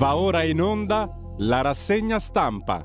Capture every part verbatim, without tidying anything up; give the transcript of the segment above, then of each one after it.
Va ora in onda la rassegna stampa.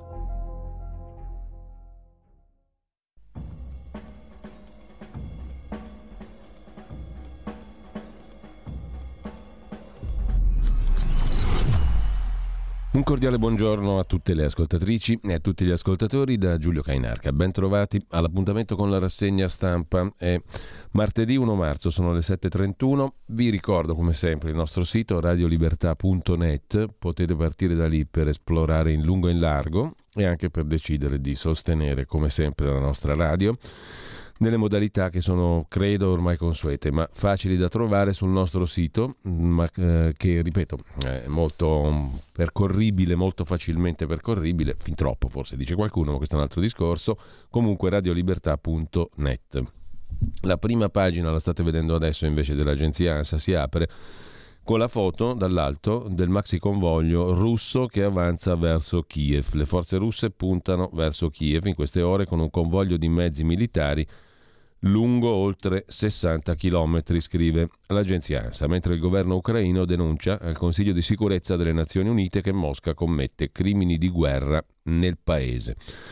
Un cordiale buongiorno a tutte le ascoltatrici e a tutti gli ascoltatori da Giulio Cainarca. Ben trovati all'appuntamento con la rassegna stampa. È martedì primo marzo, sono le sette e trentuno. Vi ricordo come sempre il nostro sito radio libertà punto net. Potete partire da lì per esplorare in lungo e in largo e anche per decidere di sostenere come sempre la nostra radio nelle modalità che sono, credo, ormai consuete, ma facili da trovare sul nostro sito, ma eh, che, ripeto, è molto percorribile, molto facilmente percorribile, fin troppo forse, dice qualcuno, ma questo è un altro discorso. Comunque radio libertà punto net. La prima pagina, la state vedendo adesso invece, dell'agenzia ANSA si apre con la foto dall'alto del maxi convoglio russo che avanza verso Kiev. Le forze russe puntano verso Kiev in queste ore con un convoglio di mezzi militari lungo oltre sessanta chilometri, scrive l'agenzia ANSA, mentre il governo ucraino denuncia al Consiglio di sicurezza delle Nazioni Unite che Mosca commette crimini di guerra nel paese.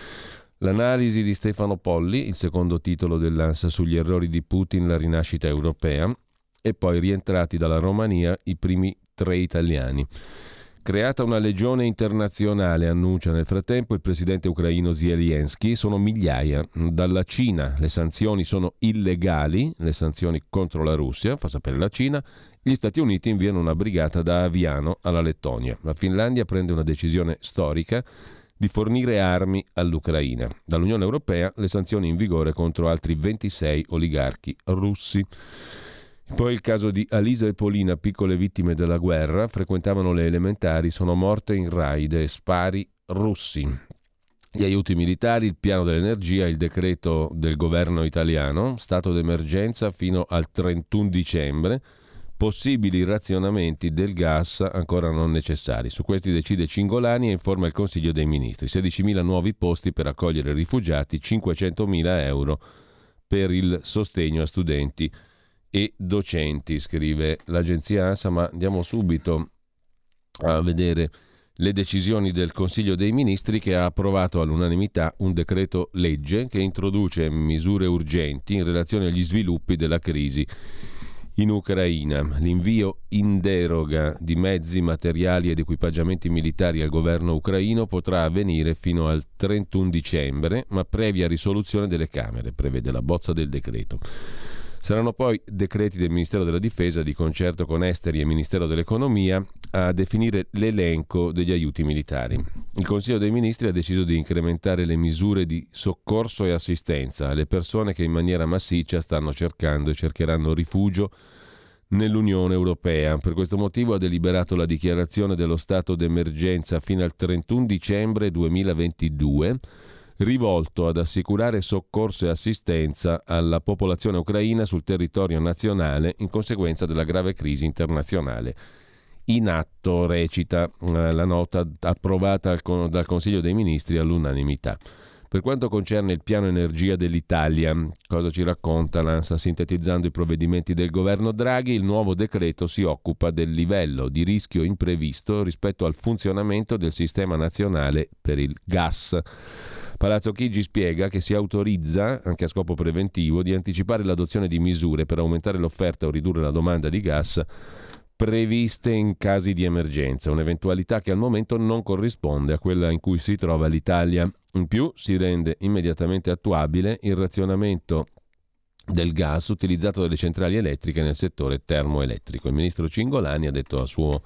L'analisi di Stefano Polli, il secondo titolo dell'ANSA sugli errori di Putin, la rinascita europea, e poi rientrati dalla Romania i primi tre italiani. Creata una legione internazionale, annuncia nel frattempo il presidente ucraino Zelensky, sono migliaia. Dalla Cina le sanzioni sono illegali, le sanzioni contro la Russia, fa sapere la Cina. Gli Stati Uniti inviano una brigata da Aviano alla Lettonia. La Finlandia prende una decisione storica di fornire armi all'Ucraina. Dall'Unione Europea le sanzioni in vigore contro altri ventisei oligarchi russi. Poi il caso di Alisa e Polina, piccole vittime della guerra, frequentavano le elementari, sono morte in raid e spari russi. Gli aiuti militari, il piano dell'energia, il decreto del governo italiano, stato d'emergenza fino al trentuno dicembre, possibili razionamenti del gas ancora non necessari. Su questi decide Cingolani e informa il Consiglio dei Ministri. sedicimila nuovi posti per accogliere rifugiati, cinquecentomila euro per il sostegno a studenti e docenti, scrive l'agenzia ANSA, ma andiamo subito a vedere le decisioni del Consiglio dei Ministri, che ha approvato all'unanimità un decreto legge che introduce misure urgenti in relazione agli sviluppi della crisi in Ucraina. L'invio in deroga di mezzi, materiali ed equipaggiamenti militari al governo ucraino potrà avvenire fino al trentuno dicembre, ma previa risoluzione delle Camere, prevede la bozza del decreto. Saranno poi decreti del Ministero della Difesa, di concerto con Esteri e Ministero dell'Economia, a definire l'elenco degli aiuti militari. Il Consiglio dei Ministri ha deciso di incrementare le misure di soccorso e assistenza alle persone che in maniera massiccia stanno cercando e cercheranno rifugio nell'Unione Europea. Per questo motivo ha deliberato la dichiarazione dello stato d'emergenza fino al trentuno dicembre duemilaventidue, rivolto ad assicurare soccorso e assistenza alla popolazione ucraina sul territorio nazionale in conseguenza della grave crisi internazionale in atto, recita eh, la nota approvata al, dal Consiglio dei Ministri all'unanimità. Per quanto concerne il piano energia dell'Italia, cosa ci racconta l'ANSA sintetizzando i provvedimenti del governo Draghi? Il nuovo decreto si occupa del livello di rischio imprevisto rispetto al funzionamento del sistema nazionale per il gas. Palazzo Chigi spiega che si autorizza, anche a scopo preventivo, di anticipare l'adozione di misure per aumentare l'offerta o ridurre la domanda di gas previste in casi di emergenza, un'eventualità che al momento non corrisponde a quella in cui si trova l'Italia. In più si rende immediatamente attuabile il razionamento del gas utilizzato dalle centrali elettriche nel settore termoelettrico. Il ministro Cingolani ha detto a suo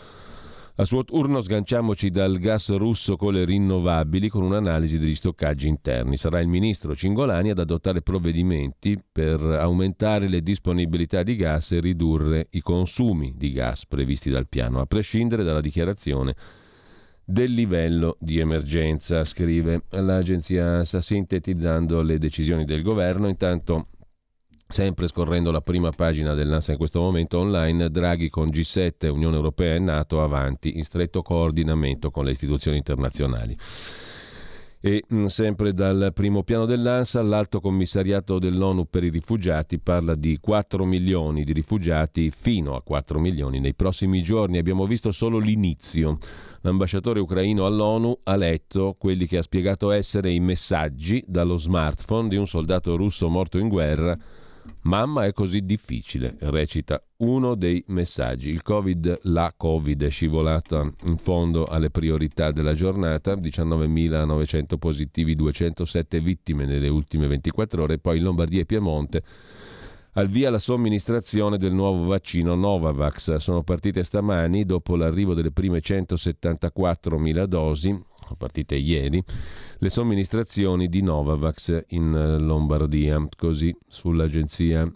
A suo turno sganciamoci dal gas russo con le rinnovabili con un'analisi degli stoccaggi interni. Sarà il ministro Cingolani ad adottare provvedimenti per aumentare le disponibilità di gas e ridurre i consumi di gas previsti dal piano, a prescindere dalla dichiarazione del livello di emergenza, scrive l'agenzia ANSA sintetizzando le decisioni del governo. Intanto, sempre scorrendo la prima pagina dell'ANSA in questo momento online, Draghi con G sette, Unione Europea e NATO avanti in stretto coordinamento con le istituzioni internazionali. E mh, sempre dal primo piano dell'ANSA, l'Alto Commissariato dell'ONU per i rifugiati parla di quattro milioni di rifugiati, fino a quattro milioni nei prossimi giorni. Abbiamo visto solo l'inizio. L'ambasciatore ucraino all'ONU ha letto quelli che ha spiegato essere i messaggi dallo smartphone di un soldato russo morto in guerra. Mamma, è così difficile, recita uno dei messaggi. Il Covid, la Covid è scivolata in fondo alle priorità della giornata, diciannovemilanovecento positivi, duecentosette vittime nelle ultime ventiquattro ore, poi in Lombardia e Piemonte al via la somministrazione del nuovo vaccino Novavax. Sono partite stamani, dopo l'arrivo delle prime centosettantaquattromila dosi, sono partite ieri, le somministrazioni di Novavax in Lombardia, così sull'agenzia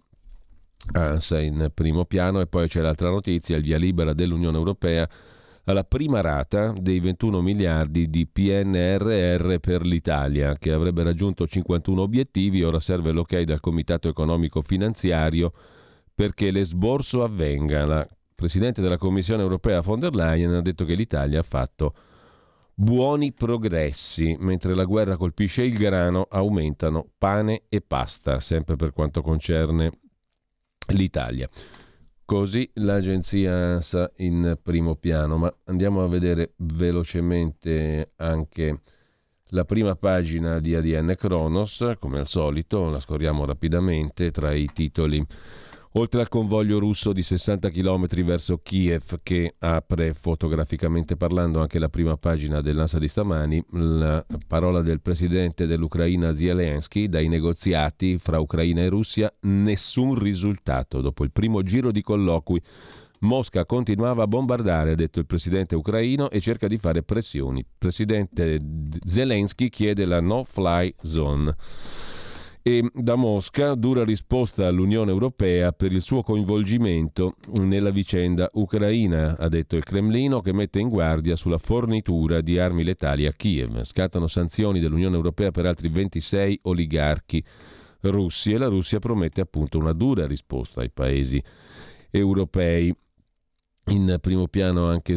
ANSA in primo piano. E poi c'è l'altra notizia, il via libera dell'Unione Europea alla prima rata dei ventuno miliardi di P N R R per l'Italia, che avrebbe raggiunto cinquantuno obiettivi. Ora serve l'ok dal Comitato Economico Finanziario perché l'esborso avvenga. La Presidente della Commissione Europea von der Leyen ha detto che l'Italia ha fatto buoni progressi. Mentre la guerra colpisce il grano, aumentano pane e pasta, sempre per quanto concerne l'Italia. Così l'agenzia ANSA in primo piano, ma andiamo a vedere velocemente anche la prima pagina di A D N Kronos, come al solito, la scorriamo rapidamente tra i titoli. Oltre al convoglio russo di sessanta chilometri verso Kiev, che apre fotograficamente parlando anche la prima pagina dell'ANSA di stamani, la parola del presidente dell'Ucraina Zelensky: dai negoziati fra Ucraina e Russia nessun risultato. Dopo il primo giro di colloqui, Mosca continuava a bombardare, ha detto il presidente ucraino, e cerca di fare pressioni. Il presidente Zelensky chiede la no-fly zone. E da Mosca dura risposta all'Unione Europea per il suo coinvolgimento nella vicenda ucraina, ha detto il Cremlino, che mette in guardia sulla fornitura di armi letali a Kiev. Scattano sanzioni dell'Unione Europea per altri ventisei oligarchi russi e la Russia promette appunto una dura risposta ai paesi europei. In primo piano anche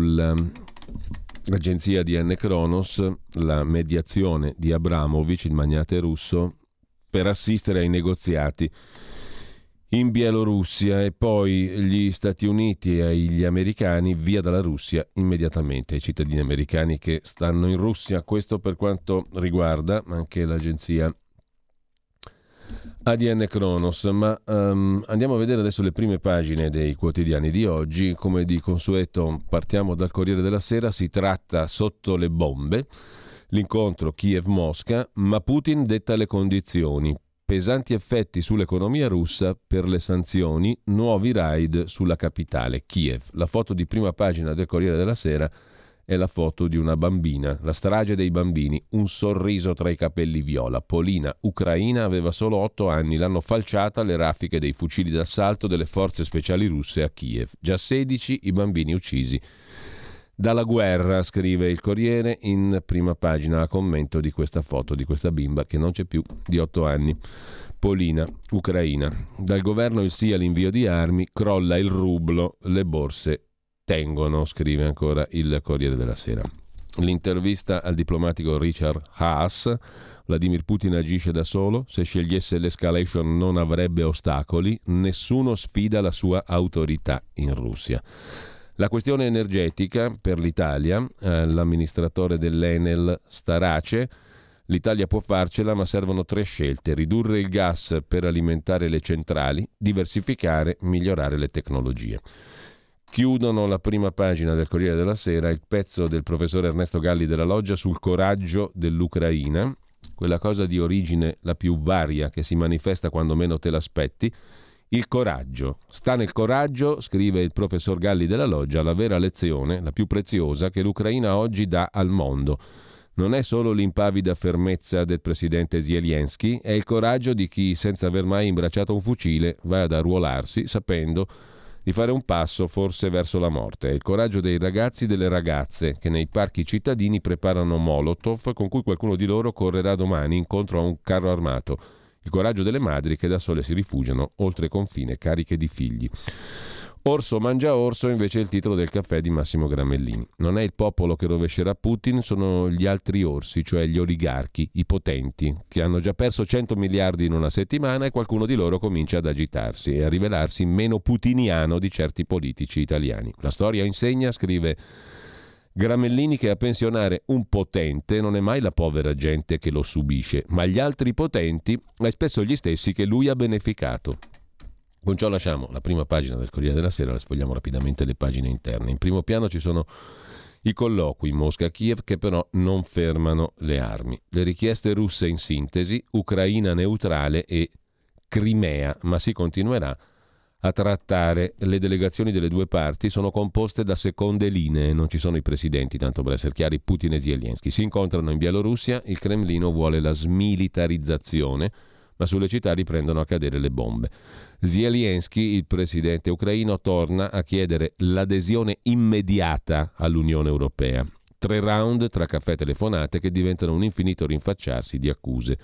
sull'agenzia di A D N Kronos la mediazione di Abramovich, il magnate russo, per assistere ai negoziati in Bielorussia, e poi gli Stati Uniti e gli americani via dalla Russia immediatamente, i cittadini americani che stanno in Russia. Questo per quanto riguarda anche l'agenzia A D N Kronos, ma um, andiamo a vedere adesso le prime pagine dei quotidiani di oggi. Come di consueto partiamo dal Corriere della Sera, si tratta sotto le bombe. L'incontro Kiev-Mosca, ma Putin detta le condizioni. Pesanti effetti sull'economia russa per le sanzioni, nuovi raid sulla capitale, Kiev. La foto di prima pagina del Corriere della Sera è la foto di una bambina, la strage dei bambini, un sorriso tra i capelli viola. Polina, ucraina, aveva solo otto anni, l'hanno falciata alle raffiche dei fucili d'assalto delle forze speciali russe a Kiev. Già sedici i bambini uccisi dalla guerra, scrive il Corriere in prima pagina a commento di questa foto di questa bimba che non c'è più, di otto anni. Polina, ucraina. Dal governo il sì all'invio di armi, crolla il rublo, le borse tengono, scrive ancora il Corriere della Sera. L'intervista al diplomatico Richard Haas: Vladimir Putin agisce da solo, se scegliesse l'escalation non avrebbe ostacoli, nessuno sfida la sua autorità in Russia. La questione energetica per l'Italia, eh, l'amministratore dell'Enel Starace: l'Italia può farcela, ma servono tre scelte: ridurre il gas per alimentare le centrali, diversificare, migliorare le tecnologie. Chiudono la prima pagina del Corriere della Sera il pezzo del professor Ernesto Galli della Loggia sul coraggio dell'Ucraina, quella cosa di origine la più varia che si manifesta quando meno te l'aspetti. Il coraggio. Sta nel coraggio, scrive il professor Galli della Loggia, la vera lezione, la più preziosa, che l'Ucraina oggi dà al mondo. Non è solo l'impavida fermezza del presidente Zelensky, è il coraggio di chi, senza aver mai imbracciato un fucile, va ad arruolarsi sapendo di fare un passo forse verso la morte. È il coraggio dei ragazzi e delle ragazze che nei parchi cittadini preparano molotov con cui qualcuno di loro correrà domani incontro a un carro armato. Il coraggio delle madri che da sole si rifugiano oltre confine cariche di figli. Orso mangia orso invece è il titolo del caffè di Massimo Gramellini. Non è il popolo che rovescerà Putin, sono gli altri orsi, cioè gli oligarchi, i potenti, che hanno già perso cento miliardi in una settimana e qualcuno di loro comincia ad agitarsi e a rivelarsi meno putiniano di certi politici italiani. La storia insegna, scrive Gramellini, che a pensionare un potente non è mai la povera gente che lo subisce, ma gli altri potenti e spesso gli stessi che lui ha beneficato. Con ciò lasciamo la prima pagina del Corriere della Sera, le sfogliamo rapidamente le pagine interne. In primo piano ci sono i colloqui Mosca-Kiev che però non fermano le armi. Le richieste russe in sintesi, Ucraina neutrale e Crimea, ma si continuerà a trattare. Le delegazioni delle due parti sono composte da seconde linee, non ci sono i presidenti, tanto per essere chiari, Putin e Zelensky. Si incontrano in Bielorussia, il Cremlino vuole la smilitarizzazione, ma sulle città riprendono a cadere le bombe. Zelensky, il presidente ucraino, torna a chiedere l'adesione immediata all'Unione Europea. Tre round tra caffè e telefonate che diventano un infinito rinfacciarsi di accuse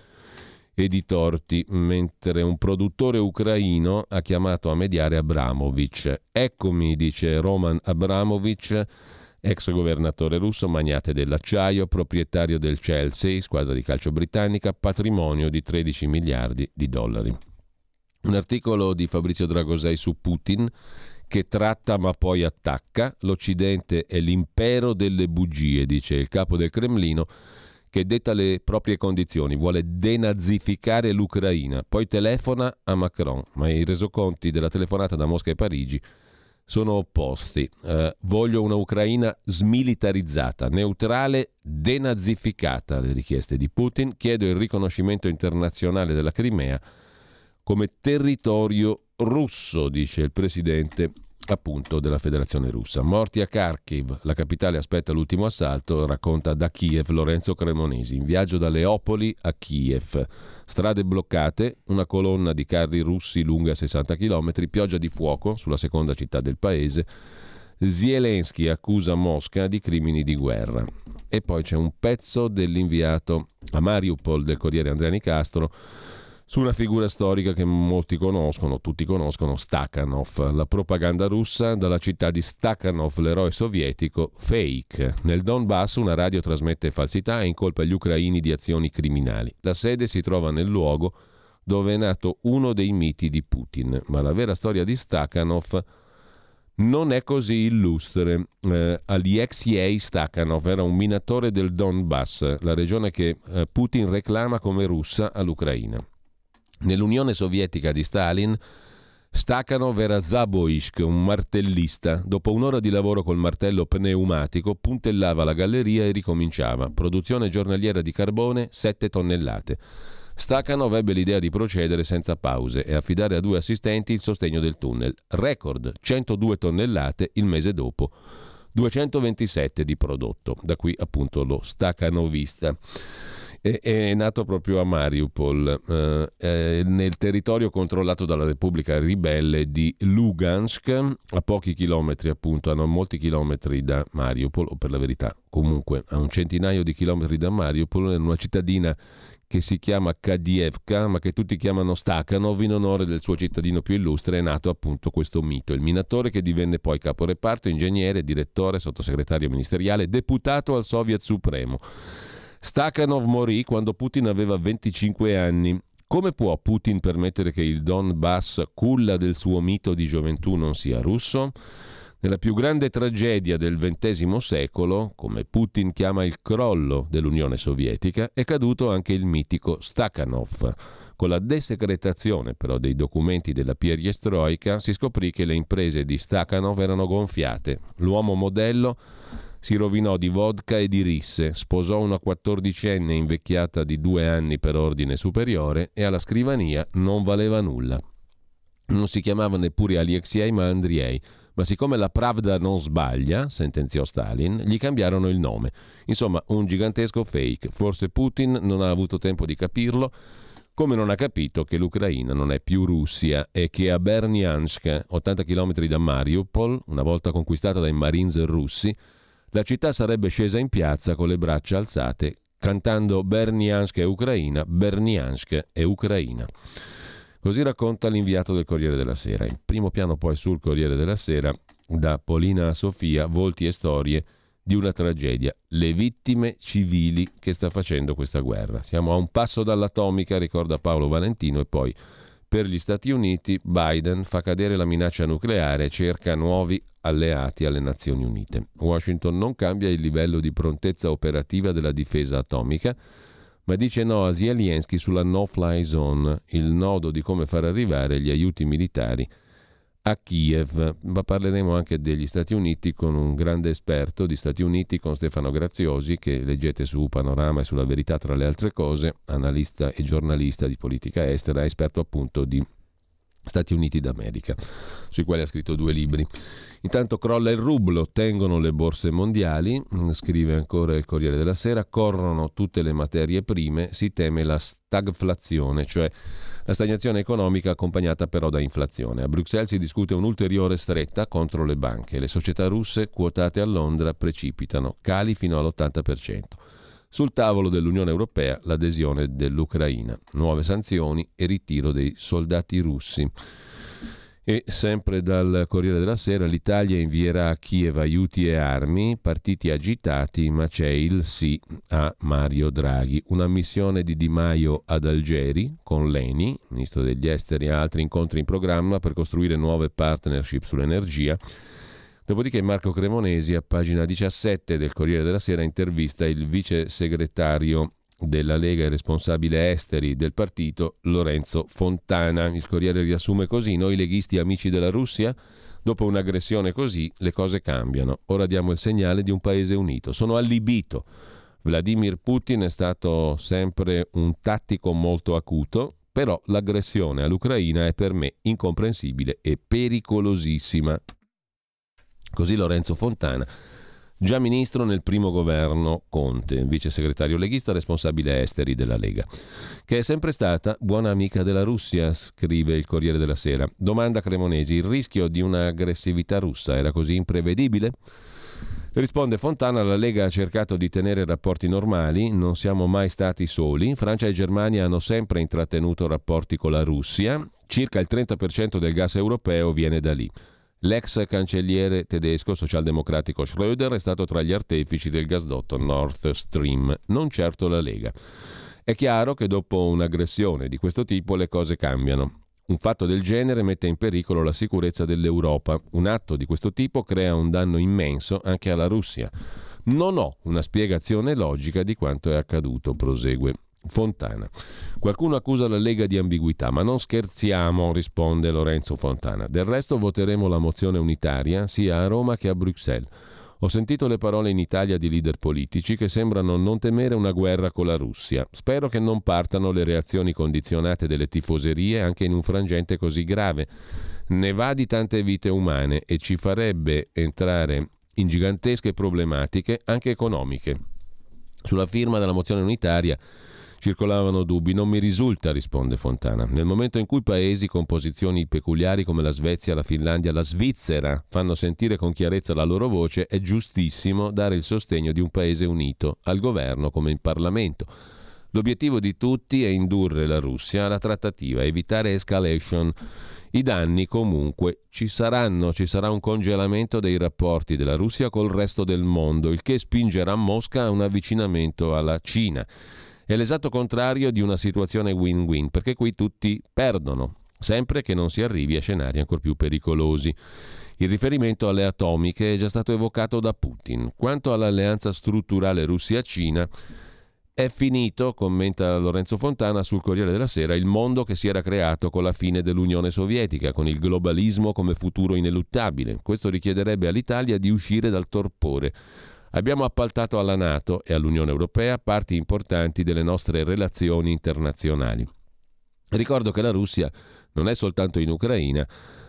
e di torti, mentre un produttore ucraino ha chiamato a mediare Abramovich. Eccomi, dice Roman Abramovich, ex governatore russo, magnate dell'acciaio, proprietario del Chelsea, squadra di calcio britannica, patrimonio di tredici miliardi di dollari. Un articolo di Fabrizio Dragosei su Putin che tratta ma poi attacca. L'Occidente è l'impero delle bugie, dice il capo del Cremlino, che detta le proprie condizioni, vuole denazificare l'Ucraina, poi telefona a Macron, ma i resoconti della telefonata da Mosca e Parigi sono opposti. Eh, voglio una Ucraina smilitarizzata, neutrale, denazificata, le richieste di Putin. Chiedo il riconoscimento internazionale della Crimea come territorio russo, dice il presidente appunto della Federazione Russa. Morti a Kharkiv, la capitale aspetta l'ultimo assalto, racconta da Kiev Lorenzo Cremonesi, in viaggio da Leopoli a Kiev. Strade bloccate, una colonna di carri russi lunga sessanta chilometri, pioggia di fuoco sulla seconda città del paese. Zelensky accusa Mosca di crimini di guerra. E poi c'è un pezzo dell'inviato a Mariupol del Corriere Andrea Nicastro su una figura storica che molti conoscono, tutti conoscono, Stakhanov, la propaganda russa dalla città di Stakhanov, l'eroe sovietico, fake. Nel Donbass una radio trasmette falsità e incolpa gli ucraini di azioni criminali. La sede si trova nel luogo dove è nato uno dei miti di Putin, ma la vera storia di Stakhanov non è così illustre. Eh, Alexei Stakhanov era un minatore del Donbass, la regione che eh, Putin reclama come russa all'Ucraina. Nell'Unione Sovietica di Stalin, Stakhanov era Zaboishk, un martellista. Dopo un'ora di lavoro col martello pneumatico, puntellava la galleria e ricominciava. Produzione giornaliera di carbone, sette tonnellate. Stakhanov ebbe l'idea di procedere senza pause e affidare a due assistenti il sostegno del tunnel. Record, centodue tonnellate il mese dopo, duecentoventisette di prodotto. Da qui appunto lo stakhanovista. È nato proprio a Mariupol, eh, eh, nel territorio controllato dalla Repubblica Ribelle di Lugansk, a pochi chilometri appunto, a non molti chilometri da Mariupol, o per la verità comunque a un centinaio di chilometri da Mariupol, in una cittadina che si chiama Kadievka, ma che tutti chiamano Stakhanov in onore del suo cittadino più illustre. È nato appunto questo mito, il minatore che divenne poi caporeparto, ingegnere, direttore, sottosegretario ministeriale, deputato al Soviet Supremo. Stakhanov morì quando Putin aveva venticinque anni. Come può Putin permettere che il Donbass, culla del suo mito di gioventù, non sia russo? Nella più grande tragedia del ventesimo secolo, come Putin chiama il crollo dell'Unione Sovietica, è caduto anche il mitico Stakhanov. Con la desecretazione però dei documenti della Perestroika si scoprì che le imprese di Stakhanov erano gonfiate. L'uomo modello si rovinò di vodka e di risse, sposò una quattordicenne invecchiata di due anni per ordine superiore e alla scrivania non valeva nulla. Non si chiamava neppure Alexei ma Andriei, ma siccome la Pravda non sbaglia, sentenziò Stalin, gli cambiarono il nome. Insomma, un gigantesco fake. Forse Putin non ha avuto tempo di capirlo, come non ha capito che l'Ucraina non è più Russia e che a Bernyansk, ottanta chilometri da Mariupol, una volta conquistata dai Marines russi, la città sarebbe scesa in piazza con le braccia alzate, cantando Bernyansk è Ucraina, Bernyansk è Ucraina. Così racconta l'inviato del Corriere della Sera. In primo piano poi sul Corriere della Sera, da Polina a Sofia, volti e storie di una tragedia, le vittime civili che sta facendo questa guerra. Siamo a un passo dall'atomica, ricorda Paolo Valentino, e poi per gli Stati Uniti Biden fa cadere la minaccia nucleare e cerca nuovi alleati alle Nazioni Unite. Washington non cambia il livello di prontezza operativa della difesa atomica, ma dice no a Zelensky sulla no-fly zone, il nodo di come far arrivare gli aiuti militari a Kiev. Ma parleremo anche degli Stati Uniti con un grande esperto di Stati Uniti, con Stefano Graziosi, che leggete su Panorama e sulla Verità tra le altre cose, analista e giornalista di politica estera, esperto appunto di Stati Uniti d'America, sui quali ha scritto due libri. Intanto crolla il rublo, tengono le borse mondiali, scrive ancora il Corriere della Sera, corrono tutte le materie prime, si teme la stagflazione, cioè la stagnazione economica accompagnata però da inflazione. A Bruxelles si discute un'ulteriore stretta contro le banche. Le società russe quotate a Londra precipitano, cali fino all'ottanta per cento. Sul tavolo dell'Unione Europea l'adesione dell'Ucraina, nuove sanzioni e ritiro dei soldati russi. E sempre dal Corriere della Sera, l'Italia invierà a Kiev aiuti e armi, partiti agitati, ma c'è il sì a Mario Draghi. Una missione di Di Maio ad Algeri con l'Eni, ministro degli esteri, e altri incontri in programma per costruire nuove partnership sull'energia. Dopodiché Marco Cremonesi, a pagina diciassette del Corriere della Sera, intervista il vice segretario della Lega e responsabile esteri del partito, Lorenzo Fontana. Il Corriere riassume così: noi leghisti amici della Russia, dopo un'aggressione così le cose cambiano. Ora diamo il segnale di un paese unito. Sono allibito. Vladimir Putin è stato sempre un tattico molto acuto, però l'aggressione all'Ucraina è per me incomprensibile e pericolosissima. Così Lorenzo Fontana, già ministro nel primo governo Conte, vice segretario leghista responsabile esteri della Lega, che è sempre stata buona amica della Russia, scrive il Corriere della Sera. Domanda Cremonesi: il rischio di un'aggressività russa era così imprevedibile? Risponde Fontana: la Lega ha cercato di tenere rapporti normali, non siamo mai stati soli, Francia e Germania hanno sempre intrattenuto rapporti con la Russia, circa il trenta per cento del gas europeo viene da lì. L'ex cancelliere tedesco socialdemocratico Schröder è stato tra gli artefici del gasdotto Nord Stream, non certo la Lega. È chiaro che dopo un'aggressione di questo tipo le cose cambiano. Un fatto del genere mette in pericolo la sicurezza dell'Europa. Un atto di questo tipo crea un danno immenso anche alla Russia. Non ho una spiegazione logica di quanto è accaduto, prosegue Fontana. Qualcuno accusa la Lega di ambiguità, ma non scherziamo, risponde Lorenzo Fontana. Del resto voteremo la mozione unitaria sia a Roma che a Bruxelles. Ho sentito le parole in Italia di leader politici che sembrano non temere una guerra con la Russia. Spero che non partano le reazioni condizionate delle tifoserie anche in un frangente così grave. Ne va di tante vite umane e ci farebbe entrare in gigantesche problematiche anche economiche. Sulla firma della mozione unitaria circolavano dubbi. Non mi risulta, risponde Fontana. Nel momento in cui paesi con posizioni peculiari come la Svezia, la Finlandia, la Svizzera fanno sentire con chiarezza la loro voce, è giustissimo dare il sostegno di un paese unito al governo come in Parlamento. L'obiettivo di tutti è indurre la Russia alla trattativa, evitare escalation. I danni comunque ci saranno, ci sarà un congelamento dei rapporti della Russia col resto del mondo, il che spingerà Mosca a un avvicinamento alla Cina. È l'esatto contrario di una situazione win-win, perché qui tutti perdono, sempre che non si arrivi a scenari ancora più pericolosi. Il riferimento alle atomiche è già stato evocato da Putin. Quanto all'alleanza strutturale Russia-Cina, è finito, commenta Lorenzo Fontana sul Corriere della Sera, il mondo che si era creato con la fine dell'Unione Sovietica, con il globalismo come futuro ineluttabile. Questo richiederebbe all'Italia di uscire dal torpore. Abbiamo appaltato alla NATO e all'Unione Europea parti importanti delle nostre relazioni internazionali. Ricordo che la Russia non è soltanto in Ucraina,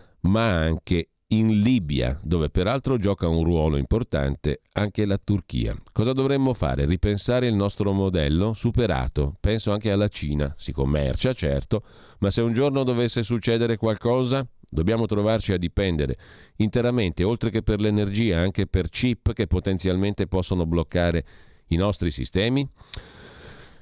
ma anche in Libia, dove peraltro gioca un ruolo importante anche la Turchia. Cosa dovremmo fare? Ripensare il nostro modello? Superato. Penso anche alla Cina. Si commercia, certo, ma se un giorno dovesse succedere qualcosa, dobbiamo trovarci a dipendere interamente, oltre che per l'energia, anche per chip che potenzialmente possono bloccare i nostri sistemi?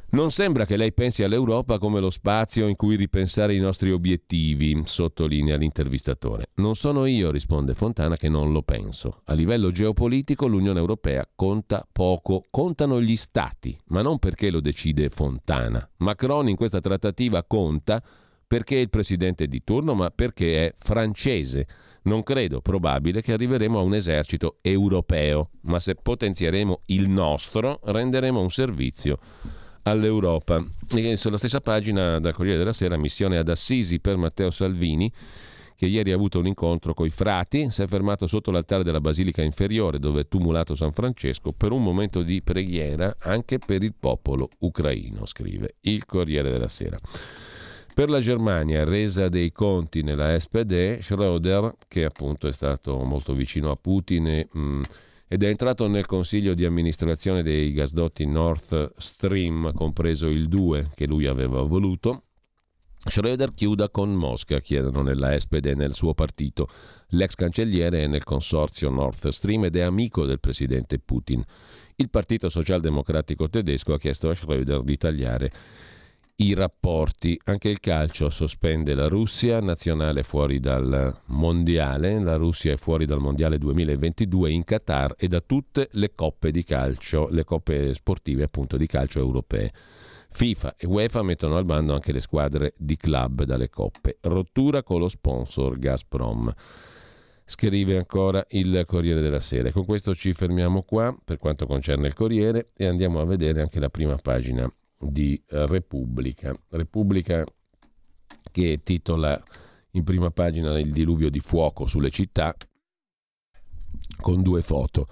Non sembra che lei pensi all'Europa come lo spazio in cui ripensare i nostri obiettivi, sottolinea l'intervistatore. Non sono io, risponde Fontana, che non lo penso. A livello geopolitico l'Unione Europea conta poco, contano gli stati, ma non perché lo decide Fontana. Macron in questa trattativa conta perché è il presidente di turno, ma perché è francese. Non credo probabile che arriveremo a un esercito europeo, ma se potenzieremo il nostro renderemo un servizio all'Europa. E sulla stessa pagina dal Corriere della Sera, missione ad Assisi per Matteo Salvini, che ieri ha avuto un incontro coi frati, si è fermato sotto l'altare della Basilica Inferiore dove è tumulato San Francesco per un momento di preghiera anche per il popolo ucraino, scrive il Corriere della Sera. Per la Germania, resa dei conti nella S P D, Schröder, che appunto è stato molto vicino a Putin e mh, ed è entrato nel consiglio di amministrazione dei gasdotti Nord Stream, compreso il due che lui aveva voluto. Schröder chiuda con Mosca, chiedono nella S P D e nel suo partito. L'ex cancelliere è nel consorzio Nord Stream ed è amico del presidente Putin. Il Partito Socialdemocratico tedesco ha chiesto a Schröder di tagliare i rapporti. Anche il calcio sospende la Russia, nazionale fuori dal mondiale. La Russia è fuori dal mondiale duemilaventidue in Qatar e da tutte le coppe di calcio, le coppe sportive appunto di calcio europee. FIFA e UEFA mettono al bando anche le squadre di club dalle coppe. Rottura con lo sponsor Gazprom. Scrive ancora il Corriere della Sera. Con questo ci fermiamo qua per quanto concerne il Corriere e andiamo a vedere anche la prima pagina di Repubblica. Repubblica che titola in prima pagina il diluvio di fuoco sulle città con due foto.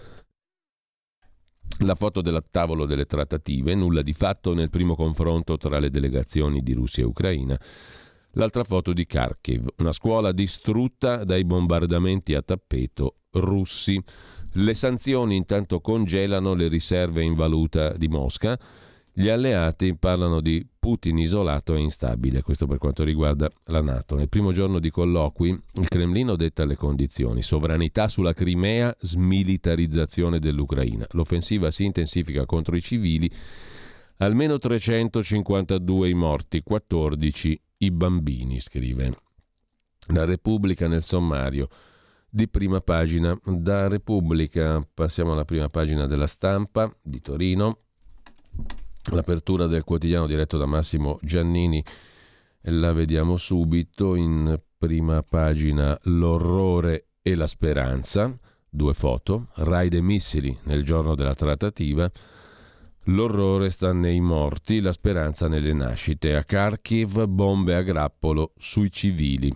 La foto del tavolo delle trattative, nulla di fatto nel primo confronto tra le delegazioni di Russia e Ucraina. L'altra foto di Kharkiv, una scuola distrutta dai bombardamenti a tappeto russi. Le sanzioni intanto congelano le riserve in valuta di Mosca. Gli alleati parlano di Putin isolato e instabile, questo per quanto riguarda la NATO. Nel primo giorno di colloqui il Cremlino detta le condizioni: sovranità sulla Crimea, smilitarizzazione dell'Ucraina. L'offensiva si intensifica contro i civili, almeno trecentocinquantadue i morti, quattordici i bambini, scrive la Repubblica nel sommario di prima pagina. Da Repubblica passiamo alla prima pagina della Stampa di Torino. L'apertura del quotidiano diretto da Massimo Giannini la vediamo subito. In prima pagina l'orrore e la speranza, due foto, raid e missili nel giorno della trattativa. L'orrore sta nei morti, la speranza nelle nascite. A Kharkiv bombe a grappolo sui civili.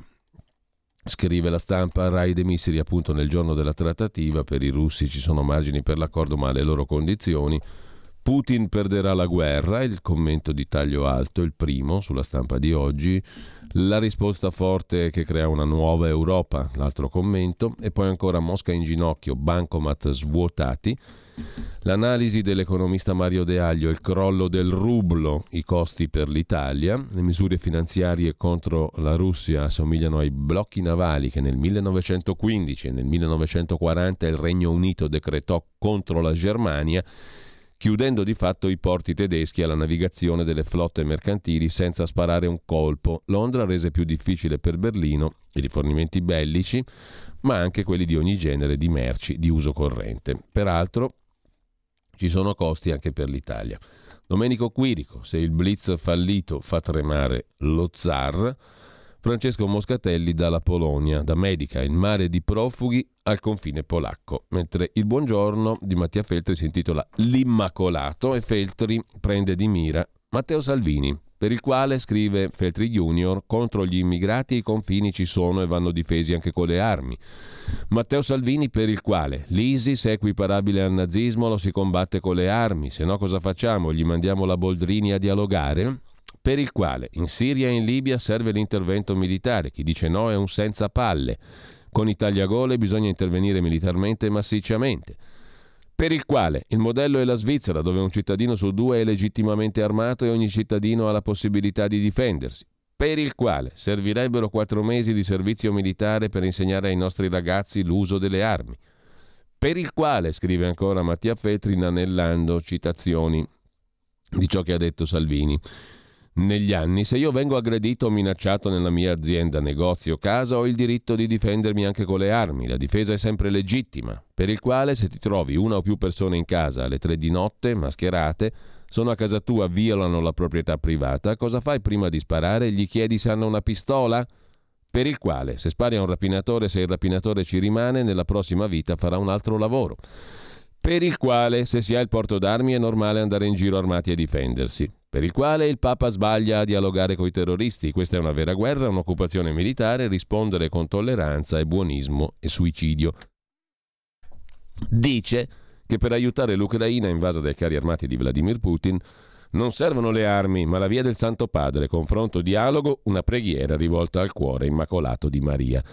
Scrive la Stampa, raid e missili appunto nel giorno della trattativa. Per i russi ci sono margini per l'accordo ma alle loro condizioni. Putin perderà la guerra, il commento di taglio alto, il primo sulla Stampa di oggi. La risposta forte che crea una nuova Europa, l'altro commento. E poi ancora Mosca in ginocchio, bancomat svuotati. L'analisi dell'economista Mario De Aglio, il crollo del rublo, i costi per l'Italia. Le misure finanziarie contro la Russia assomigliano ai blocchi navali che nel millenovecentoquindici e nel millenovecentoquaranta il Regno Unito decretò contro la Germania, chiudendo di fatto i porti tedeschi alla navigazione delle flotte mercantili senza sparare un colpo. Londra rese più difficile per Berlino i rifornimenti bellici, ma anche quelli di ogni genere di merci di uso corrente. Peraltro ci sono costi anche per l'Italia. Domenico Quirico, se il blitz fallito fa tremare lo zar. Francesco Moscatelli dalla Polonia, da Medica, il mare di profughi al confine polacco. Mentre il buongiorno di Mattia Feltri si intitola L'Immacolato e Feltri prende di mira Matteo Salvini, per il quale, scrive Feltri Junior, contro gli immigrati i confini ci sono e vanno difesi anche con le armi. Matteo Salvini, per il quale l'ISIS è equiparabile al nazismo, lo si combatte con le armi, se no cosa facciamo? Gli mandiamo la Boldrini a dialogare? Per il quale in Siria e in Libia serve l'intervento militare, chi dice no è un senza palle. Con i tagliagole bisogna intervenire militarmente e massicciamente. Per il quale il modello è la Svizzera, dove un cittadino su due è legittimamente armato e ogni cittadino ha la possibilità di difendersi. Per il quale servirebbero quattro mesi di servizio militare per insegnare ai nostri ragazzi l'uso delle armi. Per il quale, scrive ancora Mattia Feltri, inanellando citazioni di ciò che ha detto Salvini negli anni. Se io vengo aggredito o minacciato nella mia azienda, negozio, casa, ho il diritto di difendermi anche con le armi. La difesa è sempre legittima, per il quale se ti trovi una o più persone in casa alle tre di notte, mascherate, sono a casa tua, violano la proprietà privata, cosa fai prima di sparare? Gli chiedi se hanno una pistola? Per il quale, se spari a un rapinatore, se il rapinatore ci rimane, nella prossima vita farà un altro lavoro. Per il quale, se si ha il porto d'armi, è normale andare in giro armati a difendersi. Per il quale il Papa sbaglia a dialogare coi terroristi. Questa è una vera guerra, un'occupazione militare, rispondere con tolleranza e buonismo e suicidio. Dice che per aiutare l'Ucraina invasa dai carri armati di Vladimir Putin non servono le armi, ma la via del Santo Padre, confronto, dialogo, una preghiera rivolta al cuore immacolato di Maria.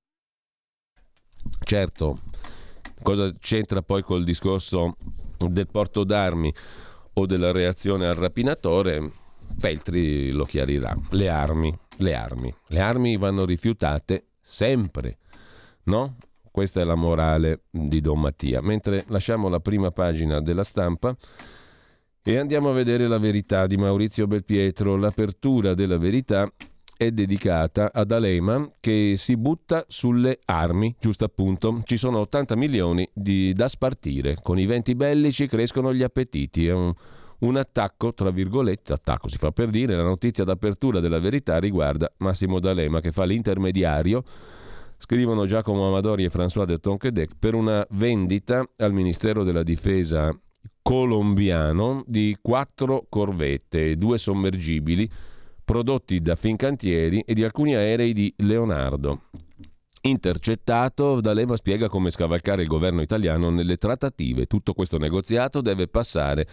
Certo, cosa c'entra poi col discorso del porto d'armi o della reazione al rapinatore? Feltri lo chiarirà. Le armi, le armi, le armi vanno rifiutate sempre, no? Questa è la morale di Don Mattia. Mentre lasciamo la prima pagina della Stampa e andiamo a vedere La Verità di Maurizio Belpietro. L'apertura della Verità è dedicata ad D'Alema che si butta sulle armi, giusto appunto. Ci sono ottanta milioni di, da spartire. Con i venti bellici crescono gli appetiti. È un, un attacco, tra virgolette, attacco si fa per dire. La notizia d'apertura della Verità riguarda Massimo D'Alema che fa l'intermediario, scrivono Giacomo Amadori e François de Tonquédec, per una vendita al Ministero della Difesa colombiano di quattro corvette e due sommergibili prodotti da Fincantieri e di alcuni aerei di Leonardo. Intercettato, D'Alema spiega come scavalcare il governo italiano nelle trattative. Tutto questo negoziato deve passare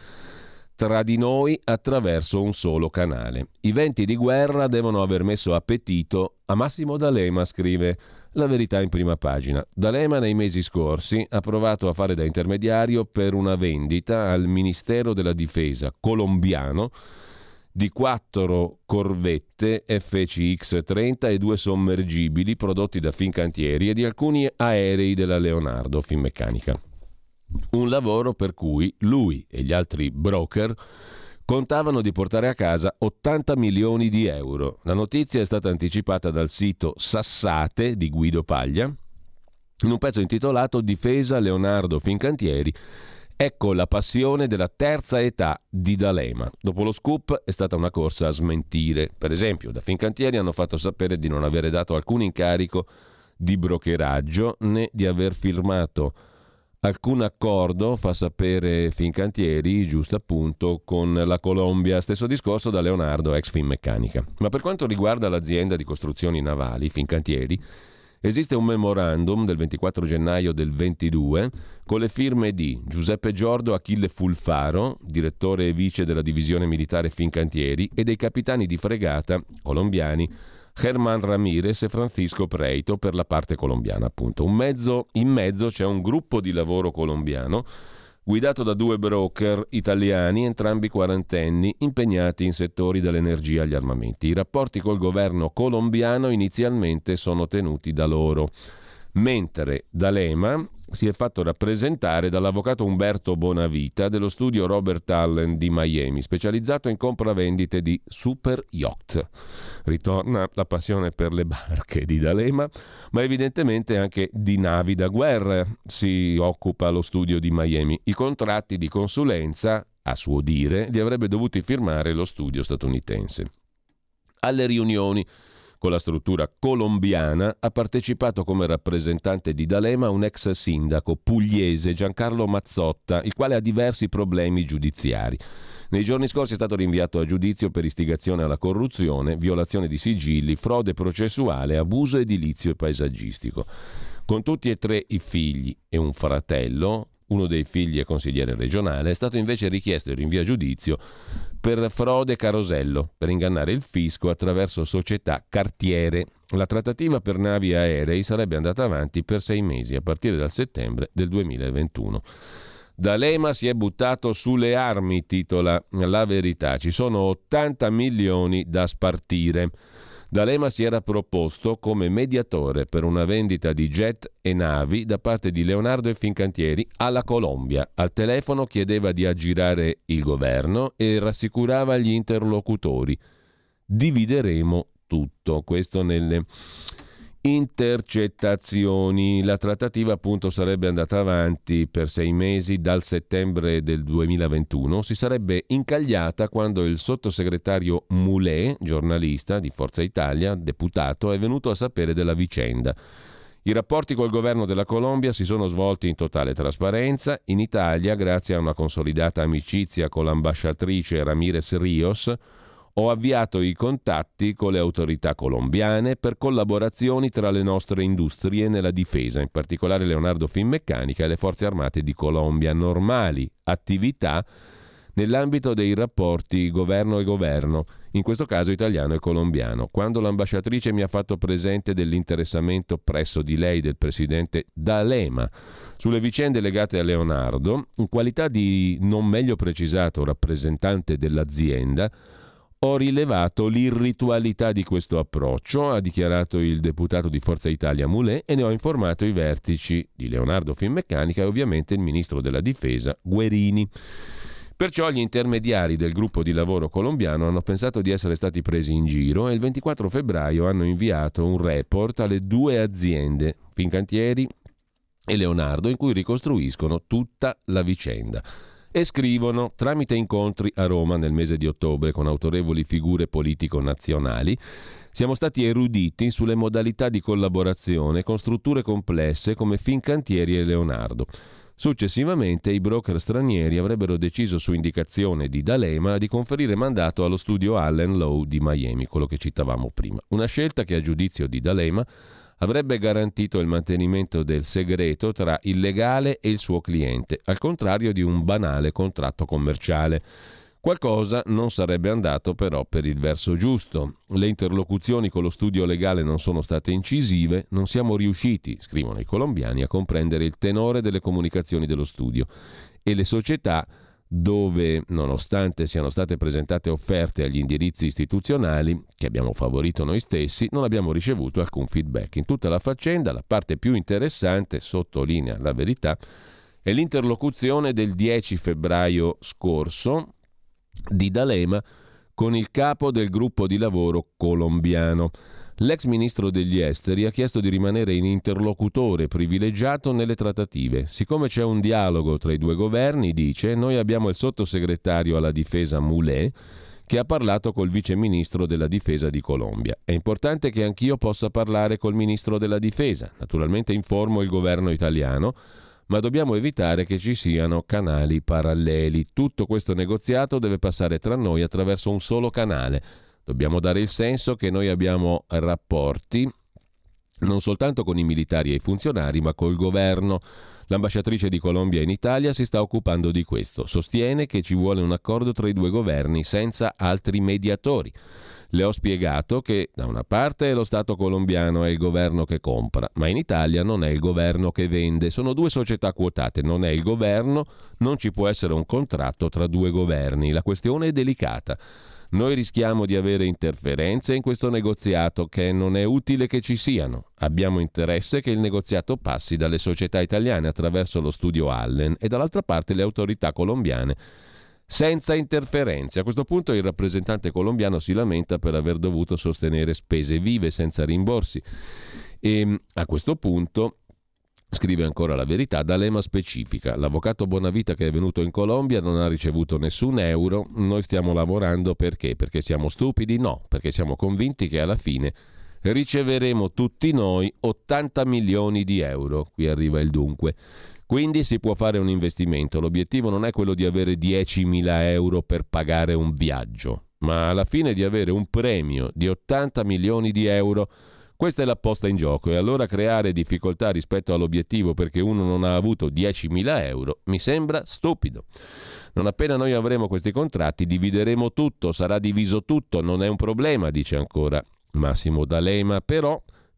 tra di noi attraverso un solo canale. I venti di guerra devono aver messo appetito a Massimo D'Alema, scrive La Verità in prima pagina. D'Alema nei mesi scorsi ha provato a fare da intermediario per una vendita al Ministero della Difesa colombiano di quattro corvette F C X trenta e due sommergibili prodotti da Fincantieri e di alcuni aerei della Leonardo Finmeccanica. Un lavoro per cui lui e gli altri broker contavano di portare a casa ottanta milioni di euro. La notizia è stata anticipata dal sito Sassate di Guido Paglia in un pezzo intitolato Difesa Leonardo Fincantieri. Ecco la passione della terza età di D'Alema. Dopo lo scoop è stata una corsa a smentire. Per esempio, da Fincantieri hanno fatto sapere di non avere dato alcun incarico di brokeraggio né di aver firmato alcun accordo, fa sapere Fincantieri, giusto appunto, con la Colombia. Stesso discorso da Leonardo, ex Finmeccanica. Ma per quanto riguarda l'azienda di costruzioni navali, Fincantieri, esiste un memorandum del ventiquattro gennaio del ventidue con le firme di Giuseppe Giordo, Achille Fulfaro, direttore e vice della divisione militare Fincantieri, e dei capitani di fregata colombiani Germán Ramírez e Francisco Preito per la parte colombiana, appunto. Un mezzo, in mezzo c'è un gruppo di lavoro colombiano guidato da due broker italiani, entrambi quarantenni, impegnati in settori dall'energia agli armamenti. I rapporti col governo colombiano inizialmente sono tenuti da loro, mentre D'Alema si è fatto rappresentare dall'avvocato Umberto Bonavita dello studio Robert Allen di Miami, specializzato in compravendite di super yacht. Ritorna la passione per le barche di D'Alema, ma evidentemente anche di navi da guerra si occupa lo studio di Miami. I contratti di consulenza, a suo dire, li avrebbe dovuti firmare lo studio statunitense. Alle riunioni con la struttura colombiana ha partecipato come rappresentante di D'Alema un ex sindaco pugliese, Giancarlo Mazzotta, il quale ha diversi problemi giudiziari. Nei giorni scorsi è stato rinviato a giudizio per istigazione alla corruzione, violazione di sigilli, frode processuale, abuso edilizio e paesaggistico. Con tutti e tre i figli e un fratello, uno dei figli è consigliere regionale, è stato invece richiesto il rinvio a giudizio per frode carosello, per ingannare il fisco attraverso società cartiere. La trattativa per navi e aerei sarebbe andata avanti per sei mesi, a partire dal settembre del duemilaventuno. D'Alema si è buttato sulle armi, titola La Verità. Ci sono ottanta milioni da spartire. D'Alema si era proposto come mediatore per una vendita di jet e navi da parte di Leonardo e Fincantieri alla Colombia. Al telefono chiedeva di aggirare il governo e rassicurava gli interlocutori: divideremo tutto. Questo nelle intercettazioni. La trattativa appunto sarebbe andata avanti per sei mesi dal settembre del duemilaventuno. Si sarebbe incagliata quando il sottosegretario Mulè, giornalista di Forza Italia, deputato, è venuto a sapere della vicenda. I rapporti col governo della Colombia si sono svolti in totale trasparenza. In Italia, grazie a una consolidata amicizia con l'ambasciatrice Ramírez Ríos, ho avviato i contatti con le autorità colombiane per collaborazioni tra le nostre industrie nella difesa, in particolare Leonardo Finmeccanica e le Forze Armate di Colombia. Normali attività nell'ambito dei rapporti governo e governo, in questo caso italiano e colombiano. Quando l'ambasciatrice mi ha fatto presente dell'interessamento presso di lei del presidente D'Alema sulle vicende legate a Leonardo, in qualità di non meglio precisato rappresentante dell'azienda, ho rilevato l'irritualità di questo approccio, ha dichiarato il deputato di Forza Italia Mulè, e ne ho informato i vertici di Leonardo Finmeccanica e ovviamente il ministro della Difesa Guerini. Perciò gli intermediari del gruppo di lavoro colombiano hanno pensato di essere stati presi in giro e il ventiquattro febbraio hanno inviato un report alle due aziende, Fincantieri e Leonardo, in cui ricostruiscono tutta la vicenda. E scrivono: tramite incontri a Roma nel mese di ottobre con autorevoli figure politico-nazionali, siamo stati eruditi sulle modalità di collaborazione con strutture complesse come Fincantieri e Leonardo. Successivamente i broker stranieri avrebbero deciso su indicazione di D'Alema di conferire mandato allo studio Allen Law di Miami, quello che citavamo prima. Una scelta che a giudizio di D'Alema avrebbe garantito il mantenimento del segreto tra il legale e il suo cliente, al contrario di un banale contratto commerciale. Qualcosa non sarebbe andato però per il verso giusto. Le interlocuzioni con lo studio legale non sono state incisive, non siamo riusciti, scrivono i colombiani, a comprendere il tenore delle comunicazioni dello studio, e le società dove, nonostante siano state presentate offerte agli indirizzi istituzionali che abbiamo favorito noi stessi, non abbiamo ricevuto alcun feedback. In tutta la faccenda, la parte più interessante, sottolinea la verità, è l'interlocuzione del dieci febbraio scorso di D'Alema con il capo del gruppo di lavoro colombiano. L'ex ministro degli esteri ha chiesto di rimanere in interlocutore privilegiato nelle trattative. Siccome c'è un dialogo tra i due governi, dice, noi abbiamo il sottosegretario alla difesa Mulè che ha parlato col vice ministro della difesa di Colombia. È importante che anch'io possa parlare col ministro della difesa. Naturalmente informo il governo italiano, ma dobbiamo evitare che ci siano canali paralleli. Tutto questo negoziato deve passare tra noi attraverso un solo canale. Dobbiamo dare il senso che noi abbiamo rapporti non soltanto con i militari e i funzionari, ma col governo. L'ambasciatrice di Colombia in Italia si sta occupando di questo. Sostiene che ci vuole un accordo tra i due governi senza altri mediatori. Le ho spiegato che da una parte lo Stato colombiano è il governo che compra, ma in Italia non è il governo che vende. Sono due società quotate, non è il governo, non ci può essere un contratto tra due governi. La questione è delicata. Noi rischiamo di avere interferenze in questo negoziato che non è utile che ci siano. Abbiamo interesse che il negoziato passi dalle società italiane attraverso lo studio Allen e dall'altra parte le autorità colombiane senza interferenze. A questo punto il rappresentante colombiano si lamenta per aver dovuto sostenere spese vive senza rimborsi e a questo punto, scrive ancora La Verità, D'Alema specifica: l'avvocato Bonavita che è venuto in Colombia non ha ricevuto nessun euro, noi stiamo lavorando perché? Perché siamo stupidi? No, perché siamo convinti che alla fine riceveremo tutti noi ottanta milioni di euro, qui arriva il dunque. Quindi si può fare un investimento, l'obiettivo non è quello di avere diecimila euro per pagare un viaggio, ma alla fine di avere un premio di ottanta milioni di euro. Questa è la posta in gioco e allora creare difficoltà rispetto all'obiettivo perché uno non ha avuto diecimila euro mi sembra stupido. Non appena noi avremo questi contratti divideremo tutto, sarà diviso tutto, non è un problema, dice ancora Massimo D'Alema, però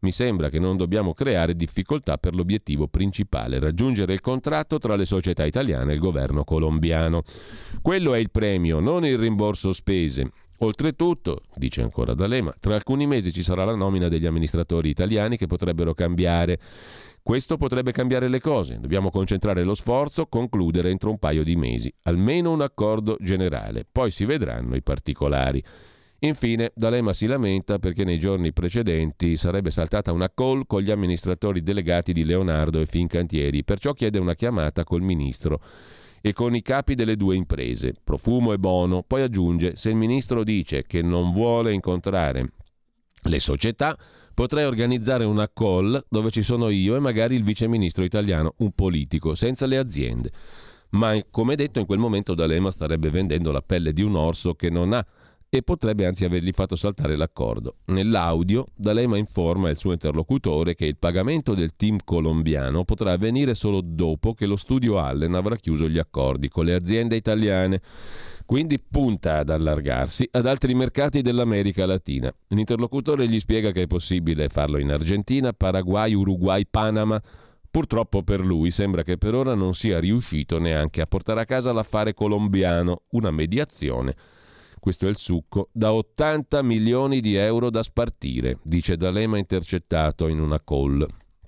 Mi sembra che non dobbiamo creare difficoltà per l'obiettivo principale, raggiungere il contratto tra le società italiane e il governo colombiano. Quello è il premio, non il rimborso spese. Oltretutto, dice ancora D'Alema, tra alcuni mesi ci sarà la nomina degli amministratori italiani che potrebbero cambiare. Questo potrebbe cambiare le cose. Dobbiamo concentrare lo sforzo, concludere entro un paio di mesi. Almeno un accordo generale. Poi si vedranno i particolari. Infine, D'Alema si lamenta perché nei giorni precedenti sarebbe saltata una call con gli amministratori delegati di Leonardo e Fincantieri. Perciò chiede una chiamata col ministro e con i capi delle due imprese. Profumo e Bono. Poi aggiunge: se il ministro dice che non vuole incontrare le società, potrei organizzare una call dove ci sono io e magari il viceministro italiano, un politico, senza le aziende. Ma come detto, in quel momento D'Alema starebbe vendendo la pelle di un orso che non ha e potrebbe anzi avergli fatto saltare l'accordo. Nell'audio D'Alema informa il suo interlocutore che il pagamento del team colombiano potrà avvenire solo dopo che lo studio Allen avrà chiuso gli accordi con le aziende italiane. Quindi punta ad allargarsi ad altri mercati dell'America Latina. L'interlocutore gli spiega che è possibile farlo in Argentina, Paraguay, Uruguay, Panama. Purtroppo per lui sembra che per ora non sia riuscito neanche a portare a casa l'affare colombiano, una mediazione. Questo è il succo, da ottanta milioni di euro da spartire, dice D'Alema intercettato in una call.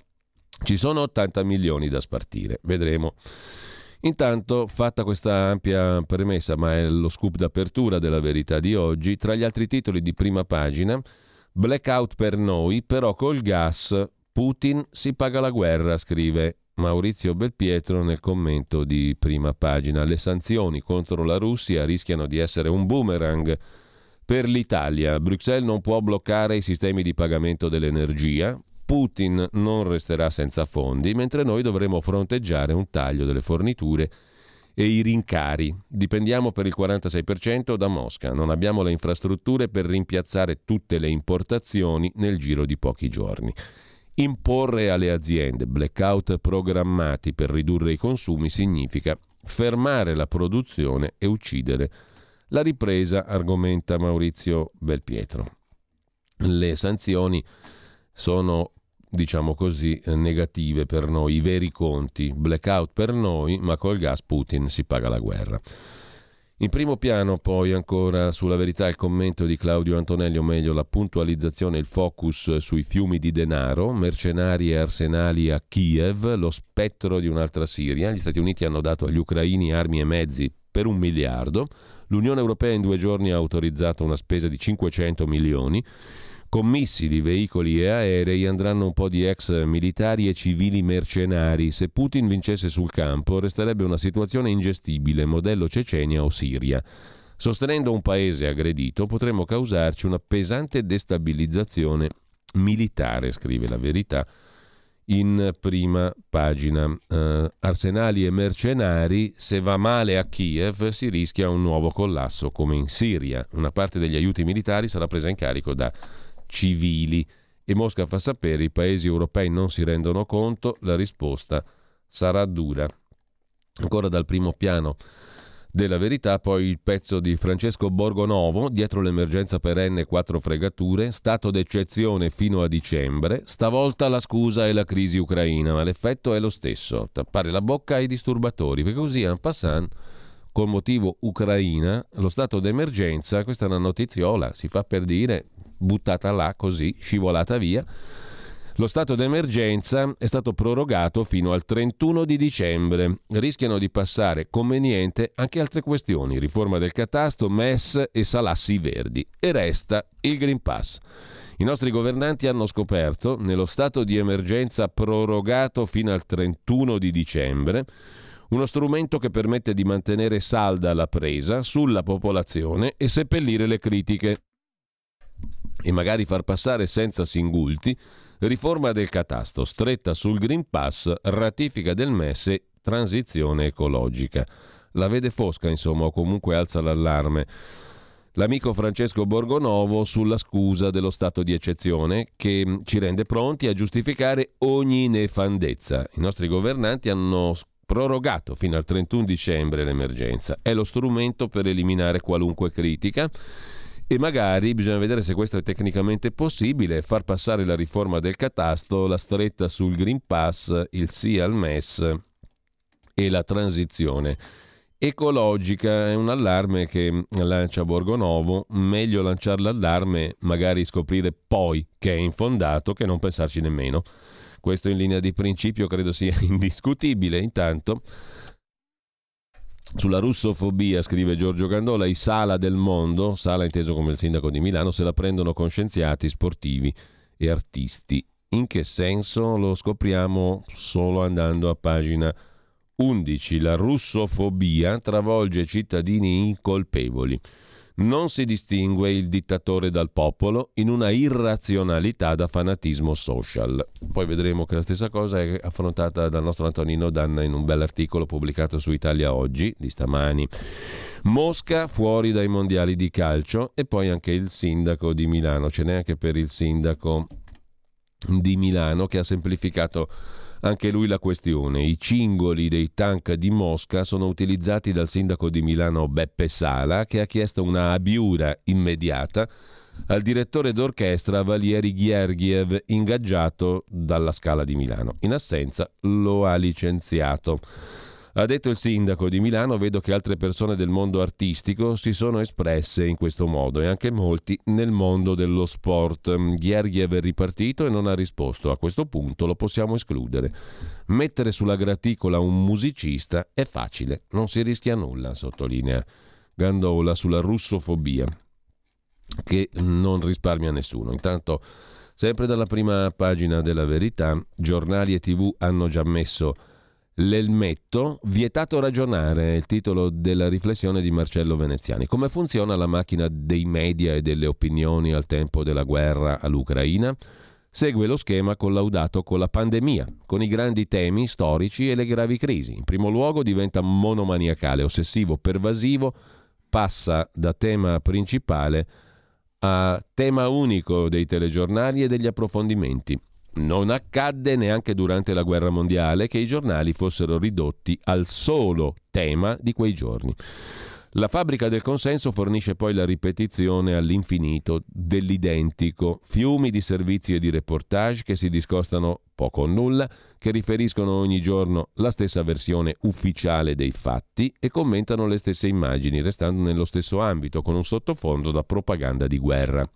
Ci sono ottanta milioni da spartire, vedremo. Intanto, fatta questa ampia premessa, ma è lo scoop d'apertura della Verità di oggi, tra gli altri titoli di prima pagina, blackout per noi, però col gas Putin si paga la guerra, scrive Maurizio Belpietro nel commento di prima pagina. Le sanzioni contro la Russia rischiano di essere un boomerang per l'Italia. Bruxelles non può bloccare i sistemi di pagamento dell'energia. Putin non resterà senza fondi, mentre noi dovremo fronteggiare un taglio delle forniture e i rincari. Dipendiamo per il quarantasei per cento da Mosca. Non abbiamo le infrastrutture per rimpiazzare tutte le importazioni nel giro di pochi giorni. Imporre alle aziende blackout programmati per ridurre i consumi significa fermare la produzione e uccidere la ripresa, argomenta Maurizio Belpietro. Le sanzioni sono, diciamo così, negative per noi, i veri conti. Blackout per noi, ma col gas Putin si paga la guerra. In primo piano poi ancora sulla Verità il commento di Claudio Antonelli, o meglio la puntualizzazione, il focus sui fiumi di denaro, mercenari e arsenali a Kiev, lo spettro di un'altra Siria. Gli Stati Uniti hanno dato agli ucraini armi e mezzi per un miliardo, l'Unione Europea in due giorni ha autorizzato una spesa di cinquecento milioni, con missili, veicoli e aerei andranno un po' di ex militari e civili mercenari. Se Putin vincesse sul campo resterebbe una situazione ingestibile, modello Cecenia o Siria. Sostenendo un paese aggredito potremmo causarci una pesante destabilizzazione militare, scrive la Verità in prima pagina. Uh, arsenali e mercenari, se va male a Kiev si rischia un nuovo collasso come in Siria. Una parte degli aiuti militari sarà presa in carico da civili e Mosca fa sapere i paesi europei non si rendono conto, la risposta sarà dura. Ancora dal primo piano della Verità poi il pezzo di Francesco Borgonovo, dietro l'emergenza perenne quattro fregature, stato d'eccezione fino a dicembre, stavolta la scusa è la crisi ucraina, ma l'effetto è lo stesso, tappare la bocca ai disturbatori, perché così en passant col motivo Ucraina lo stato d'emergenza, questa è una notiziola, si fa per dire, buttata là così, scivolata via. Lo stato d'emergenza è stato prorogato fino al trentuno di dicembre. Rischiano di passare come niente anche altre questioni, riforma del catasto, M E S e salassi verdi. E resta il Green Pass. I nostri governanti hanno scoperto, nello stato di emergenza prorogato fino al trentuno di dicembre, uno strumento che permette di mantenere salda la presa sulla popolazione e seppellire le critiche. E magari far passare senza singulti riforma del catasto, stretta sul Green Pass, ratifica del M E S e transizione ecologica. La vede fosca, insomma, o comunque alza l'allarme l'amico Francesco Borgonovo sulla scusa dello stato di eccezione che ci rende pronti a giustificare ogni nefandezza. I nostri governanti hanno prorogato fino al trentuno dicembre l'emergenza. È lo strumento per eliminare qualunque critica E magari bisogna vedere se questo è tecnicamente possibile, far passare la riforma del catasto, la stretta sul Green Pass, il sì al M E S e la transizione ecologica. È un allarme che lancia Borgonovo, meglio lanciare l'allarme, magari scoprire poi che è infondato che non pensarci nemmeno. Questo in linea di principio credo sia indiscutibile. Intanto sulla russofobia, scrive Giorgio Gandola, i Sala del mondo, Sala inteso come il sindaco di Milano, se la prendono con scienziati, sportivi e artisti. In che senso? Lo scopriamo solo andando a pagina undici. La russofobia travolge cittadini incolpevoli. Non si distingue il dittatore dal popolo in una irrazionalità da fanatismo social. Poi vedremo che la stessa cosa è affrontata dal nostro Antonino Danna in un bell'articolo pubblicato su Italia Oggi di stamani. Mosca fuori dai mondiali di calcio, e poi anche il sindaco di Milano. Ce n'è anche per il sindaco di Milano che ha semplificato anche lui la questione. I cingoli dei tank di Mosca sono utilizzati dal sindaco di Milano Beppe Sala, che ha chiesto una abiura immediata al direttore d'orchestra Valieri Gheorghiev, ingaggiato dalla Scala di Milano. In assenza lo ha licenziato. Ha detto il sindaco di Milano: vedo che altre persone del mondo artistico si sono espresse in questo modo e anche molti nel mondo dello sport. Gheorghiev è ripartito e non ha risposto. A questo punto lo possiamo escludere. Mettere sulla graticola un musicista è facile, non si rischia nulla, sottolinea Gandola sulla russofobia, che non risparmia nessuno. Intanto, sempre dalla prima pagina della Verità, giornali e tivù hanno già messo l'elmetto, vietato ragionare, è il titolo della riflessione di Marcello Veneziani. Come funziona la macchina dei media e delle opinioni al tempo della guerra all'Ucraina? Segue lo schema collaudato con la pandemia, con i grandi temi storici e le gravi crisi. In primo luogo diventa monomaniacale, ossessivo, pervasivo, passa da tema principale a tema unico dei telegiornali e degli approfondimenti. Non accadde neanche durante la guerra mondiale che i giornali fossero ridotti al solo tema di quei giorni. La fabbrica del consenso fornisce poi la ripetizione all'infinito dell'identico, fiumi di servizi e di reportage che si discostano poco o nulla, che riferiscono ogni giorno la stessa versione ufficiale dei fatti e commentano le stesse immagini, restando nello stesso ambito, con un sottofondo da propaganda di guerra.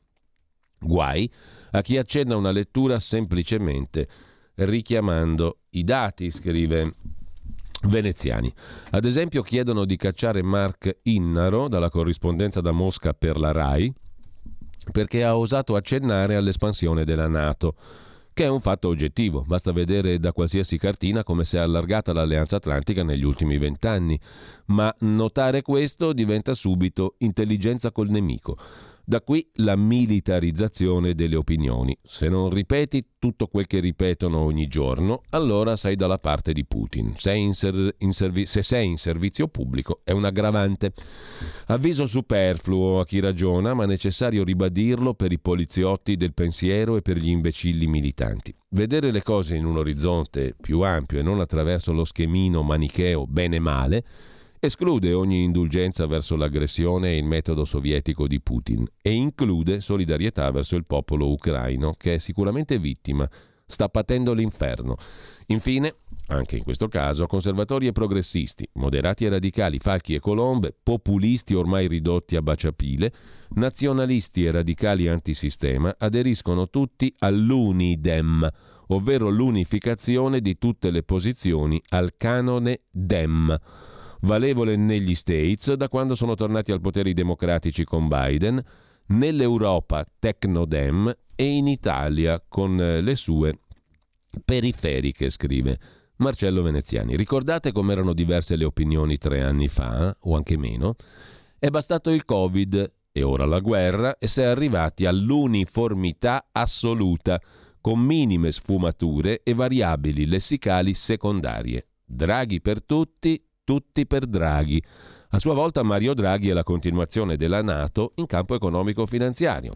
Guai a chi accenna una lettura semplicemente richiamando i dati, scrive Veneziani. Ad esempio chiedono di cacciare Mark Innaro dalla corrispondenza da Mosca per la RAI perché ha osato accennare all'espansione della NATO, che è un fatto oggettivo. Basta vedere da qualsiasi cartina come si è allargata l'Alleanza Atlantica negli ultimi vent'anni. Ma notare questo diventa subito intelligenza col nemico. Da qui la militarizzazione delle opinioni. Se non ripeti tutto quel che ripetono ogni giorno, allora sei dalla parte di Putin. Sei in ser- in servi- se sei in servizio pubblico è un aggravante. Avviso superfluo a chi ragiona, ma necessario ribadirlo per i poliziotti del pensiero e per gli imbecilli militanti. Vedere le cose in un orizzonte più ampio e non attraverso lo schemino manicheo bene-male esclude ogni indulgenza verso l'aggressione e il metodo sovietico di Putin e include solidarietà verso il popolo ucraino, che è sicuramente vittima, sta patendo l'inferno. Infine, anche in questo caso, conservatori e progressisti, moderati e radicali, falchi e colombe, populisti ormai ridotti a baciapile, nazionalisti e radicali antisistema aderiscono tutti all'Unidem, ovvero l'unificazione di tutte le posizioni al canone Dem, valevole negli States da quando sono tornati al potere i democratici con Biden, nell'Europa Tecnodem e in Italia con le sue periferiche, scrive Marcello Veneziani. Ricordate com'erano diverse le opinioni tre anni fa, o anche meno? È bastato il Covid e ora la guerra e si è arrivati all'uniformità assoluta, con minime sfumature e variabili lessicali secondarie. Draghi per tutti, tutti per Draghi. A sua volta Mario Draghi è la continuazione della NATO in campo economico-finanziario.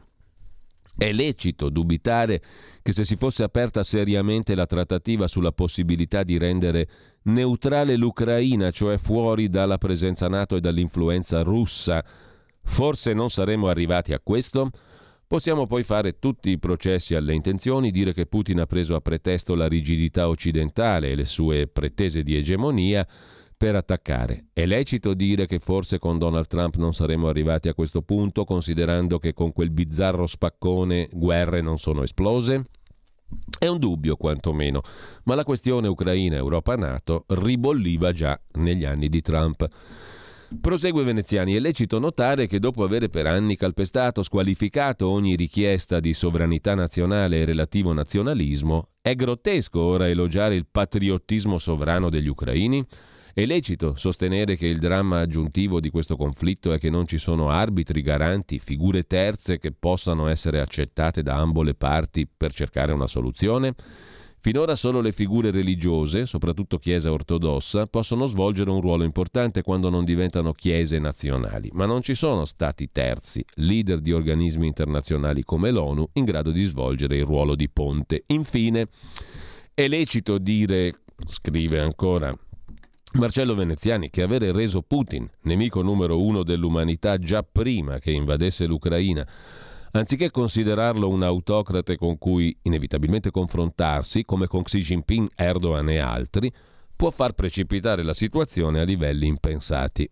È lecito dubitare che se si fosse aperta seriamente la trattativa sulla possibilità di rendere neutrale l'Ucraina, cioè fuori dalla presenza NATO e dall'influenza russa, Forse non saremmo arrivati a questo? Possiamo poi fare tutti i processi alle intenzioni, dire che Putin ha preso a pretesto la rigidità occidentale e le sue pretese di egemonia per attaccare. È lecito dire che forse con Donald Trump non saremmo arrivati a questo punto, considerando che con quel bizzarro spaccone guerre non sono esplose? È un dubbio quantomeno, ma la questione Ucraina-Europa-NATO ribolliva già negli anni di Trump. Prosegue Veneziani, è lecito notare che dopo avere per anni calpestato, squalificato ogni richiesta di sovranità nazionale e relativo nazionalismo, è grottesco ora elogiare il patriottismo sovrano degli ucraini? È lecito sostenere che il dramma aggiuntivo di questo conflitto è che non ci sono arbitri, garanti, figure terze che possano essere accettate da ambo le parti per cercare una soluzione? Finora solo le figure religiose, soprattutto Chiesa ortodossa, possono svolgere un ruolo importante quando non diventano chiese nazionali, ma non ci sono stati terzi, leader di organismi internazionali come l'ONU, in grado di svolgere il ruolo di ponte. Infine, è lecito dire, scrive ancora Marcello Veneziani, che avere reso Putin nemico numero uno dell'umanità già prima che invadesse l'Ucraina, anziché considerarlo un autocrate con cui inevitabilmente confrontarsi, come con Xi Jinping, Erdogan e altri, può far precipitare la situazione a livelli impensati.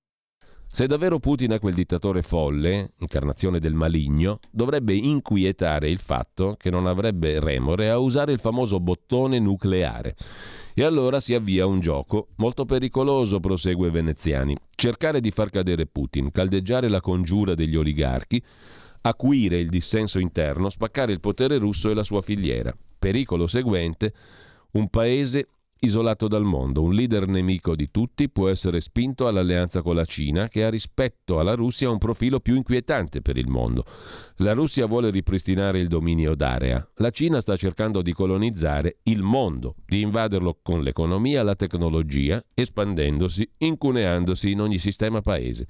Se davvero Putin è quel dittatore folle, incarnazione del maligno, dovrebbe inquietare il fatto che non avrebbe remore a usare il famoso bottone nucleare. E allora si avvia un gioco molto pericoloso, prosegue Veneziani. Cercare di far cadere Putin, caldeggiare la congiura degli oligarchi, acuire il dissenso interno, spaccare il potere russo e la sua filiera. Pericolo seguente, un paese isolato dal mondo, un leader nemico di tutti può essere spinto all'alleanza con la Cina, che ha rispetto alla Russia un profilo più inquietante per il mondo. La Russia vuole ripristinare il dominio d'area. La Cina sta cercando di colonizzare il mondo, di invaderlo con l'economia e la tecnologia, espandendosi, incuneandosi in ogni sistema paese.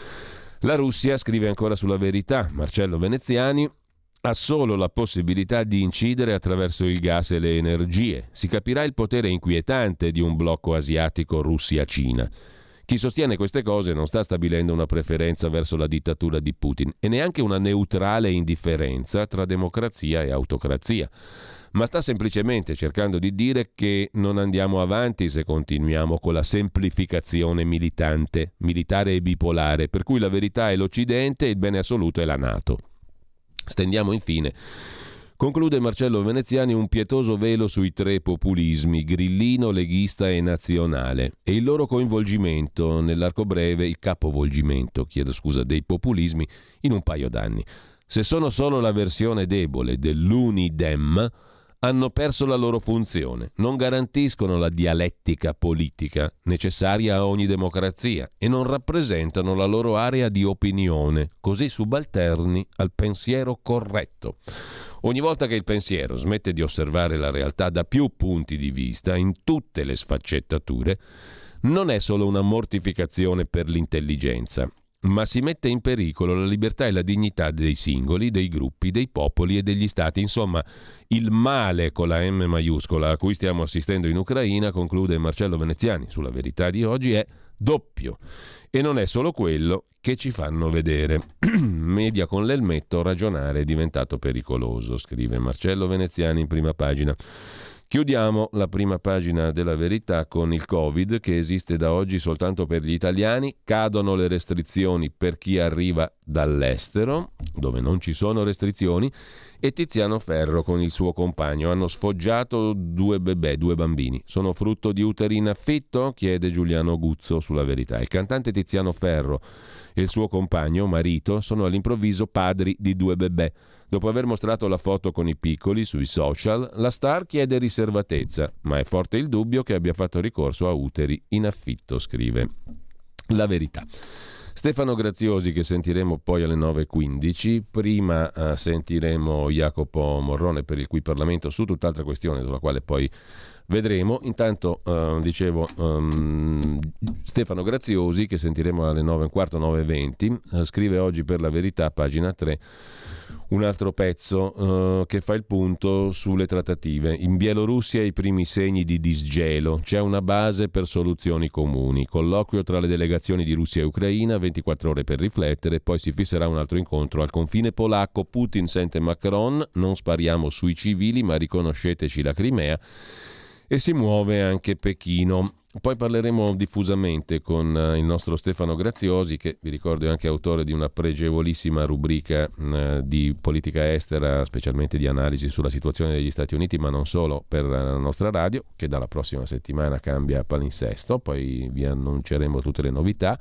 La Russia, scrive ancora sulla Verità Marcello Veneziani, ha solo la possibilità di incidere attraverso il gas e le energie. Si capirà il potere inquietante di un blocco asiatico Russia-Cina. Chi sostiene queste cose non sta stabilendo una preferenza verso la dittatura di Putin e neanche una neutrale indifferenza tra democrazia e autocrazia, ma sta semplicemente cercando di dire che non andiamo avanti se continuiamo con la semplificazione militante, militare e bipolare, per cui la verità è l'Occidente e il bene assoluto è la NATO. Stendiamo infine, conclude Marcello Veneziani, un pietoso velo sui tre populismi, grillino, leghista e nazionale, e il loro coinvolgimento nell'arco breve, il capovolgimento, chiedo scusa, dei populismi in un paio d'anni. Se sono solo la versione debole dell'Unidem, hanno perso la loro funzione, non garantiscono la dialettica politica necessaria a ogni democrazia e non rappresentano la loro area di opinione, così subalterni al pensiero corretto. Ogni volta che il pensiero smette di osservare la realtà da più punti di vista, in tutte le sfaccettature, non è solo una mortificazione per l'intelligenza, ma si mette in pericolo la libertà e la dignità dei singoli, dei gruppi, dei popoli e degli stati. Insomma, il male con la M maiuscola a cui stiamo assistendo in Ucraina, conclude Marcello Veneziani sulla Verità di oggi, è doppio e non è solo quello che ci fanno vedere. Media con l'elmetto, ragionare è diventato pericoloso, scrive Marcello Veneziani in prima pagina. Chiudiamo la prima pagina della Verità con il Covid, che esiste da oggi soltanto per gli italiani. Cadono le restrizioni per chi arriva dall'estero, dove non ci sono restrizioni, e Tiziano Ferro con il suo compagno hanno sfoggiato due bebè, due bambini. Sono frutto di uteri in affitto? Chiede Giuliano Guzzo sulla Verità. Il cantante Tiziano Ferro e il suo compagno, marito, sono all'improvviso padri di due bebè. Dopo aver mostrato la foto con i piccoli sui social, la star chiede riservatezza, ma è forte il dubbio che abbia fatto ricorso a uteri in affitto, scrive La Verità. Stefano Graziosi, che sentiremo poi alle nove e quindici. Prima eh, sentiremo Jacopo Morrone, per il cui Parlamento, su tutt'altra questione sulla quale poi Vedremo. Intanto eh, dicevo um, Stefano Graziosi, che sentiremo alle nove e un quarto, nove e venti, eh, scrive oggi per La Verità, pagina tre, un altro pezzo uh, che fa il punto sulle trattative. In Bielorussia i primi segni di disgelo, c'è una base per soluzioni comuni, colloquio tra le delegazioni di Russia e Ucraina, ventiquattro ore per riflettere, poi si fisserà un altro incontro al confine polacco. Putin sente Macron, non spariamo sui civili ma riconosceteci la Crimea, e si muove anche Pechino. Poi parleremo diffusamente con uh, il nostro Stefano Graziosi, che vi ricordo è anche autore di una pregevolissima rubrica uh, di politica estera, specialmente di analisi sulla situazione degli Stati Uniti, ma non solo, per la nostra radio, che dalla prossima settimana cambia palinsesto. Poi vi annunceremo tutte le novità.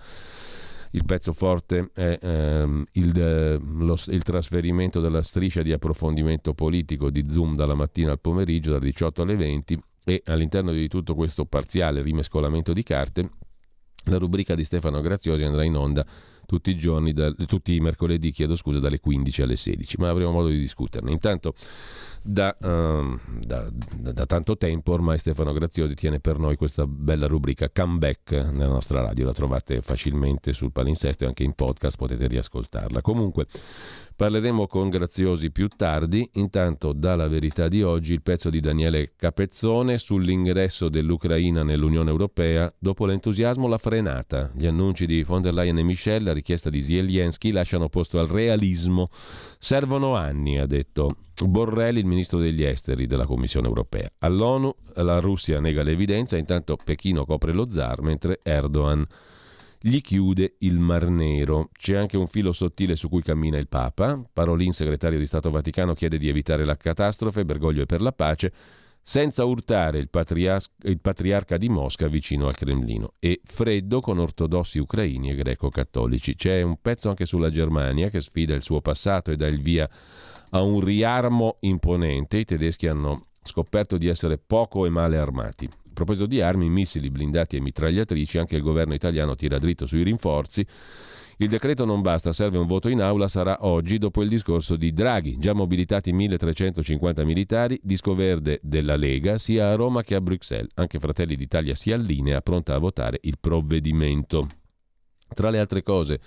Il pezzo forte è ehm, il, lo, il trasferimento della striscia di approfondimento politico di Zoom dalla mattina al pomeriggio, dalle diciotto alle venti. E all'interno di tutto questo parziale rimescolamento di carte, la rubrica di Stefano Graziosi andrà in onda tutti i giorni, da, tutti i mercoledì, chiedo scusa, dalle quindici alle sedici, ma avremo modo di discuterne. Intanto da, um, da, da, da tanto tempo ormai Stefano Graziosi tiene per noi questa bella rubrica Comeback nella nostra radio, la trovate facilmente sul palinsesto e anche in podcast, potete riascoltarla. Comunque parleremo con Graziosi più tardi. Intanto dalla Verità di oggi il pezzo di Daniele Capezzone sull'ingresso dell'Ucraina nell'Unione Europea, dopo l'entusiasmo la frenata, gli annunci di von der Leyen e Michel, la richiesta di Zelensky lasciano posto al realismo, servono anni, ha detto Borrell, il ministro degli esteri della Commissione Europea. All'ONU la Russia nega l'evidenza, intanto Pechino copre lo zar mentre Erdogan gli chiude il Mar Nero. C'è anche un filo sottile su cui cammina il Papa. Parolin, segretario di Stato Vaticano, chiede di evitare la catastrofe, Bergoglio è per la pace, senza urtare il, patrias- il patriarca di Mosca vicino al Cremlino. E freddo con ortodossi ucraini e greco-cattolici. C'è un pezzo anche sulla Germania che sfida il suo passato e dà il via a un riarmo imponente. I tedeschi hanno scoperto di essere poco e male armati. A proposito di armi, missili, blindati e mitragliatrici, anche il governo italiano tira dritto sui rinforzi. Il decreto non basta, serve un voto in aula, sarà oggi dopo il discorso di Draghi. Già mobilitati milletrecentocinquanta militari, disco verde della Lega sia a Roma che a Bruxelles. Anche Fratelli d'Italia si allinea, pronta a votare il provvedimento. Tra le altre cose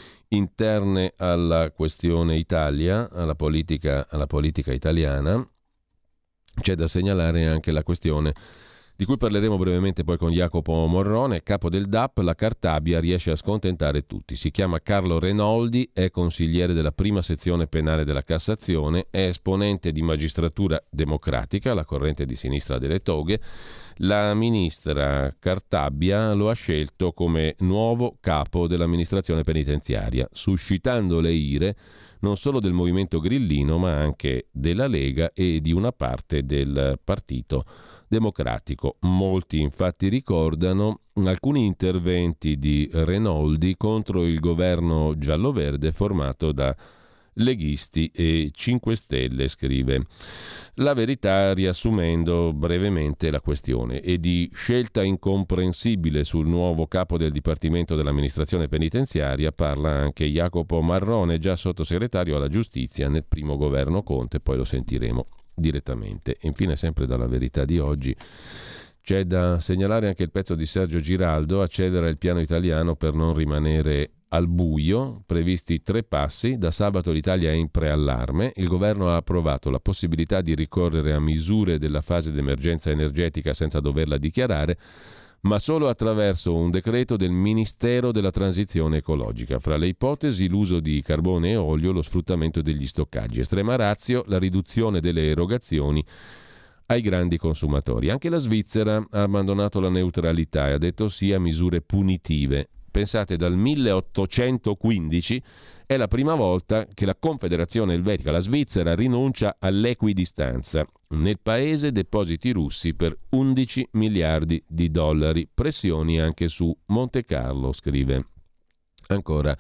interne alla questione Italia, alla politica, alla politica italiana, c'è da segnalare anche la questione di cui parleremo brevemente poi con Jacopo Morrone, capo del D A P. La Cartabia riesce a scontentare tutti. Si chiama Carlo Renoldi, è consigliere della prima sezione penale della Cassazione, è esponente di Magistratura Democratica, la corrente di sinistra delle toghe. La ministra Cartabia lo ha scelto come nuovo capo dell'amministrazione penitenziaria, suscitando le ire non solo del movimento grillino, ma anche della Lega e di una parte del Partito Democratico. Molti infatti ricordano alcuni interventi di Renoldi contro il governo giallo-verde formato da leghisti e cinque Stelle, scrive La Verità, riassumendo brevemente la questione. E di scelta incomprensibile sul nuovo capo del Dipartimento dell'amministrazione penitenziaria parla anche Jacopo Marrone, già sottosegretario alla giustizia nel primo governo Conte, poi lo sentiremo direttamente. E infine, sempre dalla Verità di oggi, c'è da segnalare anche il pezzo di Sergio Giraldo, accelera il piano italiano per non rimanere al buio, previsti tre passi. Da sabato l'Italia è in preallarme, il governo ha approvato la possibilità di ricorrere a misure della fase d'emergenza energetica senza doverla dichiarare, ma solo attraverso un decreto del Ministero della Transizione Ecologica. Fra le ipotesi l'uso di carbone e olio, lo sfruttamento degli stoccaggi. Estrema ratio, la riduzione delle erogazioni ai grandi consumatori. Anche la Svizzera ha abbandonato la neutralità e ha detto sì a misure punitive. Pensate, dal milleottocentoquindici è la prima volta che la Confederazione Elvetica, la Svizzera, rinuncia all'equidistanza. Nel paese depositi russi per undici miliardi di dollari. Pressioni anche su Monte Carlo, scrive ancora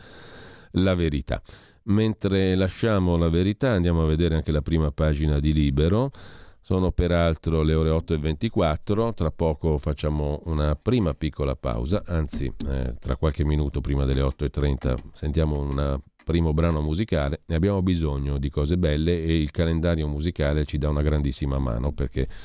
La Verità. Mentre lasciamo La Verità andiamo a vedere anche la prima pagina di Libero. Sono peraltro le ore otto e ventiquattro, tra poco facciamo una prima piccola pausa, anzi eh, tra qualche minuto prima delle otto e trenta sentiamo un primo brano musicale. Ne abbiamo bisogno di cose belle e il calendario musicale ci dà una grandissima mano, perché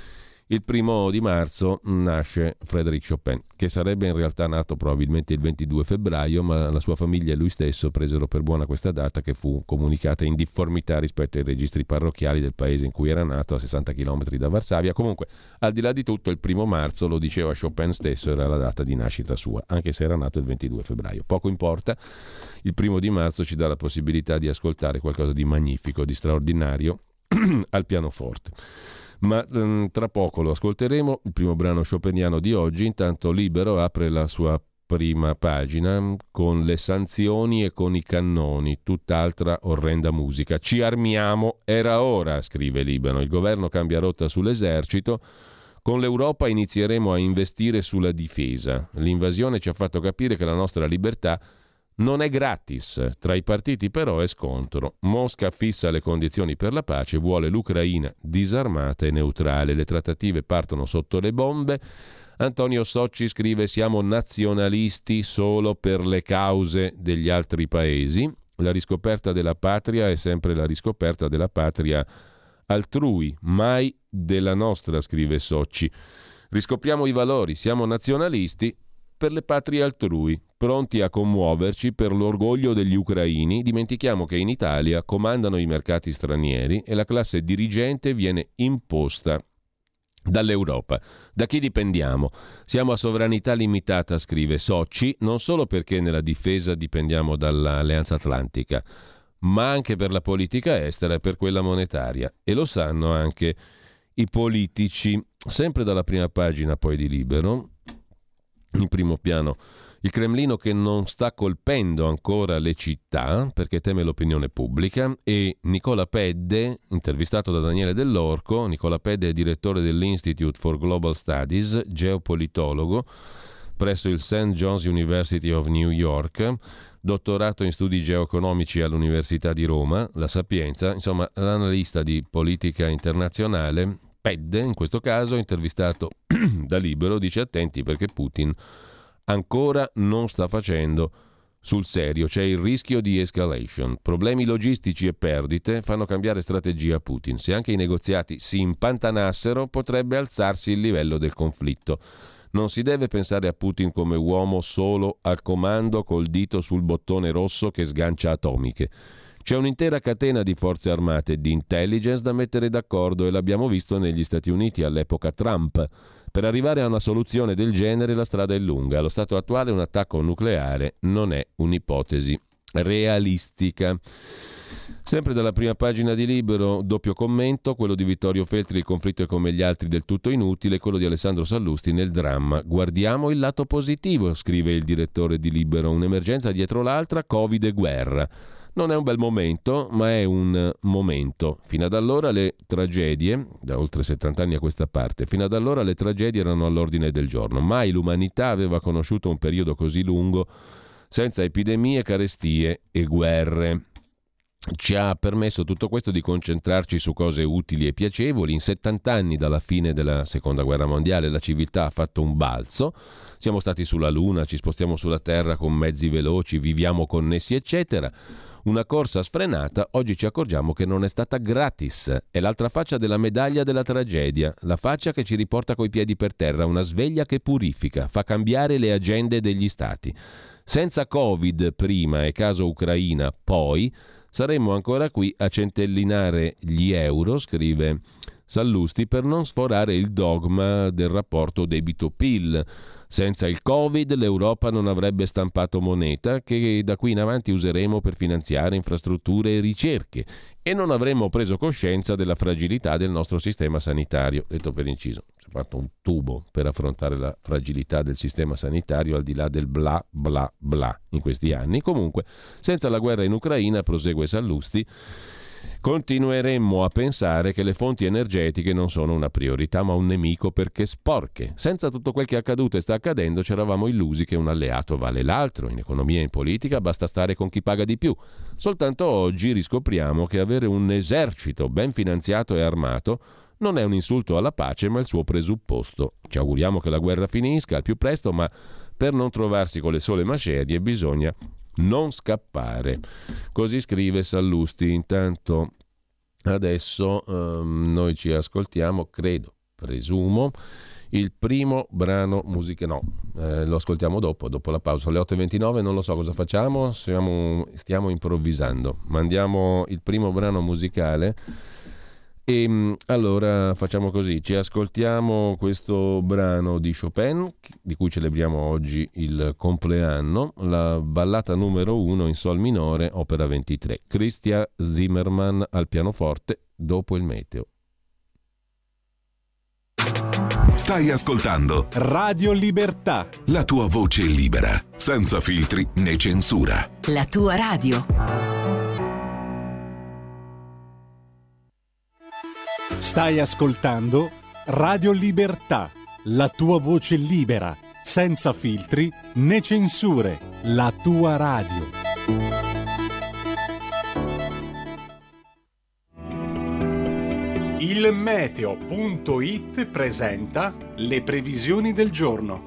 Il primo di marzo nasce Frédéric Chopin, che sarebbe in realtà nato probabilmente il ventidue febbraio, ma la sua famiglia e lui stesso presero per buona questa data, che fu comunicata in difformità rispetto ai registri parrocchiali del paese in cui era nato, a sessanta chilometri da Varsavia. Comunque, al di là di tutto, il primo marzo, lo diceva Chopin stesso, era la data di nascita sua, anche se era nato il ventidue febbraio. Poco importa, il primo di marzo ci dà la possibilità di ascoltare qualcosa di magnifico, di straordinario al pianoforte. Ma mh, tra poco lo ascolteremo, il primo brano chopiniano di oggi. Intanto Libero apre la sua prima pagina con le sanzioni e con i cannoni, tutt'altra orrenda musica. Ci armiamo, era ora, scrive Libero. Il governo cambia rotta sull'esercito. Con l'Europa inizieremo a investire sulla difesa. L'invasione ci ha fatto capire che la nostra libertà non è gratis. Tra i partiti però è scontro. Mosca fissa le condizioni per la pace, vuole l'Ucraina disarmata e neutrale. Le trattative partono sotto le bombe. Antonio Socci scrive: siamo nazionalisti solo per le cause degli altri paesi. La riscoperta della patria è sempre la riscoperta della patria altrui, mai della nostra, scrive Socci. Riscopriamo i valori, siamo nazionalisti per le patrie altrui, pronti a commuoverci per l'orgoglio degli ucraini. Dimentichiamo che in Italia comandano i mercati stranieri e la classe dirigente viene imposta dall'Europa. Da chi dipendiamo? Siamo a sovranità limitata, scrive Socci, non solo perché nella difesa dipendiamo dall'Alleanza Atlantica, ma anche per la politica estera e per quella monetaria. E lo sanno anche i politici. Sempre dalla prima pagina poi di Libero, in primo piano, il Cremlino che non sta colpendo ancora le città perché teme l'opinione pubblica, e Nicola Pedde, intervistato da Daniele Dell'Orco. Nicola Pedde è direttore dell'Institute for Global Studies, geopolitologo presso il Saint John's University of New York, dottorato in studi geoeconomici all'Università di Roma, La Sapienza, insomma l'analista di politica internazionale. Pedde, in questo caso, intervistato da Libero, dice: attenti perché Putin ancora non sta facendo sul serio, c'è il rischio di escalation. Problemi logistici e perdite fanno cambiare strategia a Putin. Se anche i negoziati si impantanassero, potrebbe alzarsi il livello del conflitto. Non si deve pensare a Putin come uomo solo al comando col dito sul bottone rosso che sgancia atomiche. C'è un'intera catena di forze armate e di intelligence da mettere d'accordo, e l'abbiamo visto negli Stati Uniti all'epoca Trump. Per arrivare a una soluzione del genere la strada è lunga. Allo stato attuale un attacco nucleare non è un'ipotesi realistica. Sempre dalla prima pagina di Libero, doppio commento, quello di Vittorio Feltri: il conflitto è come gli altri del tutto inutile, quello di Alessandro Sallusti: nel dramma guardiamo il lato positivo, scrive il direttore di Libero, un'emergenza dietro l'altra, Covid e guerra. Non è un bel momento, ma è un momento. Fino ad allora le tragedie, da oltre settanta anni a questa parte, fino ad allora le tragedie erano all'ordine del giorno. Mai l'umanità aveva conosciuto un periodo così lungo senza epidemie, carestie e guerre. Ci ha permesso tutto questo di concentrarci su cose utili e piacevoli. In settanta anni dalla fine della Seconda Guerra Mondiale la civiltà ha fatto un balzo. Siamo stati sulla Luna, ci spostiamo sulla Terra con mezzi veloci, viviamo connessi, eccetera. Una corsa sfrenata, oggi ci accorgiamo che non è stata gratis. È l'altra faccia della medaglia della tragedia, la faccia che ci riporta coi piedi per terra, una sveglia che purifica, fa cambiare le agende degli stati. Senza Covid prima e caso Ucraina poi, saremmo ancora qui a centellinare gli euro, scrive Sallusti, per non sforare il dogma del rapporto debito-P I L. Senza il Covid l'Europa non avrebbe stampato moneta che da qui in avanti useremo per finanziare infrastrutture e ricerche, e non avremmo preso coscienza della fragilità del nostro sistema sanitario. Detto per inciso, si è fatto un tubo per affrontare la fragilità del sistema sanitario al di là del bla bla bla in questi anni. Comunque, senza la guerra in Ucraina, prosegue Sallusti, continueremmo a pensare che le fonti energetiche non sono una priorità ma un nemico perché sporche. Senza tutto quel che è accaduto e sta accadendo ci eravamo illusi che un alleato vale l'altro. In economia e in politica basta stare con chi paga di più. Soltanto oggi riscopriamo che avere un esercito ben finanziato e armato non è un insulto alla pace ma il suo presupposto. Ci auguriamo che la guerra finisca al più presto, ma per non trovarsi con le sole macerie bisogna non scappare. Così scrive Sallusti. Intanto adesso um, noi ci ascoltiamo, credo presumo, il primo brano musicale. No, eh, lo ascoltiamo dopo, dopo la pausa, alle otto e ventinove. Non lo so cosa facciamo, siamo, stiamo improvvisando. Mandiamo il primo brano musicale. E allora facciamo così, ci ascoltiamo questo brano di Chopin, di cui celebriamo oggi il compleanno, la ballata numero uno in sol minore, opera ventitré, Christian Zimmermann al pianoforte, dopo il meteo. Stai ascoltando Radio Libertà, la tua voce libera, senza filtri né censura. La tua radio. stai ascoltando Radio Libertà, la tua voce libera, senza filtri né censure, la tua radio. Il meteo punto it presenta le previsioni del giorno.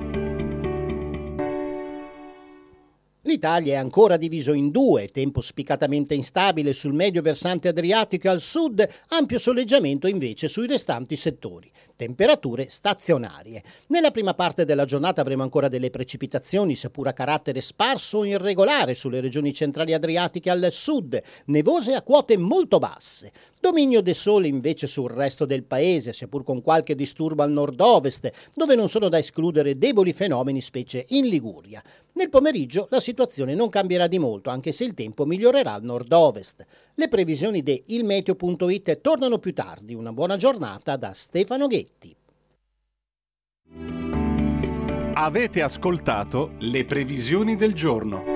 L'Italia è ancora diviso in due, tempo spiccatamente instabile sul medio versante adriatico e al sud, ampio soleggiamento invece sui restanti settori. Temperature stazionarie. Nella prima parte della giornata avremo ancora delle precipitazioni, seppur a carattere sparso o irregolare, sulle regioni centrali adriatiche al sud, nevose a quote molto basse. Dominio del sole invece sul resto del paese, seppur con qualche disturbo al nord-ovest, dove non sono da escludere deboli fenomeni, specie in Liguria. Nel pomeriggio la situazione non cambierà di molto, anche se il tempo migliorerà al nord-ovest. Le previsioni di ilmeteo punto it tornano più tardi. Una buona giornata da Stefano Ghetti. Avete ascoltato le previsioni del giorno.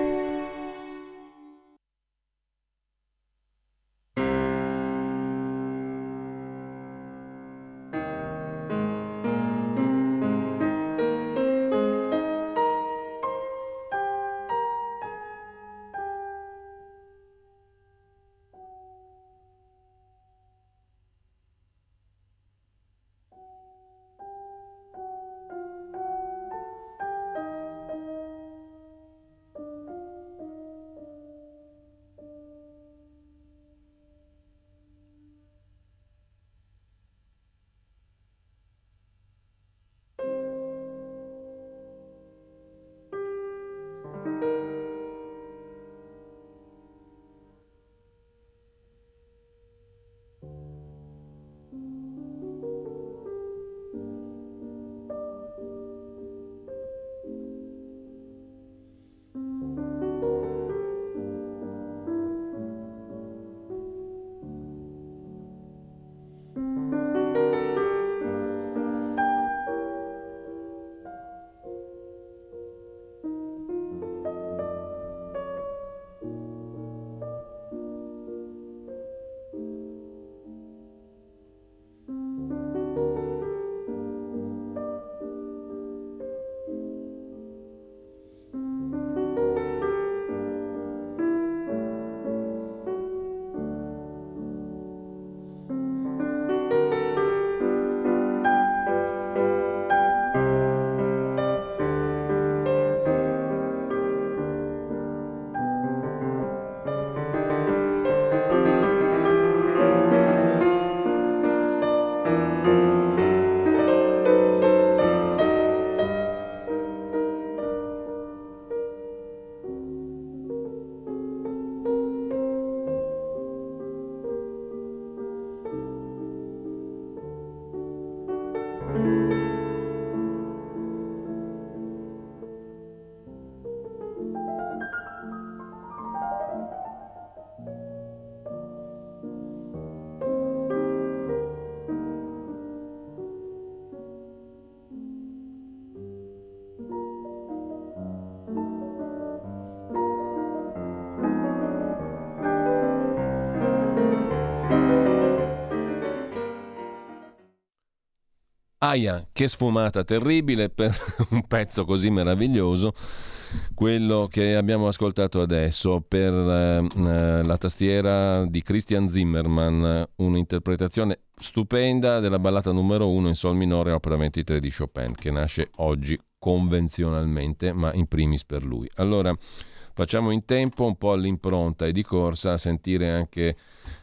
Aia, che sfumata terribile per un pezzo così meraviglioso, quello che abbiamo ascoltato adesso per eh, la tastiera di Christian Zimmermann, un'interpretazione stupenda della ballata numero uno in sol minore, opera ventitré di Chopin, che nasce oggi convenzionalmente, ma in primis per lui. Allora, facciamo in tempo un po' all'impronta e di corsa a sentire anche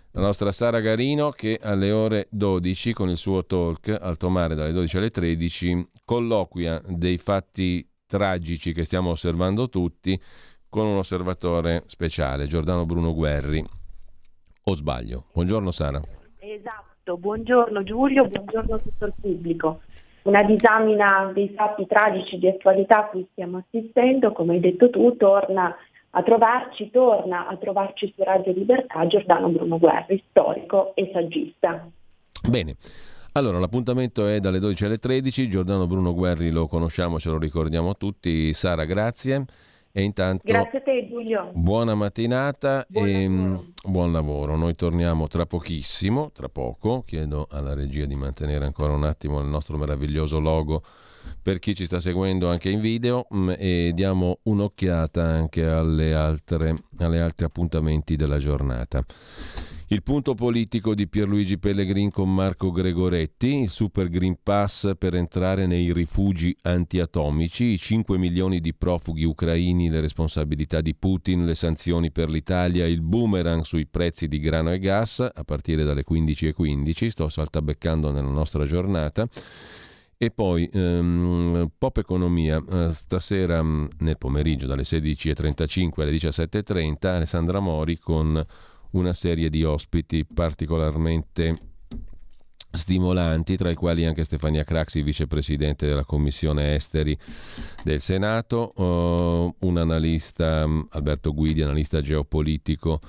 la nostra Sara Garino, che alle ore dodici con il suo talk Alto Mare dalle dodici alle tredici colloquia dei fatti tragici che stiamo osservando tutti con un osservatore speciale, Giordano Bruno Guerri. O sbaglio? Buongiorno Sara. Esatto, buongiorno Giulio, buongiorno a tutto il pubblico. Una disamina dei fatti tragici di attualità a cui stiamo assistendo, come hai detto tu, torna a trovarci, torna a trovarci su Radio Libertà Giordano Bruno Guerri, storico e saggista. Bene, allora l'appuntamento è dalle dodici alle tredici, Giordano Bruno Guerri lo conosciamo, ce lo ricordiamo tutti. Sara, grazie. E intanto grazie a te Giulio. Buona mattinata buon e lavoro. buon lavoro. Noi torniamo tra pochissimo, tra poco. Chiedo alla regia di mantenere ancora un attimo il nostro meraviglioso logo per chi ci sta seguendo anche in video e diamo un'occhiata anche alle altre, alle altri appuntamenti della giornata. Il punto politico di Pierluigi Pellegrin con Marco Gregoretti, il Super Green Pass per entrare nei rifugi antiatomici, i cinque milioni di profughi ucraini, le responsabilità di Putin, le sanzioni per l'Italia, il boomerang sui prezzi di grano e gas a partire dalle quindici e quindici, sto saltabeccando nella nostra giornata. E poi um, Pop Economia, uh, stasera um, nel pomeriggio dalle sedici e trentacinque alle diciassette e trenta, Alessandra Mori con una serie di ospiti particolarmente stimolanti, tra i quali anche Stefania Craxi, vicepresidente della Commissione Esteri del Senato, uh, un analista, Alberto Guidi, analista geopolitico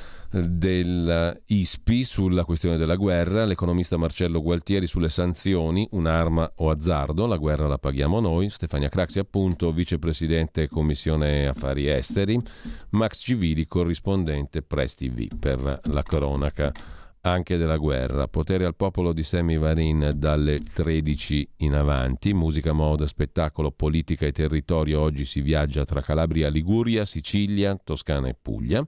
dell'I S P I sulla questione della guerra, l'economista Marcello Gualtieri sulle sanzioni, un'arma o azzardo, la guerra la paghiamo noi, Stefania Craxi appunto, vicepresidente Commissione Affari Esteri, Max Civili, corrispondente Press T V per la cronaca anche della guerra. Potere al popolo di Sammy Varin dalle tredici in avanti, musica, moda, spettacolo, politica e territorio. Oggi si viaggia tra Calabria, Liguria, Sicilia, Toscana e Puglia.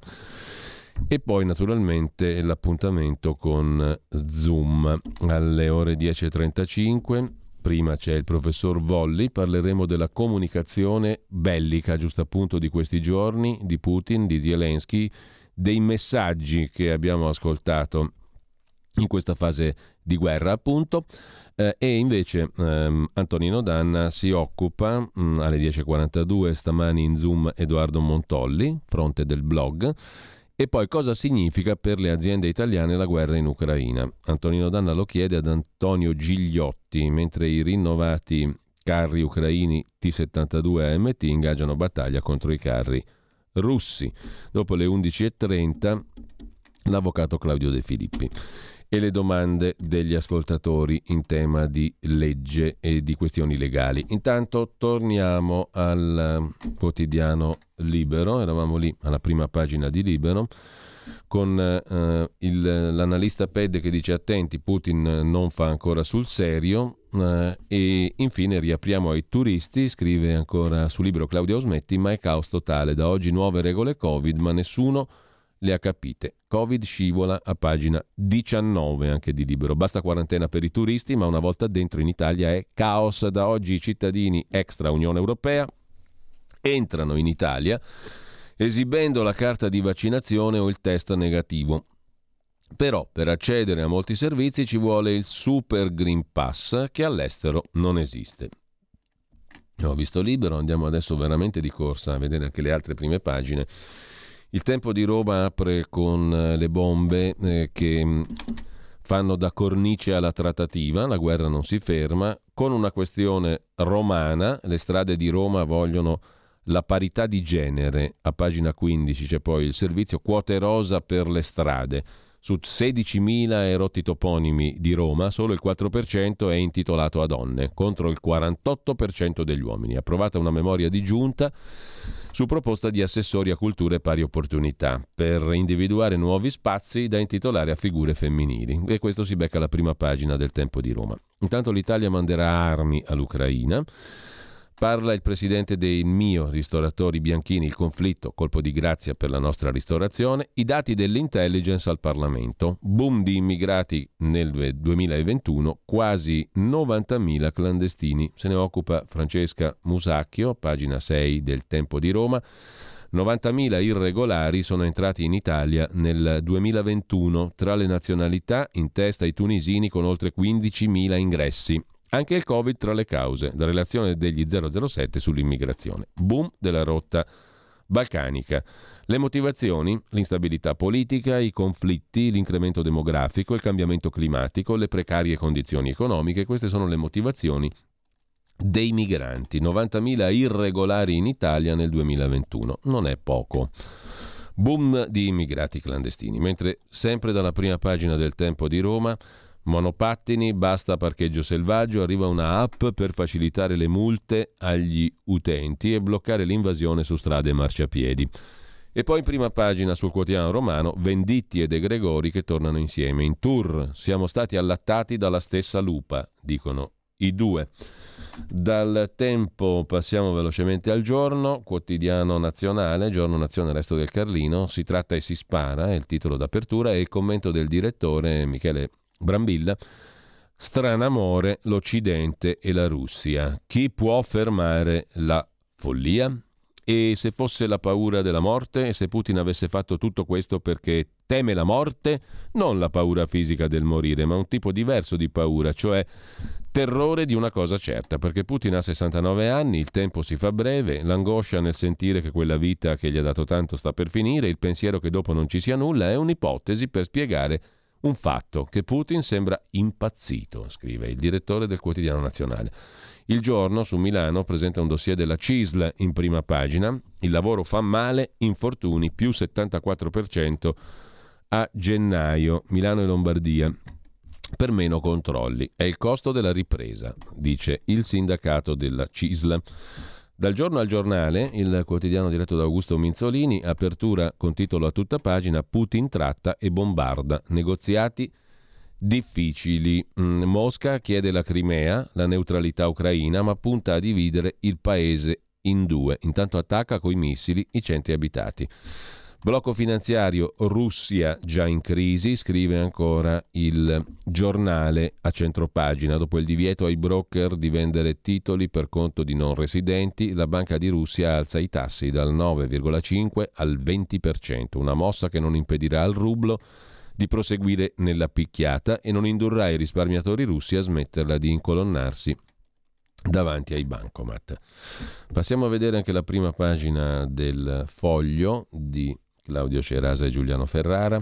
E poi naturalmente l'appuntamento con Zoom alle ore dieci e trentacinque. Prima c'è il professor Volli, parleremo della comunicazione bellica, giusto appunto di questi giorni, di Putin, di Zelensky, dei messaggi che abbiamo ascoltato in questa fase di guerra appunto. Eh, e invece ehm, Antonino Danna si occupa mh, alle dieci e quarantadue stamani in Zoom Edoardo Montolli, fronte del blog. E poi cosa significa per le aziende italiane la guerra in Ucraina? Antonino Danna lo chiede ad Antonio Gigliotti, mentre i rinnovati carri ucraini T settantadue A M T ingaggiano battaglia contro i carri russi. Dopo le undici e trenta l'avvocato Claudio De Filippi. E le domande degli ascoltatori in tema di legge e di questioni legali. Intanto torniamo al quotidiano Libero, eravamo lì alla prima pagina di Libero con eh, il, l'analista Pedde che dice attenti, Putin non fa ancora sul serio, eh, e infine riapriamo ai turisti, scrive ancora su Libero Claudia Osmetti, ma è caos totale, da oggi nuove regole Covid ma nessuno le ha capite. Covid scivola a pagina diciannove anche di Libero. Basta quarantena per i turisti, ma una volta dentro in Italia è caos. Da oggi i cittadini extra Unione Europea entrano in Italia esibendo la carta di vaccinazione o il test negativo. Però per accedere a molti servizi ci vuole il Super Green Pass che all'estero non esiste. Ho visto Libero, andiamo adesso veramente di corsa a vedere anche le altre prime pagine. Il Tempo di Roma apre con le bombe eh, che fanno da cornice alla trattativa, la guerra non si ferma, con una questione romana, le strade di Roma vogliono la parità di genere, a pagina quindici c'è poi il servizio quote rosa per le strade. Su sedicimila erotti toponimi di Roma, solo il quattro per cento è intitolato a donne, contro il quarantotto per cento degli uomini. Approvata una memoria di giunta su proposta di assessori a cultura e pari opportunità per individuare nuovi spazi da intitolare a figure femminili. E questo si becca alla prima pagina del Tempo di Roma. Intanto l'Italia manderà armi all'Ucraina. Parla il presidente dei Mio Ristoratori Bianchini, il conflitto, colpo di grazia per la nostra ristorazione, i dati dell'intelligence al Parlamento, boom di immigrati nel duemilaventuno, quasi novantamila clandestini, se ne occupa Francesca Musacchio, pagina sei del Tempo di Roma, novantamila irregolari sono entrati in Italia nel duemilaventuno, tra le nazionalità in testa i tunisini con oltre quindicimila ingressi. Anche il Covid tra le cause, la relazione degli zero zero sette sull'immigrazione. Boom della rotta balcanica. Le motivazioni? L'instabilità politica, i conflitti, l'incremento demografico, il cambiamento climatico, le precarie condizioni economiche. Queste sono le motivazioni dei migranti. novantamila irregolari in Italia nel duemilaventuno. Non è poco. Boom di immigrati clandestini. Mentre sempre dalla prima pagina del Tempo di Roma, monopattini, basta parcheggio selvaggio, arriva una app per facilitare le multe agli utenti e bloccare l'invasione su strade e marciapiedi. E poi in prima pagina sul quotidiano romano, Venditti e De Gregori che tornano insieme in tour. Siamo stati allattati dalla stessa lupa, dicono i due. Dal Tempo passiamo velocemente al Giorno, quotidiano nazionale, Giorno Nazione Resto del Carlino. Si tratta e si spara, è il titolo d'apertura, e il commento del direttore Michele Brambilla. Stranamore, l'Occidente e la Russia. Chi può fermare la follia? E se fosse la paura della morte, e se Putin avesse fatto tutto questo perché teme la morte, non la paura fisica del morire, ma un tipo diverso di paura, cioè terrore di una cosa certa, perché Putin ha sessantanove anni, il tempo si fa breve, l'angoscia nel sentire che quella vita che gli ha dato tanto sta per finire, il pensiero che dopo non ci sia nulla, è un'ipotesi per spiegare un fatto, che Putin sembra impazzito, scrive il direttore del quotidiano nazionale. Il Giorno su Milano presenta un dossier della C I S L in prima pagina. Il lavoro fa male, infortuni più settantaquattro per cento a gennaio, Milano e Lombardia, per meno controlli. È il costo della ripresa, dice il sindacato della C I S L. Dal Giorno al Giornale, il quotidiano diretto da Augusto Minzolini, apertura con titolo a tutta pagina, Putin tratta e bombarda, negoziati difficili. Mosca chiede la Crimea, la neutralità ucraina, ma punta a dividere il paese in due. Intanto attacca coi missili i centri abitati. Blocco finanziario, Russia già in crisi, scrive ancora il Giornale a centropagina. Dopo il divieto ai broker di vendere titoli per conto di non residenti, la Banca di Russia alza i tassi dal nove virgola cinque al venti per cento, una mossa che non impedirà al rublo di proseguire nella picchiata e non indurrà i risparmiatori russi a smetterla di incolonnarsi davanti ai bancomat. Passiamo a vedere anche la prima pagina del Foglio di Claudio Cerasa e Giuliano Ferrara.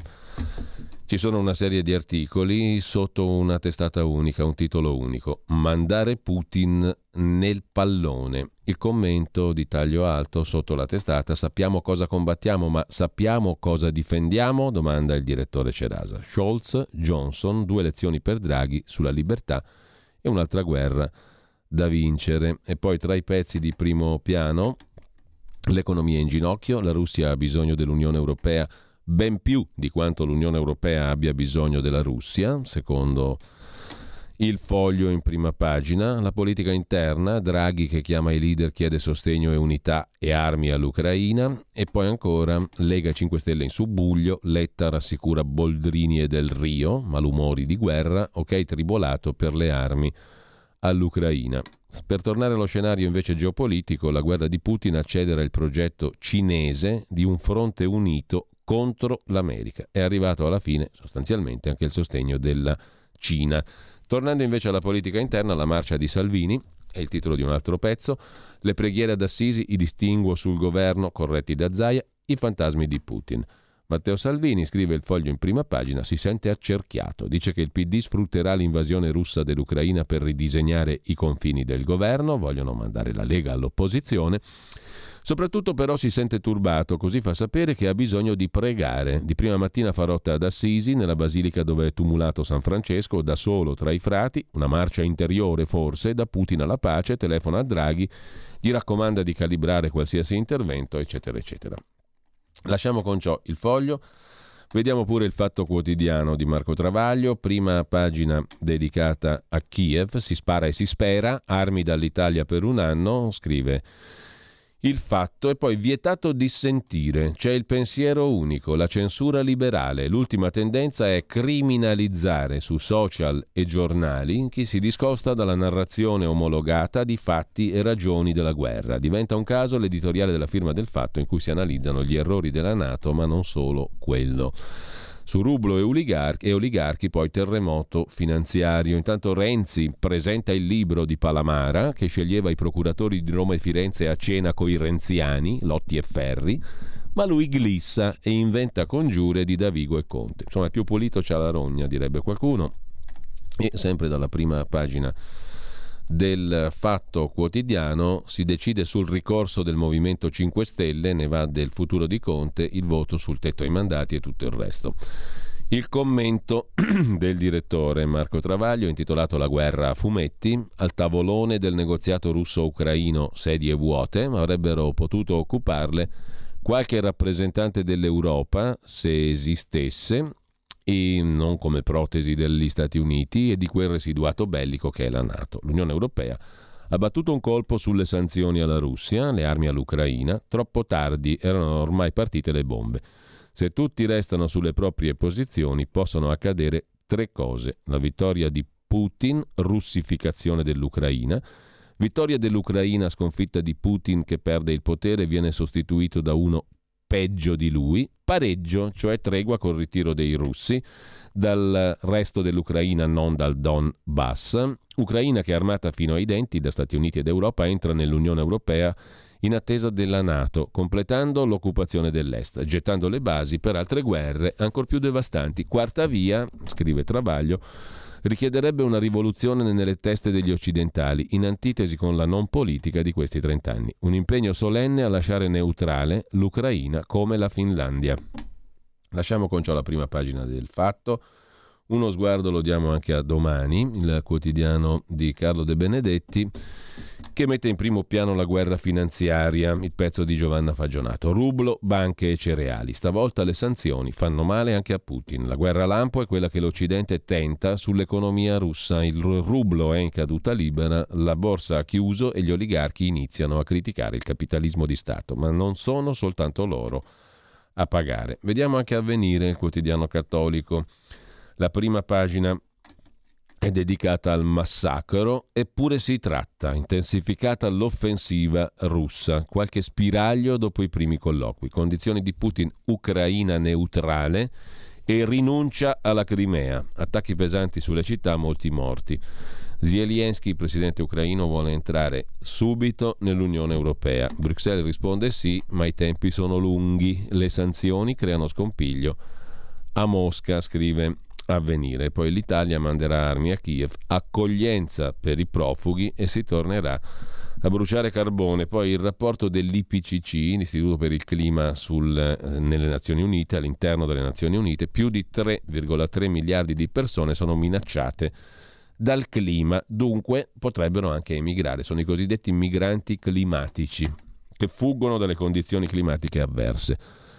Ci sono una serie di articoli sotto una testata unica, un titolo unico: Mandare Putin nel pallone. Il commento di taglio alto sotto la testata: sappiamo cosa combattiamo, ma sappiamo cosa difendiamo? Domanda il direttore Cerasa. Scholz, Johnson, due lezioni per Draghi sulla libertà e un'altra guerra da vincere. E poi tra i pezzi di primo piano, l'economia in ginocchio, la Russia ha bisogno dell'Unione Europea ben più di quanto l'Unione Europea abbia bisogno della Russia, secondo il Foglio in prima pagina. La politica interna, Draghi che chiama i leader, chiede sostegno e unità e armi all'Ucraina. E poi ancora Lega cinque Stelle in subbuglio, Letta rassicura Boldrini e Del Rio, malumori di guerra, ok tribolato per le armi all'Ucraina. Per tornare allo scenario invece geopolitico, la guerra di Putin accelera il progetto cinese di un fronte unito contro l'America. È arrivato alla fine sostanzialmente anche il sostegno della Cina. Tornando invece alla politica interna, la marcia di Salvini è il titolo di un altro pezzo. Le preghiere ad Assisi, i distinguo sul governo corretti da Zaia, i fantasmi di Putin. Matteo Salvini, scrive il Foglio in prima pagina, si sente accerchiato. Dice che il P D sfrutterà l'invasione russa dell'Ucraina per ridisegnare i confini del governo, vogliono mandare la Lega all'opposizione. Soprattutto però si sente turbato, così fa sapere che ha bisogno di pregare. Di prima mattina fa rotta ad Assisi, nella basilica dove è tumulato San Francesco, da solo tra i frati, una marcia interiore forse, da Putin alla pace, telefona a Draghi, gli raccomanda di calibrare qualsiasi intervento, eccetera, eccetera. Lasciamo con ciò il Foglio. Vediamo pure il Fatto Quotidiano di Marco Travaglio, prima pagina dedicata a Kiev, si spara e si spera, armi dall'Italia per un anno, scrive Il Fatto, e poi vietato dissentire, c'è il pensiero unico, la censura liberale. L'ultima tendenza è criminalizzare su social e giornali chi si discosta dalla narrazione omologata di fatti e ragioni della guerra. Diventa un caso l'editoriale della firma del Fatto in cui si analizzano gli errori della NATO, ma non solo quello. Su rublo e oligarchi, e oligarchi poi terremoto finanziario. Intanto Renzi presenta il libro di Palamara che sceglieva i procuratori di Roma e Firenze a cena coi renziani, Lotti e Ferri, ma lui glissa e inventa congiure di Davigo e Conte. Insomma, più pulito c'ha la rogna, direbbe qualcuno. E sempre dalla prima pagina del Fatto Quotidiano si decide sul ricorso del Movimento cinque Stelle, ne va del futuro di Conte, il voto sul tetto ai mandati e tutto il resto. Il commento del direttore Marco Travaglio, intitolato La guerra a fumetti: al tavolone del negoziato russo-ucraino sedie vuote, ma avrebbero potuto occuparle qualche rappresentante dell'Europa, se esistesse, e non come protesi degli Stati Uniti e di quel residuato bellico che è la NATO. L'Unione Europea ha battuto un colpo sulle sanzioni alla Russia, le armi all'Ucraina. Troppo tardi, erano ormai partite le bombe. Se tutti restano sulle proprie posizioni, possono accadere tre cose: la vittoria di Putin, russificazione dell'Ucraina; vittoria dell'Ucraina, sconfitta di Putin che perde il potere e viene sostituito da uno peggio di lui; pareggio, cioè tregua col ritiro dei russi dal resto dell'Ucraina, non dal Donbass. Ucraina che è armata fino ai denti da Stati Uniti ed Europa entra nell'Unione Europea in attesa della NATO, completando l'occupazione dell'Est, gettando le basi per altre guerre ancor più devastanti. Quarta via, scrive Travaglio, richiederebbe una rivoluzione nelle teste degli occidentali, in antitesi con la non politica di questi trent'anni. Un impegno solenne a lasciare neutrale l'Ucraina come la Finlandia. Lasciamo con ciò la prima pagina del Fatto. Uno sguardo lo diamo anche a Domani, il quotidiano di Carlo De Benedetti, che mette in primo piano la guerra finanziaria, il pezzo di Giovanna Fagionato. Rublo, banche e cereali. Stavolta le sanzioni fanno male anche a Putin. La guerra lampo è quella che l'Occidente tenta sull'economia russa. Il rublo è in caduta libera, la borsa ha chiuso e gli oligarchi iniziano a criticare il capitalismo di Stato. Ma non sono soltanto loro a pagare. Vediamo anche Avvenire, il quotidiano cattolico. La prima pagina è dedicata al massacro, eppure si tratta. Intensificata l'offensiva russa. Qualche spiraglio dopo i primi colloqui. Condizioni di Putin: Ucraina neutrale e rinuncia alla Crimea. Attacchi pesanti sulle città, molti morti. Zelensky, presidente ucraino, vuole entrare subito nell'Unione Europea. Bruxelles risponde sì, ma i tempi sono lunghi. Le sanzioni creano scompiglio a Mosca, scrive Avvenire. Poi l'Italia manderà armi a Kiev, accoglienza per i profughi e si tornerà a bruciare carbone. Poi il rapporto dell'I P C C, l'Istituto per il Clima sul, eh, nelle Nazioni Unite, all'interno delle Nazioni Unite, più di tre virgola tre miliardi di persone sono minacciate dal clima, dunque potrebbero anche emigrare. Sono i cosiddetti migranti climatici che fuggono dalle condizioni climatiche avverse.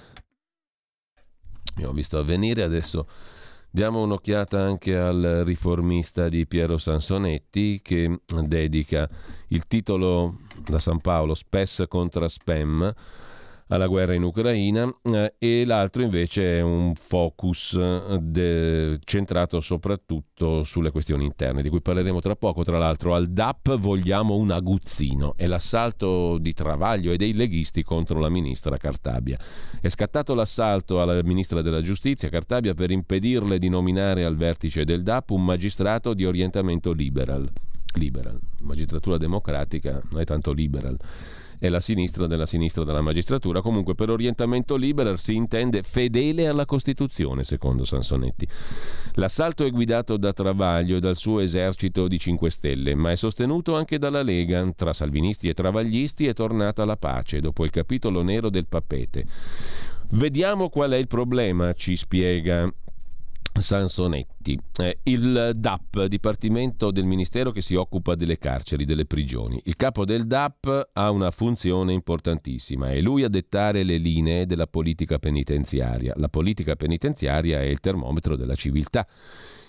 Abbiamo visto Avvenire, adesso diamo un'occhiata anche al Riformista di Piero Sansonetti, che dedica il titolo da San Paolo, Spes contra Spam, alla guerra in Ucraina, eh, e l'altro invece è un focus de, centrato soprattutto sulle questioni interne, di cui parleremo tra poco. Tra l'altro al D A P vogliamo un aguzzino, è l'assalto di Travaglio e dei leghisti contro la ministra Cartabia. È scattato l'assalto alla ministra della Giustizia Cartabia per impedirle di nominare al vertice del D A P un magistrato di orientamento liberal. Liberal, magistratura democratica non è tanto liberal, è la sinistra della sinistra della magistratura. Comunque, per orientamento liberal si intende fedele alla Costituzione, secondo Sansonetti. L'assalto è guidato da Travaglio e dal suo esercito di cinque Stelle, ma è sostenuto anche dalla Lega. Tra salvinisti e travaglisti è tornata la pace dopo il capitolo nero del Papeete. Vediamo qual è il problema, ci spiega Sansonetti. Eh, il D A P, Dipartimento del Ministero che si occupa delle carceri, delle prigioni. Il capo del D A P ha una funzione importantissima, è lui a dettare le linee della politica penitenziaria. La politica penitenziaria è il termometro della civiltà.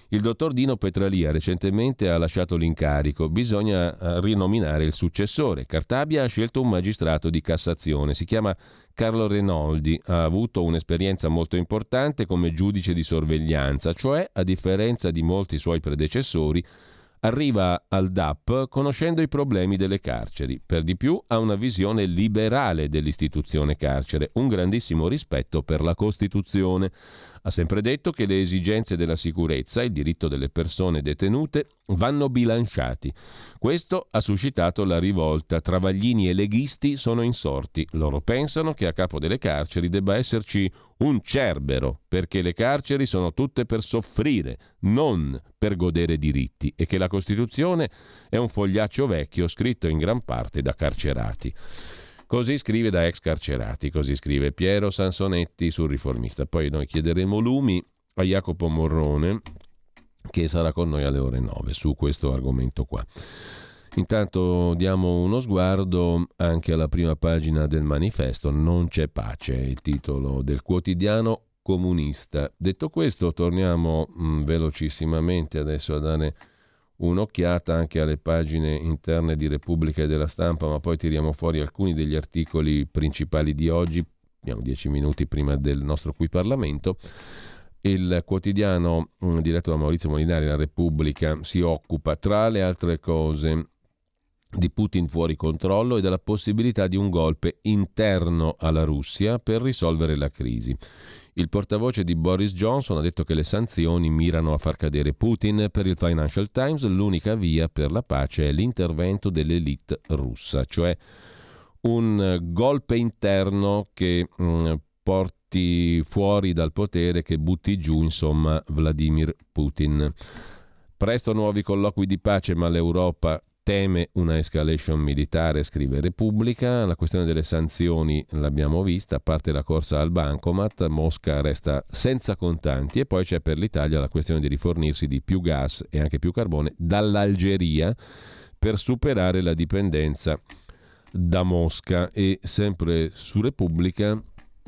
Il dottor Dino Petralia recentemente ha lasciato l'incarico, bisogna rinominare il successore. Cartabia ha scelto un magistrato di Cassazione, si chiama Carlo Renoldi, ha avuto un'esperienza molto importante come giudice di sorveglianza, cioè, a differenza di molti suoi predecessori, arriva al D A P conoscendo i problemi delle carceri. Per di più ha una visione liberale dell'istituzione carcere, un grandissimo rispetto per la Costituzione. Ha sempre detto che le esigenze della sicurezza e il diritto delle persone detenute vanno bilanciati. Questo ha suscitato la rivolta. Travaglini e leghisti sono insorti. Loro pensano che a capo delle carceri debba esserci un cerbero, perché le carceri sono tutte per soffrire, non per godere diritti, e che la Costituzione è un fogliaccio vecchio scritto in gran parte da carcerati. Così scrive da ex carcerati, così scrive Piero Sansonetti sul Riformista. Poi noi chiederemo lumi a Jacopo Morrone, che sarà con noi alle ore nove su questo argomento qua. Intanto diamo uno sguardo anche alla prima pagina del Manifesto. Non c'è pace, il titolo del quotidiano comunista. Detto questo, torniamo mh, velocissimamente adesso a dare un'occhiata anche alle pagine interne di Repubblica e della Stampa, ma poi tiriamo fuori alcuni degli articoli principali di oggi. Abbiamo dieci minuti prima del nostro qui Parlamento. Il quotidiano mh, diretto da Maurizio Molinari, La Repubblica, si occupa, tra le altre cose, di Putin fuori controllo e della possibilità di un golpe interno alla Russia per risolvere la crisi. Il portavoce di Boris Johnson ha detto che le sanzioni mirano a far cadere Putin. Per il Financial Times l'unica via per la pace è l'intervento dell'elite russa, cioè un golpe interno che mh, porti fuori dal potere, che butti giù, insomma, Vladimir Putin. Presto nuovi colloqui di pace, ma l'Europa teme una escalation militare, scrive Repubblica. La questione delle sanzioni l'abbiamo vista, a parte la corsa al bancomat, Mosca resta senza contanti, e poi c'è per l'Italia la questione di rifornirsi di più gas e anche più carbone dall'Algeria per superare la dipendenza da Mosca. E sempre su Repubblica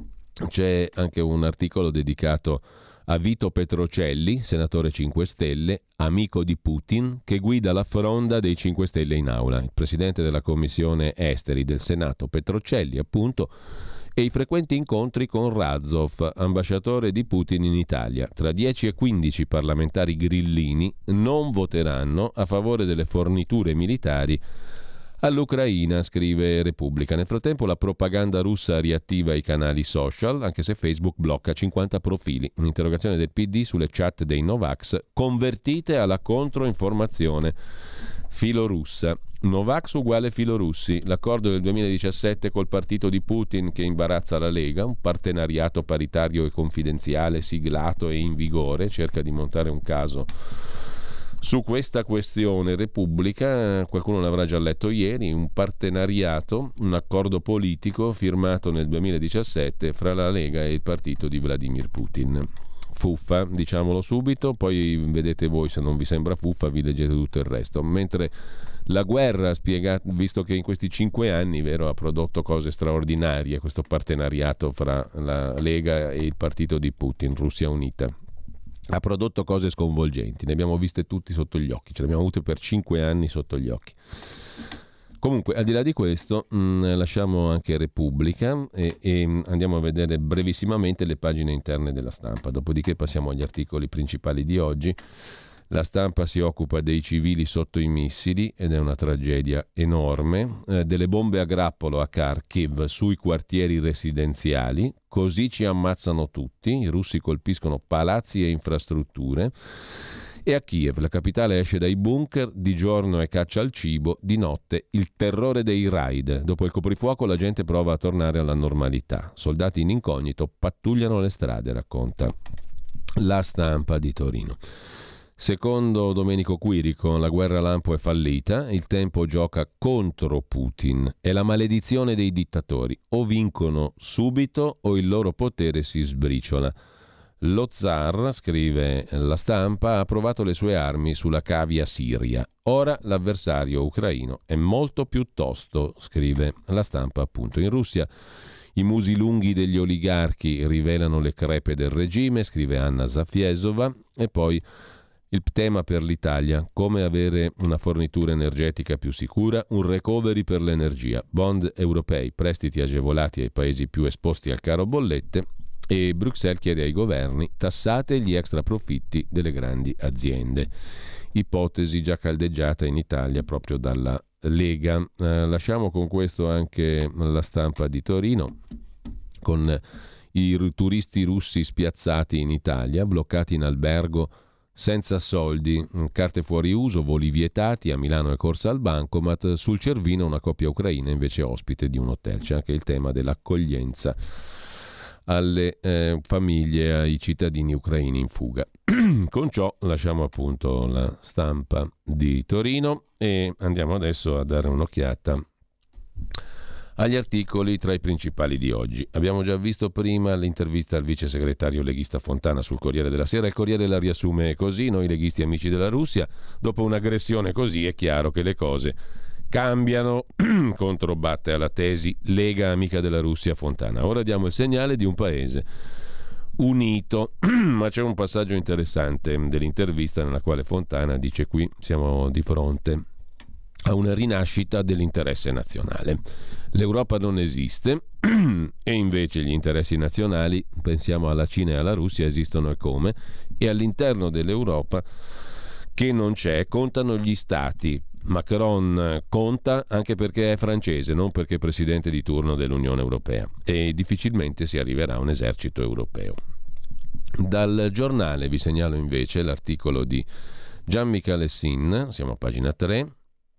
c'è anche un articolo dedicato a Vito Petrocelli, senatore cinque Stelle, amico di Putin, che guida la fronda dei cinque Stelle in aula. Il presidente della Commissione Esteri del Senato, Petrocelli, appunto, e i frequenti incontri con Razov, ambasciatore di Putin in Italia. Tra dieci e quindici parlamentari grillini non voteranno a favore delle forniture militari all'Ucraina, scrive Repubblica. Nel frattempo la propaganda russa riattiva i canali social, anche se Facebook blocca cinquanta profili. Un'interrogazione del P D sulle chat dei Novax convertite alla controinformazione filorussa. Novax uguale filorussi. L'accordo del duemiladiciassette col partito di Putin che imbarazza la Lega, un partenariato paritario e confidenziale siglato e in vigore, cerca di montare un caso su questa questione. Repubblica, qualcuno l'avrà già letto ieri, un partenariato, un accordo politico firmato nel duemiladiciassette fra la Lega e il partito di Vladimir Putin. Fuffa, diciamolo subito, poi vedete voi se non vi sembra fuffa, vi leggete tutto il resto. Mentre la guerra, spiegato, visto che in questi cinque anni, vero, ha prodotto cose straordinarie, questo partenariato fra la Lega e il partito di Putin, Russia Unita, ha prodotto cose sconvolgenti, ne abbiamo viste tutti sotto gli occhi, ce le abbiamo avute per cinque anni sotto gli occhi. Comunque, al di là di questo, mh, lasciamo anche Repubblica e, e andiamo a vedere brevissimamente le pagine interne della Stampa, dopodiché passiamo agli articoli principali di oggi. La Stampa si occupa dei civili sotto i missili ed è una tragedia enorme, eh, delle bombe a grappolo a Kharkiv sui quartieri residenziali, così ci ammazzano tutti, i russi colpiscono palazzi e infrastrutture, e a Kiev, la capitale, esce dai bunker, di giorno è caccia al cibo, di notte il terrore dei raid. Dopo il coprifuoco la gente prova a tornare alla normalità, soldati in incognito pattugliano le strade, racconta La Stampa di Torino. Secondo Domenico Quirico, la guerra lampo è fallita, il tempo gioca contro Putin, è la maledizione dei dittatori, o vincono subito o il loro potere si sbriciola. Lo zar, scrive La Stampa, ha provato le sue armi sulla cavia Siria. Ora l'avversario ucraino è molto più tosto, scrive La Stampa, appunto. In Russia i musi lunghi degli oligarchi rivelano le crepe del regime, scrive Anna Zafiesova, e poi Il tema per l'Italia: come avere una fornitura energetica più sicura, un recovery per l'energia, bond europei, prestiti agevolati ai paesi più esposti al caro bollette, e Bruxelles chiede ai governi: tassate gli extra profitti delle grandi aziende. Ipotesi già caldeggiata in Italia proprio dalla Lega. Eh, lasciamo con questo anche La Stampa di Torino, con i turisti russi spiazzati in Italia, bloccati in albergo senza soldi, carte fuori uso, voli vietati, a Milano è corsa al bancomat, sul Cervino una coppia ucraina invece ospite di un hotel. C'è anche il tema dell'accoglienza alle eh, famiglie, ai cittadini ucraini in fuga. Con ciò lasciamo appunto La Stampa di Torino e andiamo adesso a dare un'occhiata agli articoli tra i principali di oggi. Abbiamo già visto prima l'intervista al vice segretario leghista Fontana sul Corriere della Sera. Il Corriere la riassume così: noi leghisti amici della Russia, dopo un'aggressione così è chiaro che le cose cambiano. Controbatte alla tesi Lega amica della Russia Fontana. Ora diamo il segnale di un paese unito. Ma c'è un passaggio interessante dell'intervista nella quale Fontana dice: qui siamo di fronte a una rinascita dell'interesse nazionale. L'Europa non esiste e invece gli interessi nazionali, pensiamo alla Cina e alla Russia, esistono e come, e all'interno dell'Europa, che non c'è, contano gli stati. Macron conta anche perché è francese, non perché è presidente di turno dell'Unione Europea, e difficilmente si arriverà a un esercito europeo. Dal Giornale vi segnalo invece l'articolo di Jean-Michel Lessin, siamo a pagina tre.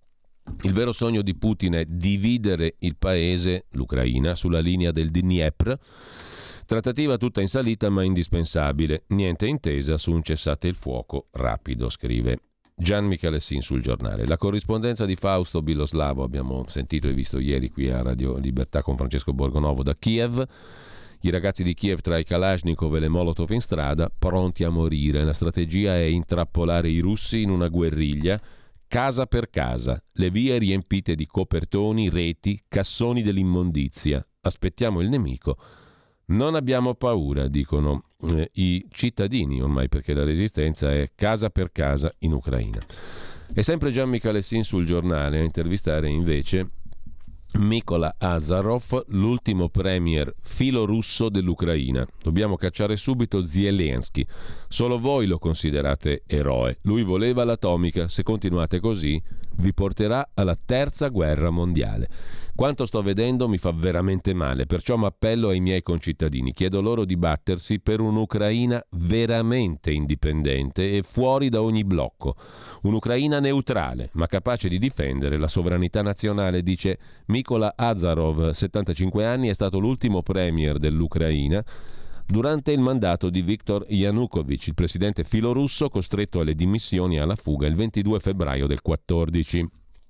Il vero sogno di Putin è dividere il paese, l'Ucraina, sulla linea del Dniepr. Trattativa tutta in salita ma indispensabile. Niente intesa su un cessate il fuoco rapido, scrive Jean-Michel Lessin sul Giornale. La corrispondenza di Fausto Biloslavo, abbiamo sentito e visto ieri qui a Radio Libertà con Francesco Borgonovo da Kiev. I ragazzi di Kiev tra i Kalashnikov e le Molotov in strada, pronti a morire. La strategia è intrappolare i russi in una guerriglia, casa per casa, le vie riempite di copertoni, reti, cassoni dell'immondizia. Aspettiamo il nemico. Non abbiamo paura, dicono eh, i cittadini ormai, perché la resistenza è casa per casa in Ucraina. E sempre Jean-Michel Lessin sul Giornale a intervistare invece Mykola Azarov, l'ultimo premier filorusso dell'Ucraina. Dobbiamo cacciare subito Zelensky. Solo voi lo considerate eroe. Lui voleva l'atomica. Se continuate così, vi porterà alla terza guerra mondiale. Quanto sto vedendo mi fa veramente male, perciò mi appello ai miei concittadini. Chiedo loro di battersi per un'Ucraina veramente indipendente e fuori da ogni blocco. Un'Ucraina neutrale, ma capace di difendere la sovranità nazionale, dice Mykola Azarov, settantacinque anni, è stato l'ultimo premier dell'Ucraina durante il mandato di Viktor Yanukovych, il presidente filorusso costretto alle dimissioni e alla fuga il ventidue febbraio del quattordici.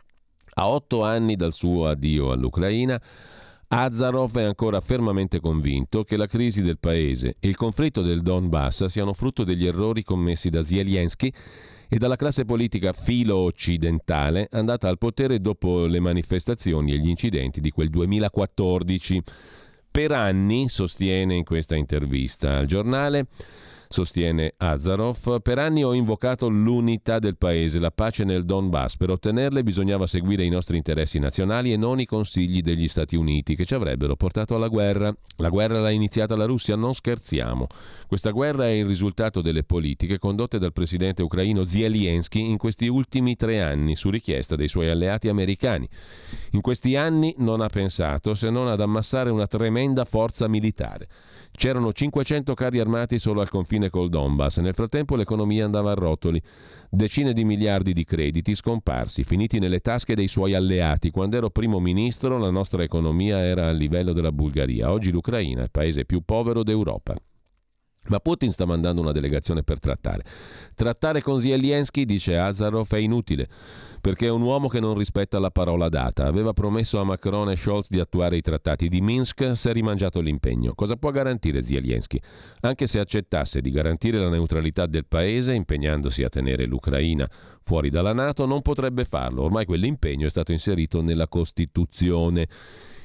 A otto anni dal suo addio all'Ucraina, Azarov è ancora fermamente convinto che la crisi del paese e il conflitto del Donbass siano frutto degli errori commessi da Zelensky e dalla classe politica filo-occidentale andata al potere dopo le manifestazioni e gli incidenti di quel duemilaquattordici. Per anni, sostiene in questa intervista al Giornale, sostiene Azarov, per anni ho invocato l'unità del paese, la pace nel Donbass. Per ottenerle bisognava seguire i nostri interessi nazionali e non i consigli degli Stati Uniti che ci avrebbero portato alla guerra. La guerra l'ha iniziata la Russia, non scherziamo. Questa guerra è il risultato delle politiche condotte dal presidente ucraino Zelensky in questi ultimi tre anni su richiesta dei suoi alleati americani. In questi anni non ha pensato se non ad ammassare una tremenda forza militare. C'erano cinquecento carri armati solo al confine col Donbass. Nel frattempo l'economia andava a rotoli. Decine di miliardi di crediti scomparsi, finiti nelle tasche dei suoi alleati. Quando ero primo ministro la nostra economia era a livello della Bulgaria. Oggi l'Ucraina è il paese più povero d'Europa. Ma Putin sta mandando una delegazione per trattare. Trattare con Zelensky, dice Azarov, è inutile, perché è un uomo che non rispetta la parola data. Aveva promesso a Macron e Scholz di attuare i trattati di Minsk, si è rimangiato l'impegno. Cosa può garantire Zelensky? Anche se accettasse di garantire la neutralità del paese, impegnandosi a tenere l'Ucraina fuori dalla NATO, non potrebbe farlo. Ormai quell'impegno è stato inserito nella Costituzione.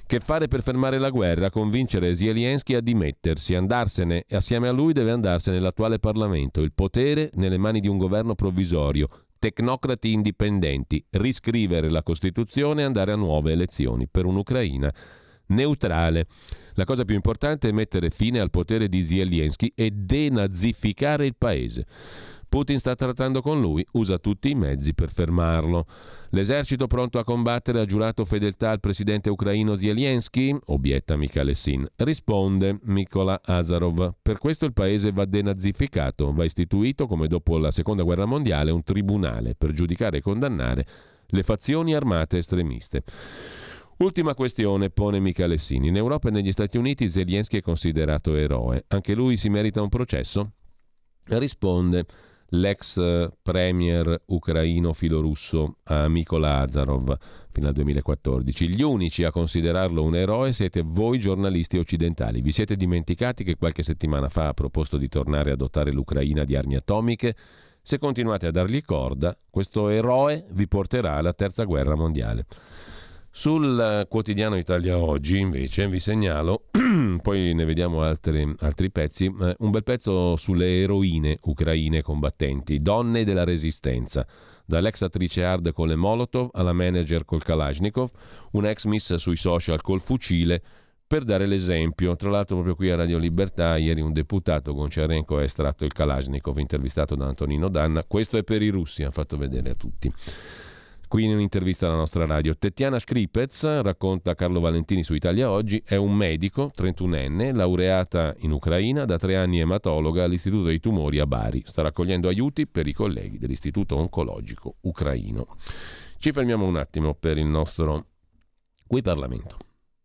Che fare per fermare la guerra? Convincere Zelensky a dimettersi, andarsene, e assieme a lui deve andarsene l'attuale Parlamento, il potere nelle mani di un governo provvisorio, tecnocrati indipendenti, riscrivere la Costituzione e andare a nuove elezioni per un'Ucraina neutrale. La cosa più importante è mettere fine al potere di Zelensky e denazificare il paese. Putin sta trattando con lui, usa tutti i mezzi per fermarlo. L'esercito pronto a combattere ha giurato fedeltà al presidente ucraino Zelensky? Obietta Michalessin. Risponde Mykola Azarov. Per questo il paese va denazificato, va istituito, come dopo la seconda guerra mondiale, un tribunale per giudicare e condannare le fazioni armate estremiste. Ultima questione, pone Michalessin. In Europa e negli Stati Uniti Zelensky è considerato eroe. Anche lui si merita un processo? Risponde l'ex premier ucraino filorusso a Mykola Azarov fino al duemilaquattordici. Gli unici a considerarlo un eroe siete voi giornalisti occidentali. Vi siete dimenticati che qualche settimana fa ha proposto di tornare a dotare l'Ucraina di armi atomiche? Se continuate a dargli corda, questo eroe vi porterà alla terza guerra mondiale. Sul quotidiano Italia Oggi, invece, vi segnalo, poi ne vediamo altri, altri pezzi, eh, un bel pezzo sulle eroine ucraine combattenti, donne della resistenza, dall'ex attrice hard con le Molotov alla manager col Kalashnikov, un ex miss sui social col fucile, per dare l'esempio. Tra l'altro proprio qui a Radio Libertà ieri un deputato Gončiarenko ha estratto il Kalashnikov, intervistato da Antonino Danna. Questo è per i russi, ha fatto vedere a tutti. Qui in un'intervista alla nostra radio, Tetiana Škripec, racconta Carlo Valentini su Italia Oggi, è un medico, trentunenne, laureata in Ucraina, da tre anni ematologa all'Istituto dei Tumori a Bari. Sta raccogliendo aiuti per i colleghi dell'Istituto Oncologico Ucraino. Ci fermiamo un attimo per il nostro Qui Parlamento.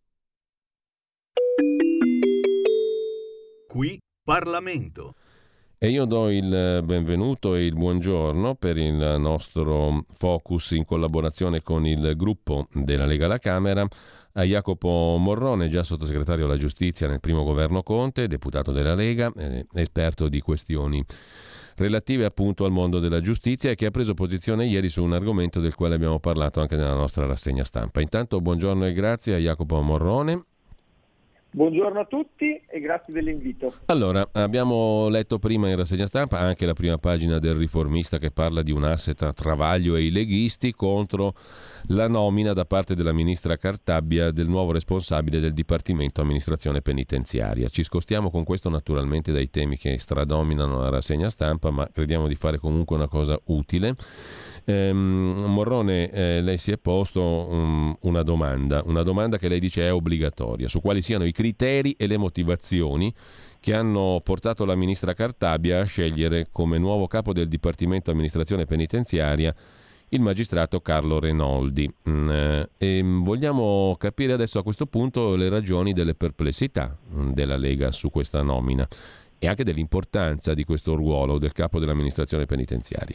Qui Parlamento. E io do il benvenuto e il buongiorno per il nostro focus in collaborazione con il gruppo della Lega alla Camera a Jacopo Morrone, già sottosegretario alla giustizia nel primo governo Conte, deputato della Lega, eh, esperto di questioni relative appunto al mondo della giustizia e che ha preso posizione ieri su un argomento del quale abbiamo parlato anche nella nostra rassegna stampa. Intanto buongiorno e grazie a Jacopo Morrone. Buongiorno a tutti e grazie dell'invito. Allora, abbiamo letto prima in rassegna stampa anche la prima pagina del Riformista che parla di un asse tra Travaglio e i leghisti contro la nomina da parte della ministra Cartabia del nuovo responsabile del Dipartimento Amministrazione Penitenziaria. Ci scostiamo con questo naturalmente dai temi che stradominano la rassegna stampa, ma crediamo di fare comunque una cosa utile. Eh, Morrone, eh, lei si è posto um, una domanda, una domanda che lei dice è obbligatoria, su quali siano i criteri e le motivazioni che hanno portato la ministra Cartabia a scegliere come nuovo capo del Dipartimento Amministrazione Penitenziaria il magistrato Carlo Renoldi. Mm, eh, e vogliamo capire adesso a questo punto le ragioni delle perplessità mm, della Lega su questa nomina e anche dell'importanza di questo ruolo del capo dell'amministrazione penitenziaria.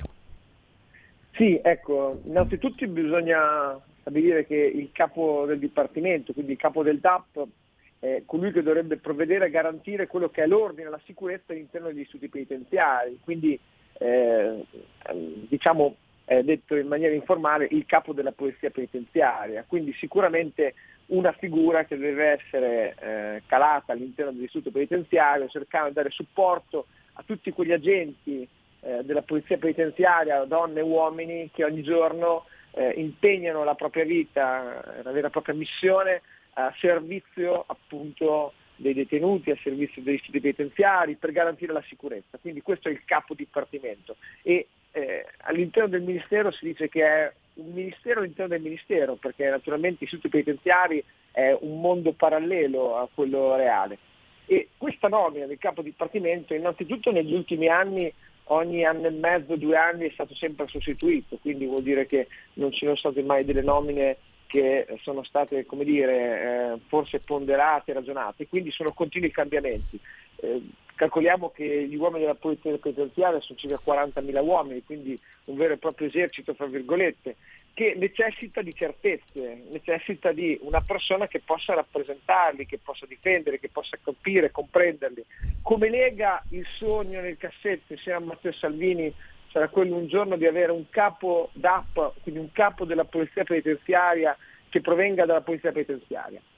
Sì, ecco, innanzitutto bisogna stabilire che il capo del Dipartimento, quindi il capo del D A P, è colui che dovrebbe provvedere a garantire quello che è l'ordine e la sicurezza all'interno degli istituti penitenziari, quindi eh, diciamo eh, detto in maniera informale il capo della polizia penitenziaria, quindi sicuramente una figura che deve essere eh, calata all'interno dell'istituto penitenziario, cercando di dare supporto a tutti quegli agenti della polizia penitenziaria, donne e uomini che ogni giorno eh, impegnano la propria vita, la vera propria missione a servizio appunto dei detenuti, a servizio degli istituti penitenziari per garantire la sicurezza. Quindi questo è il capo dipartimento e eh, all'interno del Ministero si dice che è un ministero all'interno del Ministero, perché naturalmente gli istituti penitenziari è un mondo parallelo a quello reale. E questa nomina del capo dipartimento innanzitutto negli ultimi anni, ogni anno e mezzo, due anni è stato sempre sostituito, quindi vuol dire che non ci sono state mai delle nomine che sono state, come dire, eh, forse ponderate, ragionate, quindi sono continui cambiamenti. Eh, calcoliamo che gli uomini della polizia penitenziaria sono circa quarantamila uomini, quindi un vero e proprio esercito, fra virgolette, che necessita di certezze, necessita di una persona che possa rappresentarli, che possa difendere, che possa capire, comprenderli. Come Lega il sogno nel cassetto insieme a Matteo Salvini sarà quello un giorno di avere un capo D A P, quindi un capo della polizia penitenziaria che provenga dalla polizia penitenziaria.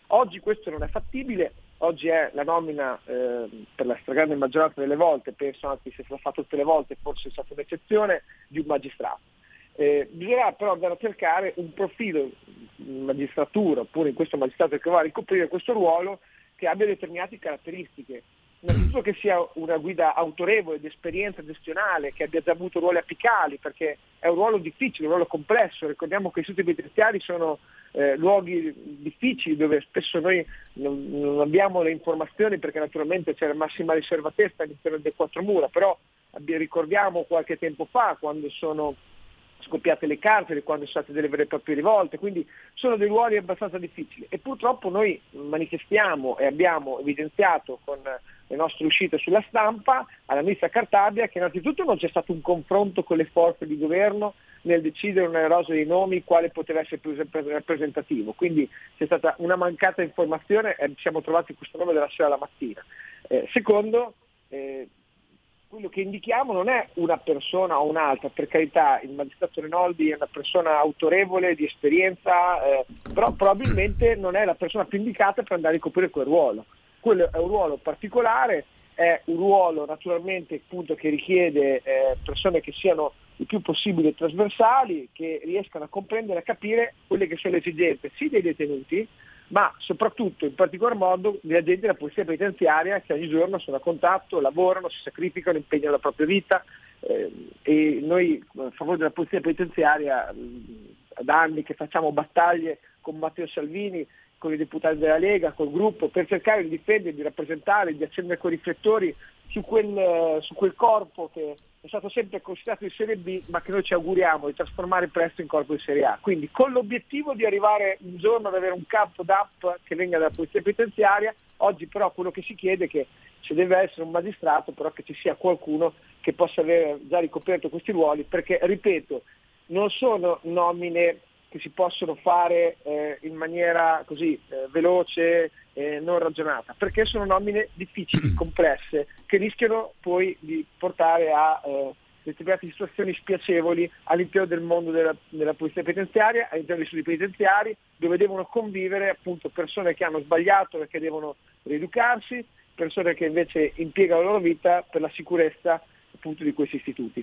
Oggi questo non è fattibile, oggi è la nomina eh, per la stragrande maggioranza delle volte, penso anche se sarà fatto tutte le volte, forse è stata un'eccezione, di un magistrato. Eh, bisognerà però andare a cercare un profilo in magistratura, oppure in questo magistrato che va a ricoprire questo ruolo, che abbia determinate caratteristiche. Innanzitutto che sia una guida autorevole, di esperienza gestionale, che abbia già avuto ruoli apicali, perché è un ruolo difficile, un ruolo complesso. Ricordiamo che i istituti penitenziari sono eh, luoghi difficili dove spesso noi non, non abbiamo le informazioni, perché naturalmente c'è la massima riservatezza all'interno delle quattro mura, però abbiamo, ricordiamo qualche tempo fa quando sono scoppiate le carceri, quando sono state delle vere e proprie rivolte, quindi sono dei ruoli abbastanza difficili e purtroppo noi manifestiamo e abbiamo evidenziato con le nostre uscite sulla stampa alla ministra Cartabia che innanzitutto non c'è stato un confronto con le forze di governo nel decidere una rosa di nomi quale poteva essere più rappresentativo, quindi c'è stata una mancata informazione e ci siamo trovati questo nome della sera alla mattina. Eh, secondo, eh, quello che indichiamo non è una persona o un'altra, per carità, il magistrato Renoldi è una persona autorevole, di esperienza, eh, però probabilmente non è la persona più indicata per andare a ricoprire quel ruolo. Quello è un ruolo particolare, è un ruolo naturalmente appunto che richiede eh, persone che siano il più possibile trasversali, che riescano a comprendere e a capire quelle che sono le esigenze sì dei detenuti, ma soprattutto in particolar modo gli agenti della polizia penitenziaria che ogni giorno sono a contatto, lavorano, si sacrificano, impegnano la propria vita eh, e noi a favore della polizia penitenziaria eh, da anni che facciamo battaglie con Matteo Salvini, con i deputati della Lega, col gruppo, per cercare di difendere, di rappresentare, di accendere quei riflettori su quel, su quel corpo che è stato sempre considerato di Serie B, ma che noi ci auguriamo di trasformare presto in corpo di Serie A. Quindi con l'obiettivo di arrivare un giorno ad avere un capo D A P che venga dalla polizia penitenziaria. Oggi però quello che si chiede è che se deve essere un magistrato, però che ci sia qualcuno che possa aver già ricoperto questi ruoli, perché, ripeto, non sono nomine che si possono fare eh, in maniera così eh, veloce, eh, non ragionata, perché sono nomine difficili, complesse, che rischiano poi di portare a eh, determinate situazioni spiacevoli all'interno del mondo della, della polizia penitenziaria, all'interno dei studi penitenziari, dove devono convivere appunto persone che hanno sbagliato e che devono rieducarsi, persone che invece impiegano la loro vita per la sicurezza appunto di questi istituti.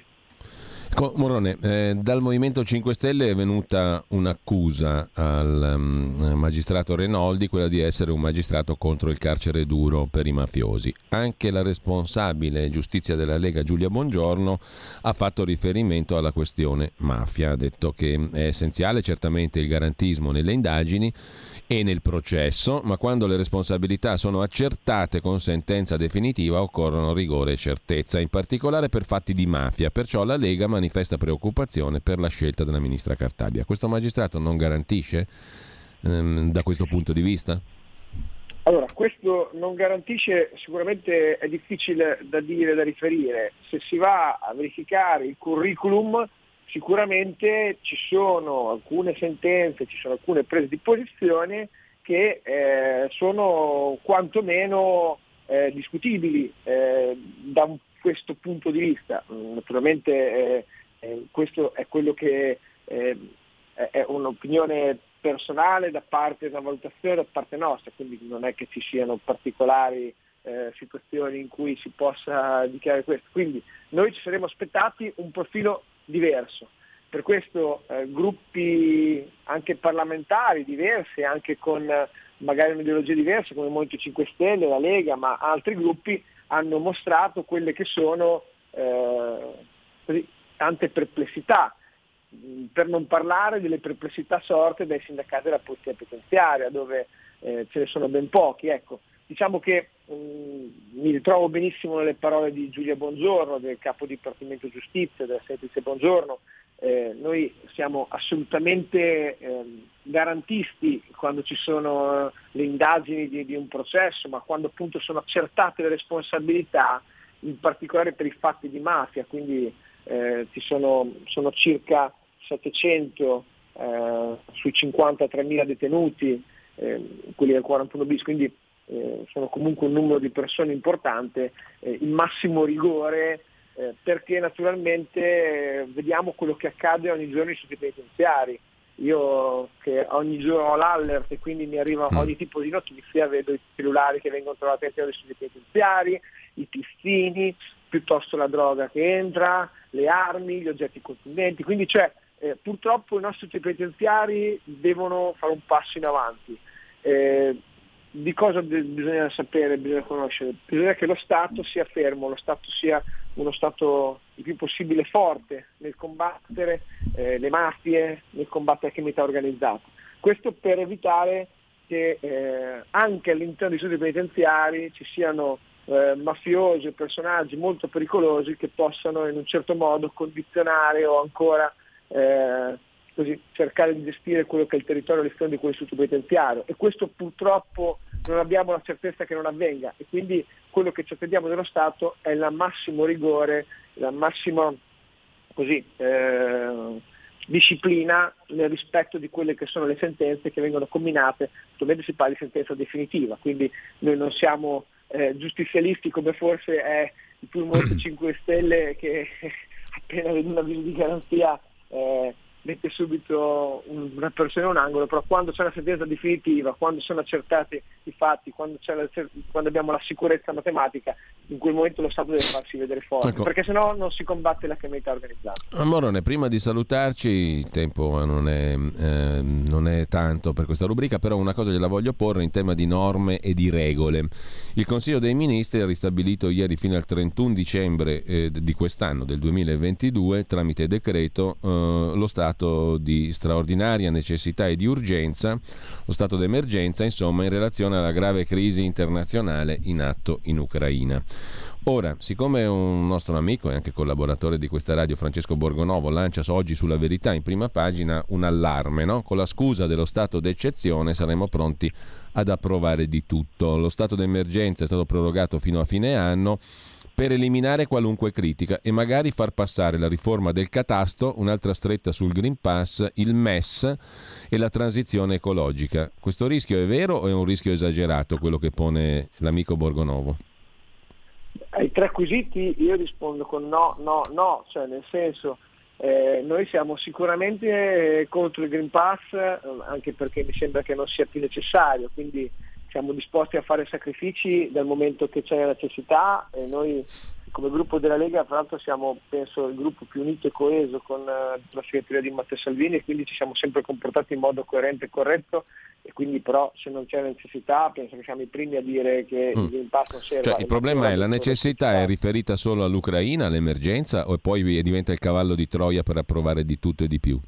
Morrone, eh, dal Movimento cinque Stelle è venuta un'accusa al um, magistrato Renoldi, quella di essere un magistrato contro il carcere duro per i mafiosi. Anche la responsabile giustizia della Lega Giulia Bongiorno ha fatto riferimento alla questione mafia, ha detto che è essenziale certamente il garantismo nelle indagini e nel processo, ma quando le responsabilità sono accertate con sentenza definitiva occorrono rigore e certezza, in particolare per fatti di mafia. Perciò la Lega manifesta preoccupazione per la scelta della ministra Cartabia. Questo magistrato non garantisce ehm, da questo punto di vista? Allora, questo non garantisce, sicuramente è difficile da dire, da riferire. Se si va a verificare il curriculum, sicuramente ci sono alcune sentenze, ci sono alcune prese di posizione che eh, sono quantomeno eh, discutibili eh, da questo punto di vista. Naturalmente eh, eh, questo è quello che eh, è un'opinione personale da parte, una valutazione da parte nostra, quindi non è che ci siano particolari eh, situazioni in cui si possa dichiarare questo. Quindi noi ci saremmo aspettati un profilo diverso. Per questo eh, gruppi anche parlamentari diversi, anche con eh, magari un'ideologia diversa come il Movimento cinque Stelle, la Lega, ma altri gruppi hanno mostrato quelle che sono eh, così, tante perplessità, per non parlare delle perplessità sorte dai sindacati della polizia penitenziaria, dove eh, ce ne sono ben pochi. Ecco, diciamo che mh, mi ritrovo benissimo nelle parole di Giulia Bongiorno, del capo dipartimento giustizia, della senatrice Bongiorno. Eh, noi siamo assolutamente eh, garantisti quando ci sono le indagini di, di un processo, ma quando appunto sono accertate le responsabilità, in particolare per i fatti di mafia, quindi eh, ci sono, sono circa settecento eh, sui cinquantatremila detenuti, eh, quelli del quarantuno bis, quindi eh, sono comunque un numero di persone importante, eh, il massimo rigore, eh, perché naturalmente eh, vediamo quello che accade ogni giorno nei istituti penitenziari. io che ogni giorno ho l'allert e quindi mi arriva Mm. ogni tipo di notizia, vedo i cellulari che vengono trovati all'interno dei istituti penitenziari, i pistini, piuttosto la droga che entra, le armi, gli oggetti contundenti, quindi cioè, eh, purtroppo i nostri istituti penitenziari devono fare un passo in avanti. Eh, di cosa b- bisogna sapere, bisogna conoscere? Bisogna che lo Stato sia fermo, lo Stato sia uno Stato il più possibile forte nel combattere eh, le mafie, nel combattere la criminalità organizzata. Questo per evitare che eh, anche all'interno dei istituti penitenziari ci siano eh, mafiosi o personaggi molto pericolosi che possano in un certo modo condizionare o ancora eh, così, cercare di gestire quello che è il territorio all'esterno di quell'istituto penitenziario, e questo purtroppo non abbiamo la certezza che non avvenga, e quindi quello che ci attendiamo dello Stato è il massimo rigore, la massima così, eh, disciplina nel rispetto di quelle che sono le sentenze che vengono comminate. Attualmente si parla di sentenza definitiva, quindi noi non siamo eh, giustizialisti come forse è il più Movimento cinque Stelle, che appena vede un avviso di garanzia eh, mette subito una persona in un angolo, però quando c'è una sentenza definitiva, quando sono accertati i fatti, quando, c'è la, quando abbiamo la sicurezza matematica, in quel momento lo Stato deve farsi vedere forte, ecco, perché sennò non si combatte la criminalità organizzata. Morrone, prima di salutarci, il tempo non è, eh, non è tanto per questa rubrica, però una cosa gliela voglio porre in tema di norme e di regole. Il Consiglio dei Ministri ha ristabilito ieri fino al trentuno dicembre eh, di quest'anno, del duemilaventidue, tramite decreto, eh, lo stato di straordinaria necessità e di urgenza, lo stato d'emergenza, insomma, in relazione alla grave crisi internazionale in atto in Ucraina. Ora, siccome un nostro amico e anche collaboratore di questa radio, Francesco Borgonovo, lancia oggi sulla Verità in prima pagina un allarme, no? Con la scusa dello stato d'eccezione saremo pronti ad approvare di tutto. Lo stato d'emergenza è stato prorogato fino a fine anno per eliminare qualunque critica e magari far passare la riforma del catasto, un'altra stretta sul Green Pass, il M E S e la transizione ecologica. Questo rischio è vero o è un rischio esagerato, quello che pone l'amico Borgonovo? Ai tre quesiti io rispondo con no, no, no, cioè nel senso eh, noi siamo sicuramente contro il Green Pass, eh, anche perché mi sembra che non sia più necessario, quindi siamo disposti a fare sacrifici dal momento che c'è la necessità, e noi come gruppo della Lega tra l'altro siamo, penso, il gruppo più unito e coeso con uh, la segreteria di Matteo Salvini, e quindi ci siamo sempre comportati in modo coerente e corretto, e quindi però se non c'è necessità penso che siamo i primi a dire che mm. il Green Pass non serve. Cioè, il problema è la necessità è riferita solo all'Ucraina, all'emergenza, o poi diventa il cavallo di Troia per approvare di tutto e di più?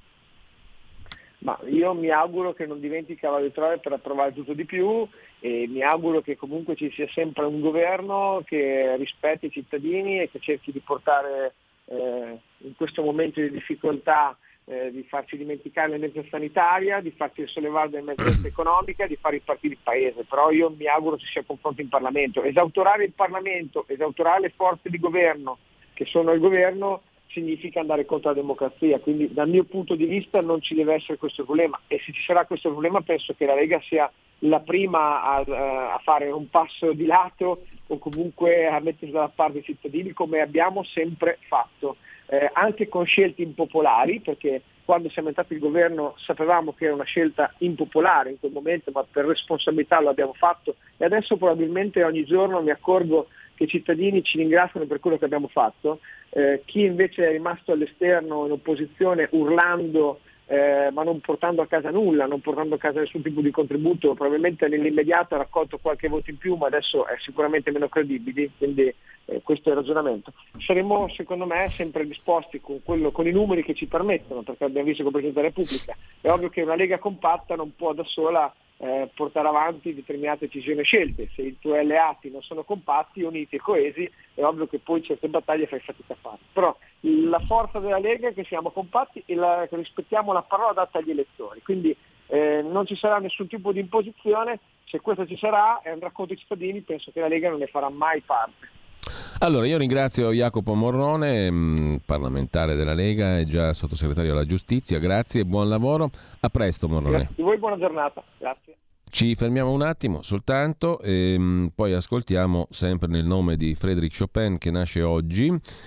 Ma io mi auguro che non diventi il cavallo di Troia per approvare tutto di più, e mi auguro che comunque ci sia sempre un governo che rispetti i cittadini e che cerchi di portare eh, in questo momento di difficoltà eh, di farci dimenticare l'emergenza sanitaria, di farci sollevare dall'emergenza economica, di far ripartire il paese. Però io mi auguro ci sia confronto in Parlamento. Esautorare il Parlamento, esautorare le forze di governo che sono al governo significa andare contro la democrazia, quindi dal mio punto di vista non ci deve essere questo problema, e se ci sarà questo problema penso che la Lega sia la prima a, a fare un passo di lato o comunque a mettersi dalla parte dei cittadini, come abbiamo sempre fatto, eh, anche con scelte impopolari, perché quando siamo entrati il governo sapevamo che era una scelta impopolare in quel momento, ma per responsabilità lo abbiamo fatto, e adesso probabilmente ogni giorno mi accorgo che i cittadini ci ringraziano per quello che abbiamo fatto. Eh, chi invece è rimasto all'esterno in opposizione urlando eh, ma non portando a casa nulla, non portando a casa nessun tipo di contributo, probabilmente nell'immediato ha raccolto qualche voto in più, ma adesso è sicuramente meno credibile, quindi eh, questo è il ragionamento. Saremo secondo me sempre disposti con, quello, con i numeri che ci permettono, perché abbiamo visto con il Presidente della Repubblica. È ovvio che una Lega compatta non può da sola Eh, portare avanti determinate decisioni e scelte. Se i tuoi alleati non sono compatti, uniti e coesi, è ovvio che poi certe battaglie fai fatica a fare. Però la forza della Lega è che siamo compatti e la, che rispettiamo la parola data agli elettori, quindi eh, non ci sarà nessun tipo di imposizione. Se questo ci sarà e andrà contro i cittadini, penso che la Lega non ne farà mai parte. Allora, io ringrazio Jacopo Morrone, mh, parlamentare della Lega e già sottosegretario alla giustizia. Grazie e buon lavoro. A presto, Morrone. Grazie a voi, buona giornata. Grazie. Ci fermiamo un attimo soltanto e mh, poi ascoltiamo sempre nel nome di Frédéric Chopin, che nasce oggi.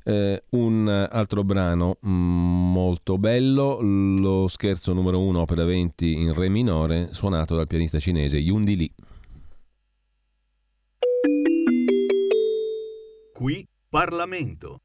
Eh, un altro brano mm, molto bello, lo scherzo numero uno, opera venti in re minore, suonato dal pianista cinese Yun Di Lee. Qui Parlamento.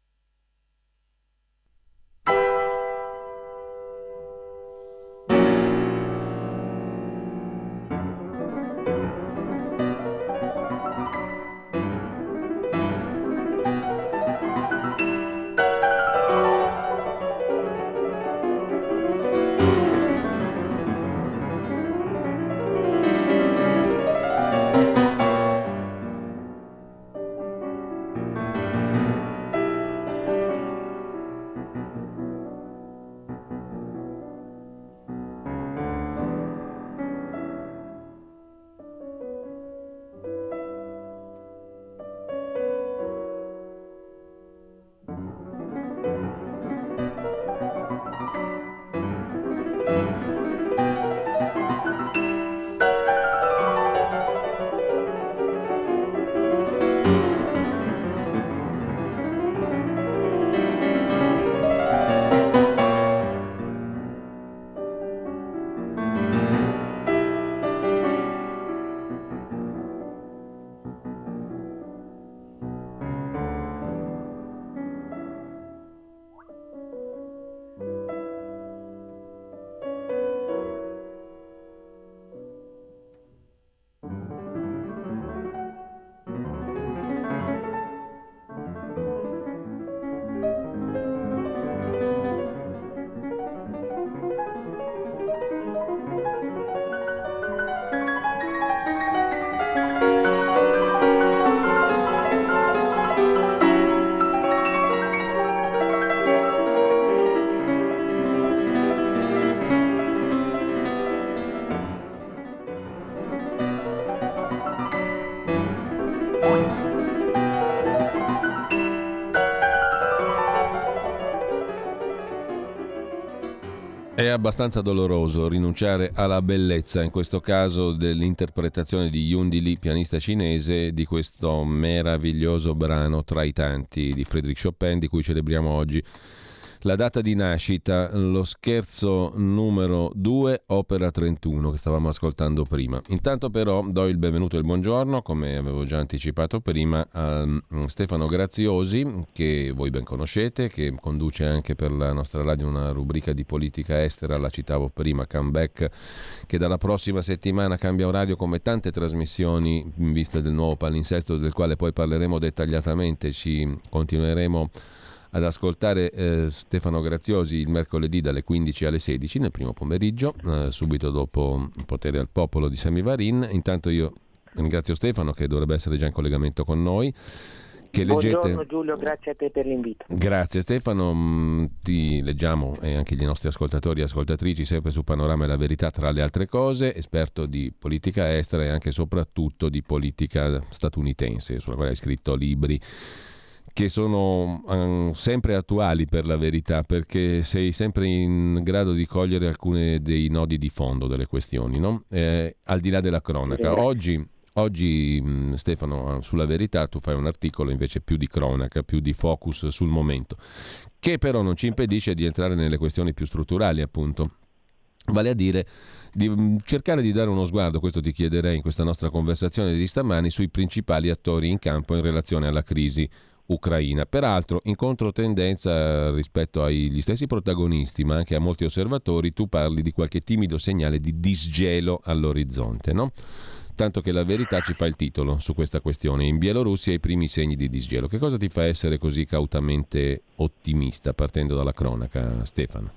È abbastanza doloroso rinunciare alla bellezza, in questo caso dell'interpretazione di Yun Di Lee, pianista cinese, di questo meraviglioso brano tra i tanti di Frédéric Chopin, di cui celebriamo oggi la data di nascita, lo scherzo numero due, opera trentuno, che stavamo ascoltando prima. Intanto però do il benvenuto e il buongiorno, come avevo già anticipato prima, a Stefano Graziosi, che voi ben conoscete, che conduce anche per la nostra radio una rubrica di politica estera, la citavo prima, Comeback, che dalla prossima settimana cambia orario come tante trasmissioni in vista del nuovo palinsesto, del quale poi parleremo dettagliatamente. Ci continueremo ad ascoltare eh, Stefano Graziosi il mercoledì dalle quindici alle sedici nel primo pomeriggio, eh, subito dopo Potere al Popolo di Sami Varin. Intanto io ringrazio Stefano, che dovrebbe essere già in collegamento con noi. Che leggete... Buongiorno Giulio, grazie a te per l'invito. Grazie Stefano, mh, ti leggiamo e anche gli nostri ascoltatori e ascoltatrici sempre su Panorama e la Verità, tra le altre cose, esperto di politica estera e anche e soprattutto di politica statunitense, sulla quale hai scritto libri che sono um, sempre attuali, per la verità, perché sei sempre in grado di cogliere alcuni dei nodi di fondo delle questioni, no? Eh, al di là della cronaca. Oggi, oggi mh, Stefano, sulla Verità tu fai un articolo invece più di cronaca, più di focus sul momento, che però non ci impedisce di entrare nelle questioni più strutturali, appunto. Vale a dire di cercare di dare uno sguardo, questo ti chiederei in questa nostra conversazione di stamani, sui principali attori in campo in relazione alla crisi ucraina. Peraltro, in controtendenza rispetto agli stessi protagonisti, ma anche a molti osservatori, tu parli di qualche timido segnale di disgelo all'orizzonte, no? Tanto che la Verità ci fa il titolo su questa questione: in Bielorussia i primi segni di disgelo. Che cosa ti fa essere così cautamente ottimista, partendo dalla cronaca, Stefano?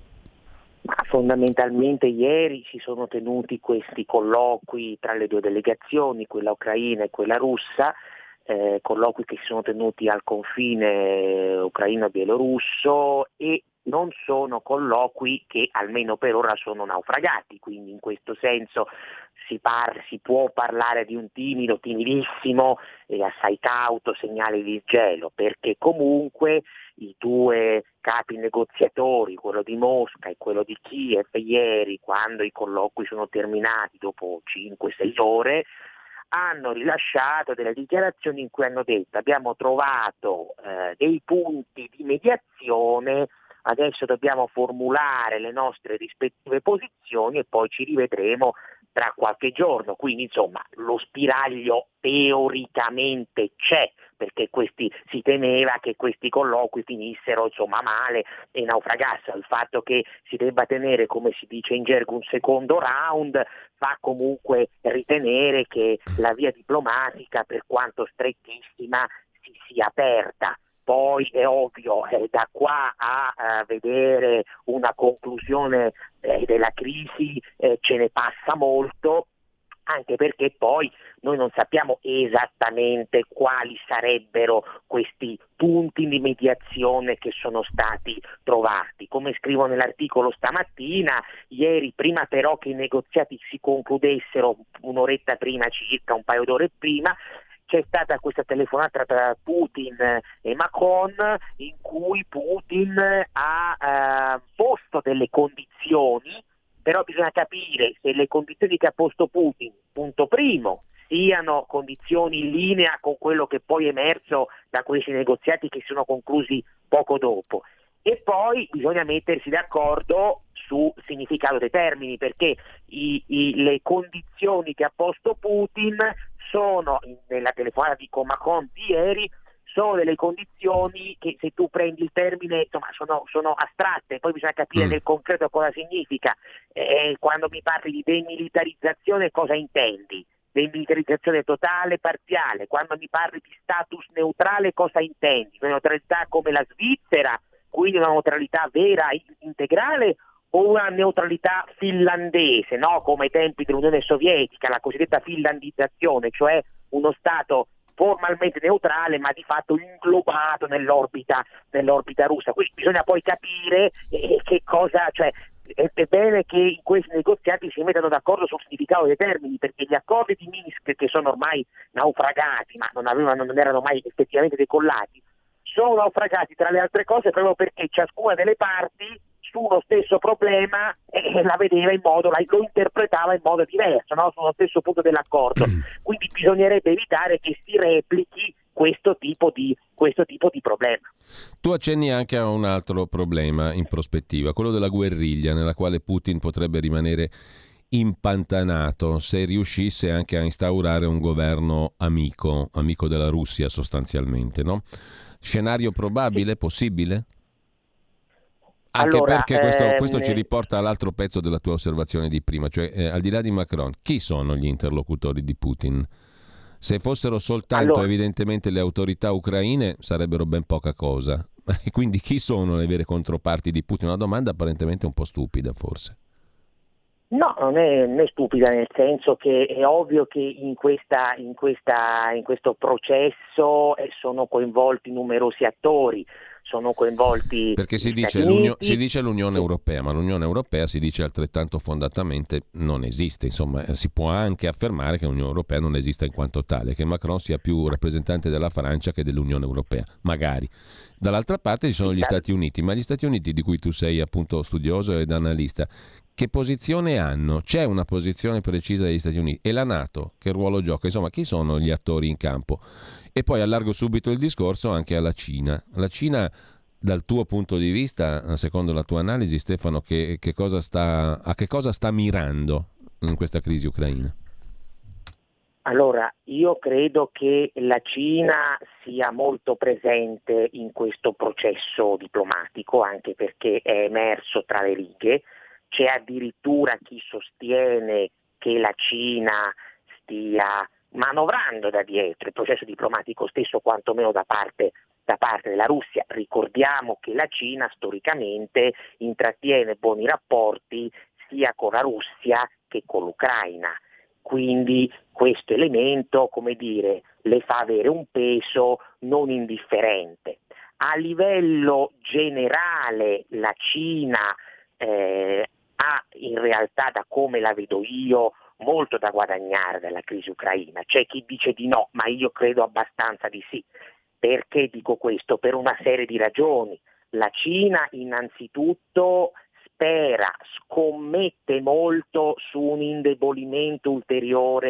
Ma fondamentalmente ieri si sono tenuti questi colloqui tra le due delegazioni, quella ucraina e quella russa, eh, colloqui che si sono tenuti al confine ucraino-bielorusso, e non sono colloqui che almeno per ora sono naufragati, quindi in questo senso si, par- si può parlare di un timido, timidissimo e assai cauto segnale di gelo, perché comunque i due capi negoziatori, quello di Mosca e quello di Kiev, ieri, quando i colloqui sono terminati dopo cinque sei ore, hanno rilasciato delle dichiarazioni in cui hanno detto abbiamo trovato eh, dei punti di mediazione, adesso dobbiamo formulare le nostre rispettive posizioni e poi ci rivedremo tra qualche giorno. Quindi insomma lo spiraglio teoricamente c'è, perché questi, si temeva che questi colloqui finissero insomma male e naufragassero. Il fatto che si debba tenere, come si dice in gergo, un secondo round fa comunque ritenere che la via diplomatica, per quanto strettissima, si sia aperta. Poi è ovvio, eh, da qua a, a vedere una conclusione eh, della crisi eh, ce ne passa molto, anche perché poi noi non sappiamo esattamente quali sarebbero questi punti di mediazione che sono stati trovati. Come scrivo nell'articolo stamattina, ieri, prima però che i negoziati si concludessero, un'oretta prima circa, un paio d'ore prima, c'è stata questa telefonata tra Putin e Macron in cui Putin ha eh, posto delle condizioni, però bisogna capire se le condizioni che ha posto Putin, punto primo, siano condizioni in linea con quello che poi è emerso da questi negoziati che si sono conclusi poco dopo. E poi bisogna mettersi d'accordo su significato dei termini, perché i, i, le condizioni che ha posto Putin sono, nella telefonata di con Macron di ieri, sono delle condizioni che, se tu prendi il termine, insomma, sono, sono astratte, poi bisogna capire mm. nel concreto cosa significa. Eh, quando mi parli di demilitarizzazione cosa intendi? Demilitarizzazione totale, parziale. Quando mi parli di status neutrale cosa intendi? Una neutralità come la Svizzera, quindi una neutralità vera, integrale, o una neutralità finlandese, no? Come ai tempi dell'Unione Sovietica, la cosiddetta finlandizzazione, cioè uno Stato formalmente neutrale ma di fatto inglobato nell'orbita, nell'orbita russa. Quindi bisogna poi capire eh, che cosa, cioè è, è bene che in questi negoziati si mettano d'accordo sul significato dei termini, perché gli accordi di Minsk, che sono ormai naufragati ma non, avevano, non erano mai effettivamente decollati, sono naufragati tra le altre cose proprio perché ciascuna delle parti su uno stesso problema eh, la vedeva in modo, la, lo interpretava in modo diverso, no? Sullo stesso punto dell'accordo. Quindi bisognerebbe evitare che si replichi questo tipo di, questo tipo di problema. Tu accenni anche a un altro problema in prospettiva, quello della guerriglia, nella quale Putin potrebbe rimanere impantanato se riuscisse anche a instaurare un governo amico, amico della Russia sostanzialmente, no? Scenario probabile, possibile? Anche allora, perché questo, ehm... questo ci riporta all'altro pezzo della tua osservazione di prima, cioè eh, al di là di Macron, chi sono gli interlocutori di Putin? Se fossero soltanto allora... evidentemente le autorità ucraine sarebbero ben poca cosa, e quindi chi sono le vere controparti di Putin? Una domanda apparentemente un po' stupida forse. No, non è, non è stupida, nel senso che è ovvio che in, questa, in, questa, in questo processo sono coinvolti numerosi attori, sono coinvolti perché si gli dice, Stati l'Unione, Uniti. si dice l'Unione Europea, ma l'Unione Europea si dice altrettanto fondatamente non esiste, insomma si può anche affermare che l'Unione Europea non esista in quanto tale, che Macron sia più rappresentante della Francia che dell'Unione Europea, magari. Dall'altra parte ci sono gli Stati Uniti, ma gli Stati Uniti, di cui tu sei appunto studioso ed analista, che posizione hanno? C'è una posizione precisa degli Stati Uniti? E la NATO che ruolo gioca? Insomma, chi sono gli attori in campo? E poi allargo subito il discorso anche alla Cina. La Cina, dal tuo punto di vista, secondo la tua analisi, Stefano, che, che cosa sta, a che cosa sta mirando in questa crisi ucraina? Allora, io credo che la Cina sia molto presente in questo processo diplomatico, anche perché è emerso tra le righe. C'è addirittura chi sostiene che la Cina stia manovrando da dietro il processo diplomatico stesso, quantomeno da parte, da parte della Russia. Ricordiamo che la Cina storicamente intrattiene buoni rapporti sia con la Russia che con l'Ucraina. Quindi questo elemento, come dire, le fa avere un peso non indifferente. A livello generale la Cina eh, ha in realtà, da come la vedo io, molto da guadagnare dalla crisi ucraina. C'è chi dice di no, ma io credo abbastanza di sì. Perché dico questo? Per una serie di ragioni. La Cina innanzitutto spera, scommette molto su un indebolimento ulteriore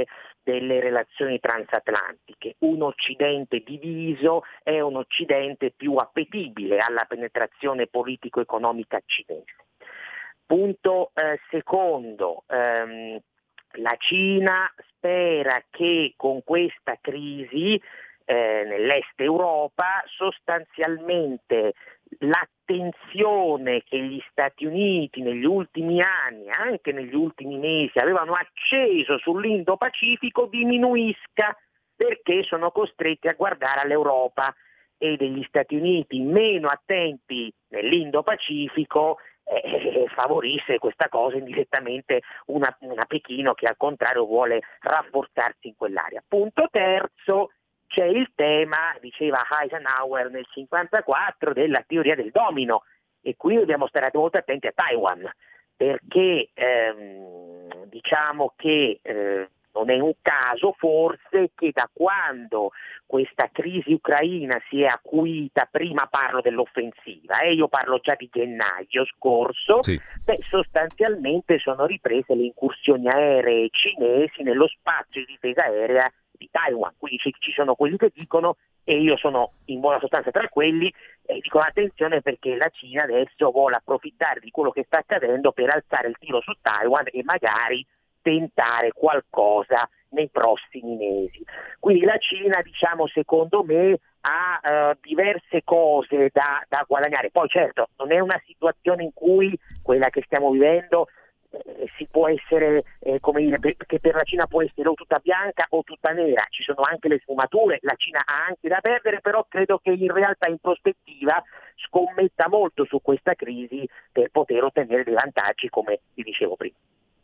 delle relazioni transatlantiche. Un Occidente diviso è un Occidente più appetibile alla penetrazione politico-economica cinese. Punto eh, secondo, ehm, la Cina spera che con questa crisi eh, nell'est Europa sostanzialmente l'attenzione che gli Stati Uniti negli ultimi anni, anche negli ultimi mesi, avevano acceso sull'Indo-Pacifico diminuisca, perché sono costretti a guardare all'Europa, e degli Stati Uniti meno attenti nell'Indo-Pacifico eh, favorisse questa cosa indirettamente una, una Pechino che al contrario vuole rafforzarsi in quell'area. Punto terzo, c'è il tema, diceva Eisenhower nel cinquantaquattro, della teoria del domino, e qui dobbiamo stare molto attenti a Taiwan, perché ehm, diciamo che eh, non è un caso forse che da quando questa crisi ucraina si è acuita, prima parlo dell'offensiva, e eh, io parlo già di gennaio scorso, sì. beh, sostanzialmente sono riprese le incursioni aeree cinesi nello spazio di difesa aerea di Taiwan, quindi ci, ci sono quelli che dicono, e io sono in buona sostanza tra quelli, e dicono attenzione perché la Cina adesso vuole approfittare di quello che sta accadendo per alzare il tiro su Taiwan e magari tentare qualcosa nei prossimi mesi. Quindi la Cina, diciamo, secondo me ha eh, diverse cose da, da guadagnare. Poi certo non è una situazione in cui quella che stiamo vivendo eh, si può essere, eh, come dire, che per la Cina può essere o tutta bianca o tutta nera, ci sono anche le sfumature, la Cina ha anche da perdere, però credo che in realtà in prospettiva scommetta molto su questa crisi per poter ottenere dei vantaggi, come vi dicevo prima.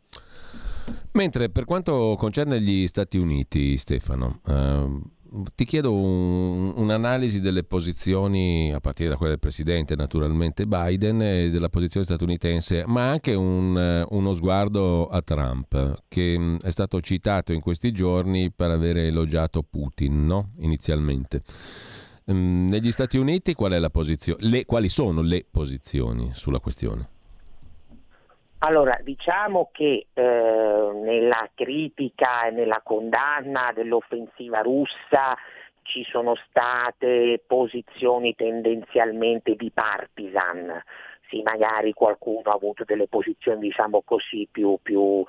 Mentre per quanto concerne gli Stati Uniti, Stefano, eh, ti chiedo un, un'analisi delle posizioni, a partire da quella del presidente naturalmente Biden, e della posizione statunitense, ma anche un, uno sguardo a Trump, che è stato citato in questi giorni per avere elogiato Putin, no? Inizialmente. Negli Stati Uniti qual è la posizione? Le, quali sono le posizioni sulla questione? Allora, diciamo che eh, nella critica e nella condanna dell'offensiva russa ci sono state posizioni tendenzialmente bipartisan. Sì, magari qualcuno ha avuto delle posizioni, diciamo così, più, più,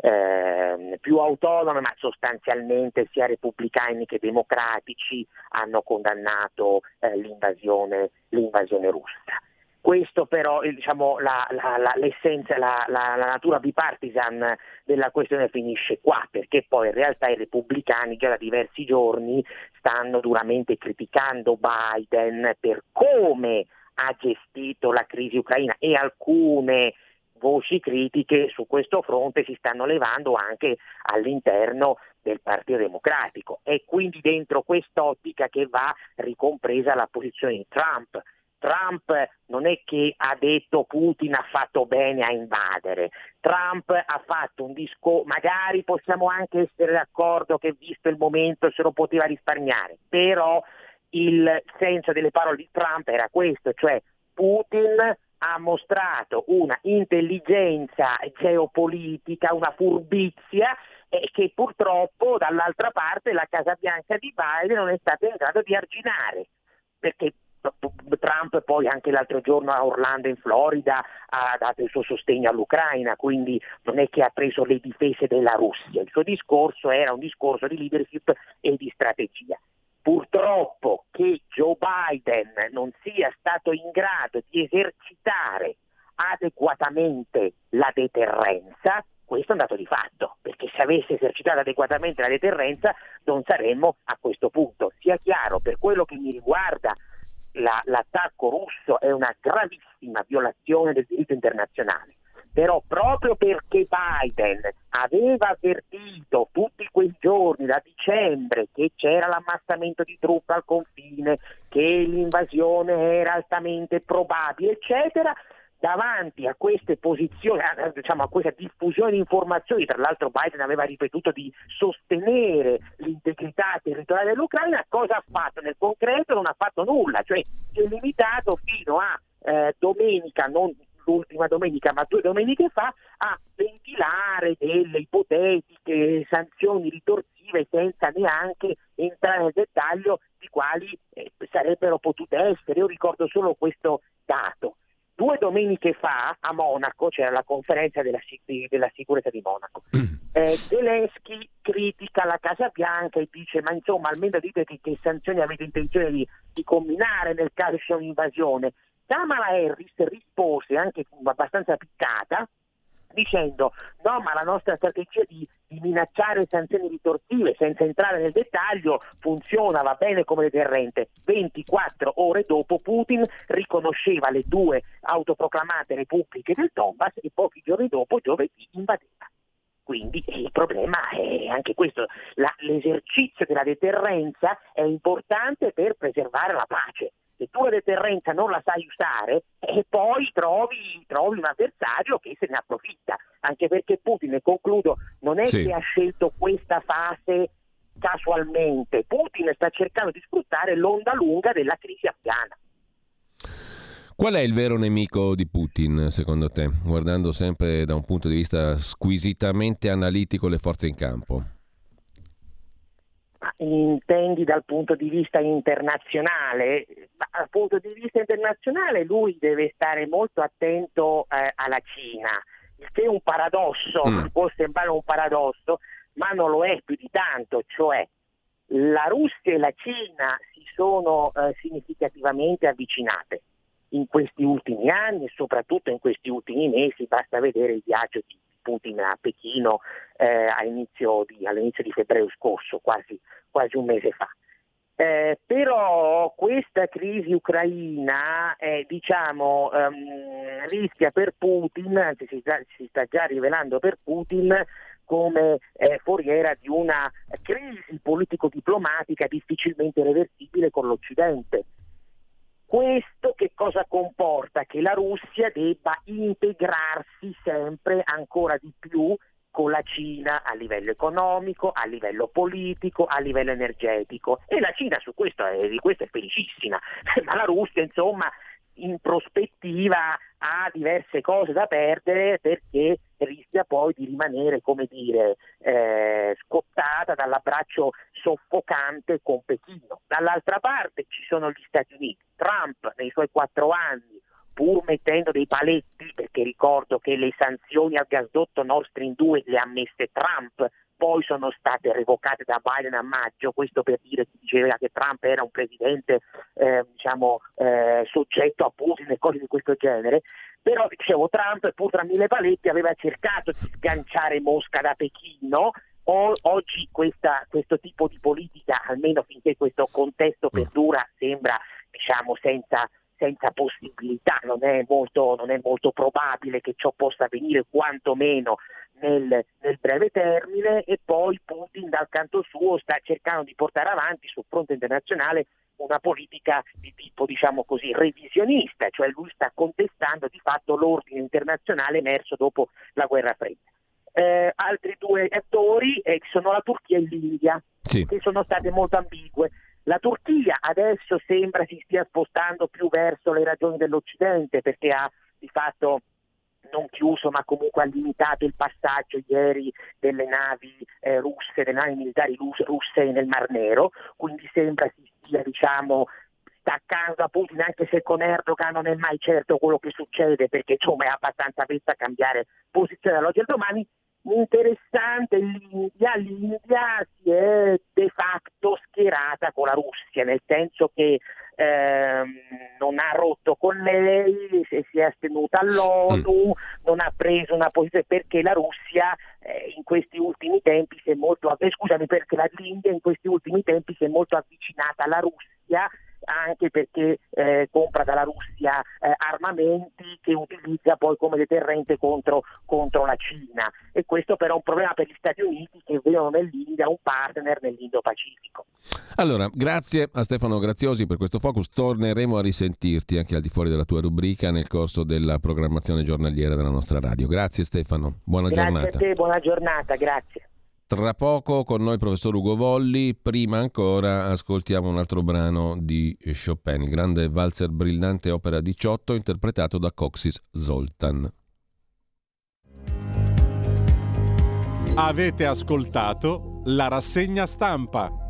eh, più autonome, ma sostanzialmente sia repubblicani che democratici hanno condannato eh, l'invasione, l'invasione russa. Questo però, diciamo, la, la, la, l'essenza, la, la, la natura bipartisan della questione finisce qua, perché poi in realtà i repubblicani già da diversi giorni stanno duramente criticando Biden per come ha gestito la crisi ucraina, e alcune voci critiche su questo fronte si stanno levando anche all'interno del Partito Democratico. È quindi dentro quest'ottica che va ricompresa la posizione di Trump. Trump non è che ha detto Putin ha fatto bene a invadere, Trump ha fatto un discorso, magari possiamo anche essere d'accordo che visto il momento se lo poteva risparmiare, però il senso delle parole di Trump era questo, cioè Putin ha mostrato una intelligenza geopolitica, una furbizia eh, che purtroppo dall'altra parte la Casa Bianca di Biden non è stata in grado di arginare, perché Trump poi anche l'altro giorno a Orlando in Florida ha dato il suo sostegno all'Ucraina, quindi non è che ha preso le difese della Russia, il suo discorso era un discorso di leadership e di strategia. Purtroppo che Joe Biden non sia stato in grado di esercitare adeguatamente la deterrenza, questo è un dato di fatto, perché se avesse esercitato adeguatamente la deterrenza non saremmo a questo punto. Sia chiaro, per quello che mi riguarda, La, l'attacco russo è una gravissima violazione del diritto internazionale, però proprio perché Biden aveva avvertito tutti quei giorni da dicembre che c'era l'ammassamento di truppe al confine, che l'invasione era altamente probabile, eccetera, davanti a queste posizioni, diciamo a questa diffusione di informazioni, tra l'altro Biden aveva ripetuto di sostenere l'integrità territoriale dell'Ucraina, cosa ha fatto? Nel concreto non ha fatto nulla, cioè si è limitato fino a eh, domenica, non l'ultima domenica ma due domeniche fa, a ventilare delle ipotetiche sanzioni, ritorsioni difensive senza neanche entrare nel dettaglio di quali eh, sarebbero potute essere. Io ricordo solo questo dato. Due domeniche fa a Monaco c'era la conferenza della, della sicurezza di Monaco. Eh, Zelensky critica la Casa Bianca e dice: ma insomma, almeno dite che, che sanzioni avete intenzione di, di combinare nel caso sia un'invasione. Kamala Harris rispose anche abbastanza piccata dicendo: no, ma la nostra strategia di, di minacciare sanzioni ritorsive senza entrare nel dettaglio funziona, va bene come deterrente. ventiquattro ore dopo Putin riconosceva le due autoproclamate repubbliche del Donbass e pochi giorni dopo, giovedì, invadeva. Quindi il problema è anche questo, la, l'esercizio della deterrenza è importante per preservare la pace. Se tu la deterrenza non la sai usare, e poi trovi, trovi un avversario che se ne approfitta, anche perché Putin, e concludo, non è sì. che ha scelto questa fase casualmente. Putin sta cercando di sfruttare l'onda lunga della crisi afghana. Qual è il vero nemico di Putin, secondo te, guardando sempre da un punto di vista squisitamente analitico le forze in campo? Intendi dal punto di vista internazionale? Ma dal punto di vista internazionale lui deve stare molto attento eh, alla Cina, il che è un paradosso, mm. può sembrare un paradosso, ma non lo è più di tanto, cioè la Russia e la Cina si sono eh, significativamente avvicinate in questi ultimi anni e soprattutto in questi ultimi mesi. Basta vedere il viaggio di Putin a Pechino eh, all'inizio, di, all'inizio di febbraio scorso, quasi, quasi un mese fa. Eh, però questa crisi ucraina eh, diciamo um, rischia per Putin, anzi si sta, si sta già rivelando per Putin come eh, foriera di una crisi politico-diplomatica difficilmente reversibile con l'Occidente. Questo che cosa comporta? Che la Russia debba integrarsi sempre ancora di più con la Cina a livello economico, a livello politico, a livello energetico. E la Cina su questo è, di questo è felicissima, ma la Russia insomma in prospettiva ha diverse cose da perdere, perché rischia poi di rimanere, come dire, eh, scottata dall'abbraccio soffocante con Pechino. Dall'altra parte ci sono gli Stati Uniti. Trump nei suoi quattro anni, pur mettendo dei paletti, perché ricordo che le sanzioni al gasdotto Nord Stream due le ha messe Trump, poi sono state revocate da Biden a maggio, questo per dire che diceva che Trump era un presidente eh, diciamo eh, soggetto a Putin e cose di questo genere. Però dicevo, Trump pur tra mille paletti aveva cercato di sganciare Mosca da Pechino. O, oggi questa, questo tipo di politica, almeno finché questo contesto perdura, sembra diciamo senza senza possibilità, non è molto, non è molto probabile che ciò possa avvenire, quantomeno nel, nel breve termine. E poi Putin dal canto suo sta cercando di portare avanti sul fronte internazionale una politica di tipo, diciamo così, revisionista, cioè lui sta contestando di fatto l'ordine internazionale emerso dopo la guerra fredda. Eh, altri due attori eh, sono la Turchia e l'India, sì. che sono state molto ambigue. La Turchia adesso sembra si stia spostando più verso le ragioni dell'Occidente, perché ha di fatto non chiuso ma comunque ha limitato il passaggio ieri delle navi eh, russe, delle navi militari russe nel Mar Nero, quindi sembra si stia diciamo staccando da Putin, anche se con Erdogan non è mai certo quello che succede, perché insomma è abbastanza avvezza a cambiare posizione dall'oggi al domani. Interessante, l'India, l'India si è de facto schierata con la Russia, nel senso che ehm, non ha rotto con lei, si è astenuta all'ONU, mm. non ha preso una posizione, perché la Russia eh, in questi ultimi tempi si è molto, eh, scusami, perché l'India in questi ultimi tempi si è molto avvicinata alla Russia, anche perché eh, compra dalla Russia eh, armamenti che utilizza poi come deterrente contro, contro la Cina, e questo però è un problema per gli Stati Uniti, che vedono nell'India un partner nell'Indo-Pacifico. Allora, grazie a Stefano Graziosi per questo focus, torneremo a risentirti anche al di fuori della tua rubrica nel corso della programmazione giornaliera della nostra radio. Grazie Stefano, buona grazie giornata. Grazie a te, buona giornata, grazie. Tra poco con noi il professor Ugo Volli, prima ancora ascoltiamo un altro brano di Chopin, il grande valzer brillante opera diciotto interpretato da Kocsis Zoltan. Avete ascoltato La rassegna stampa.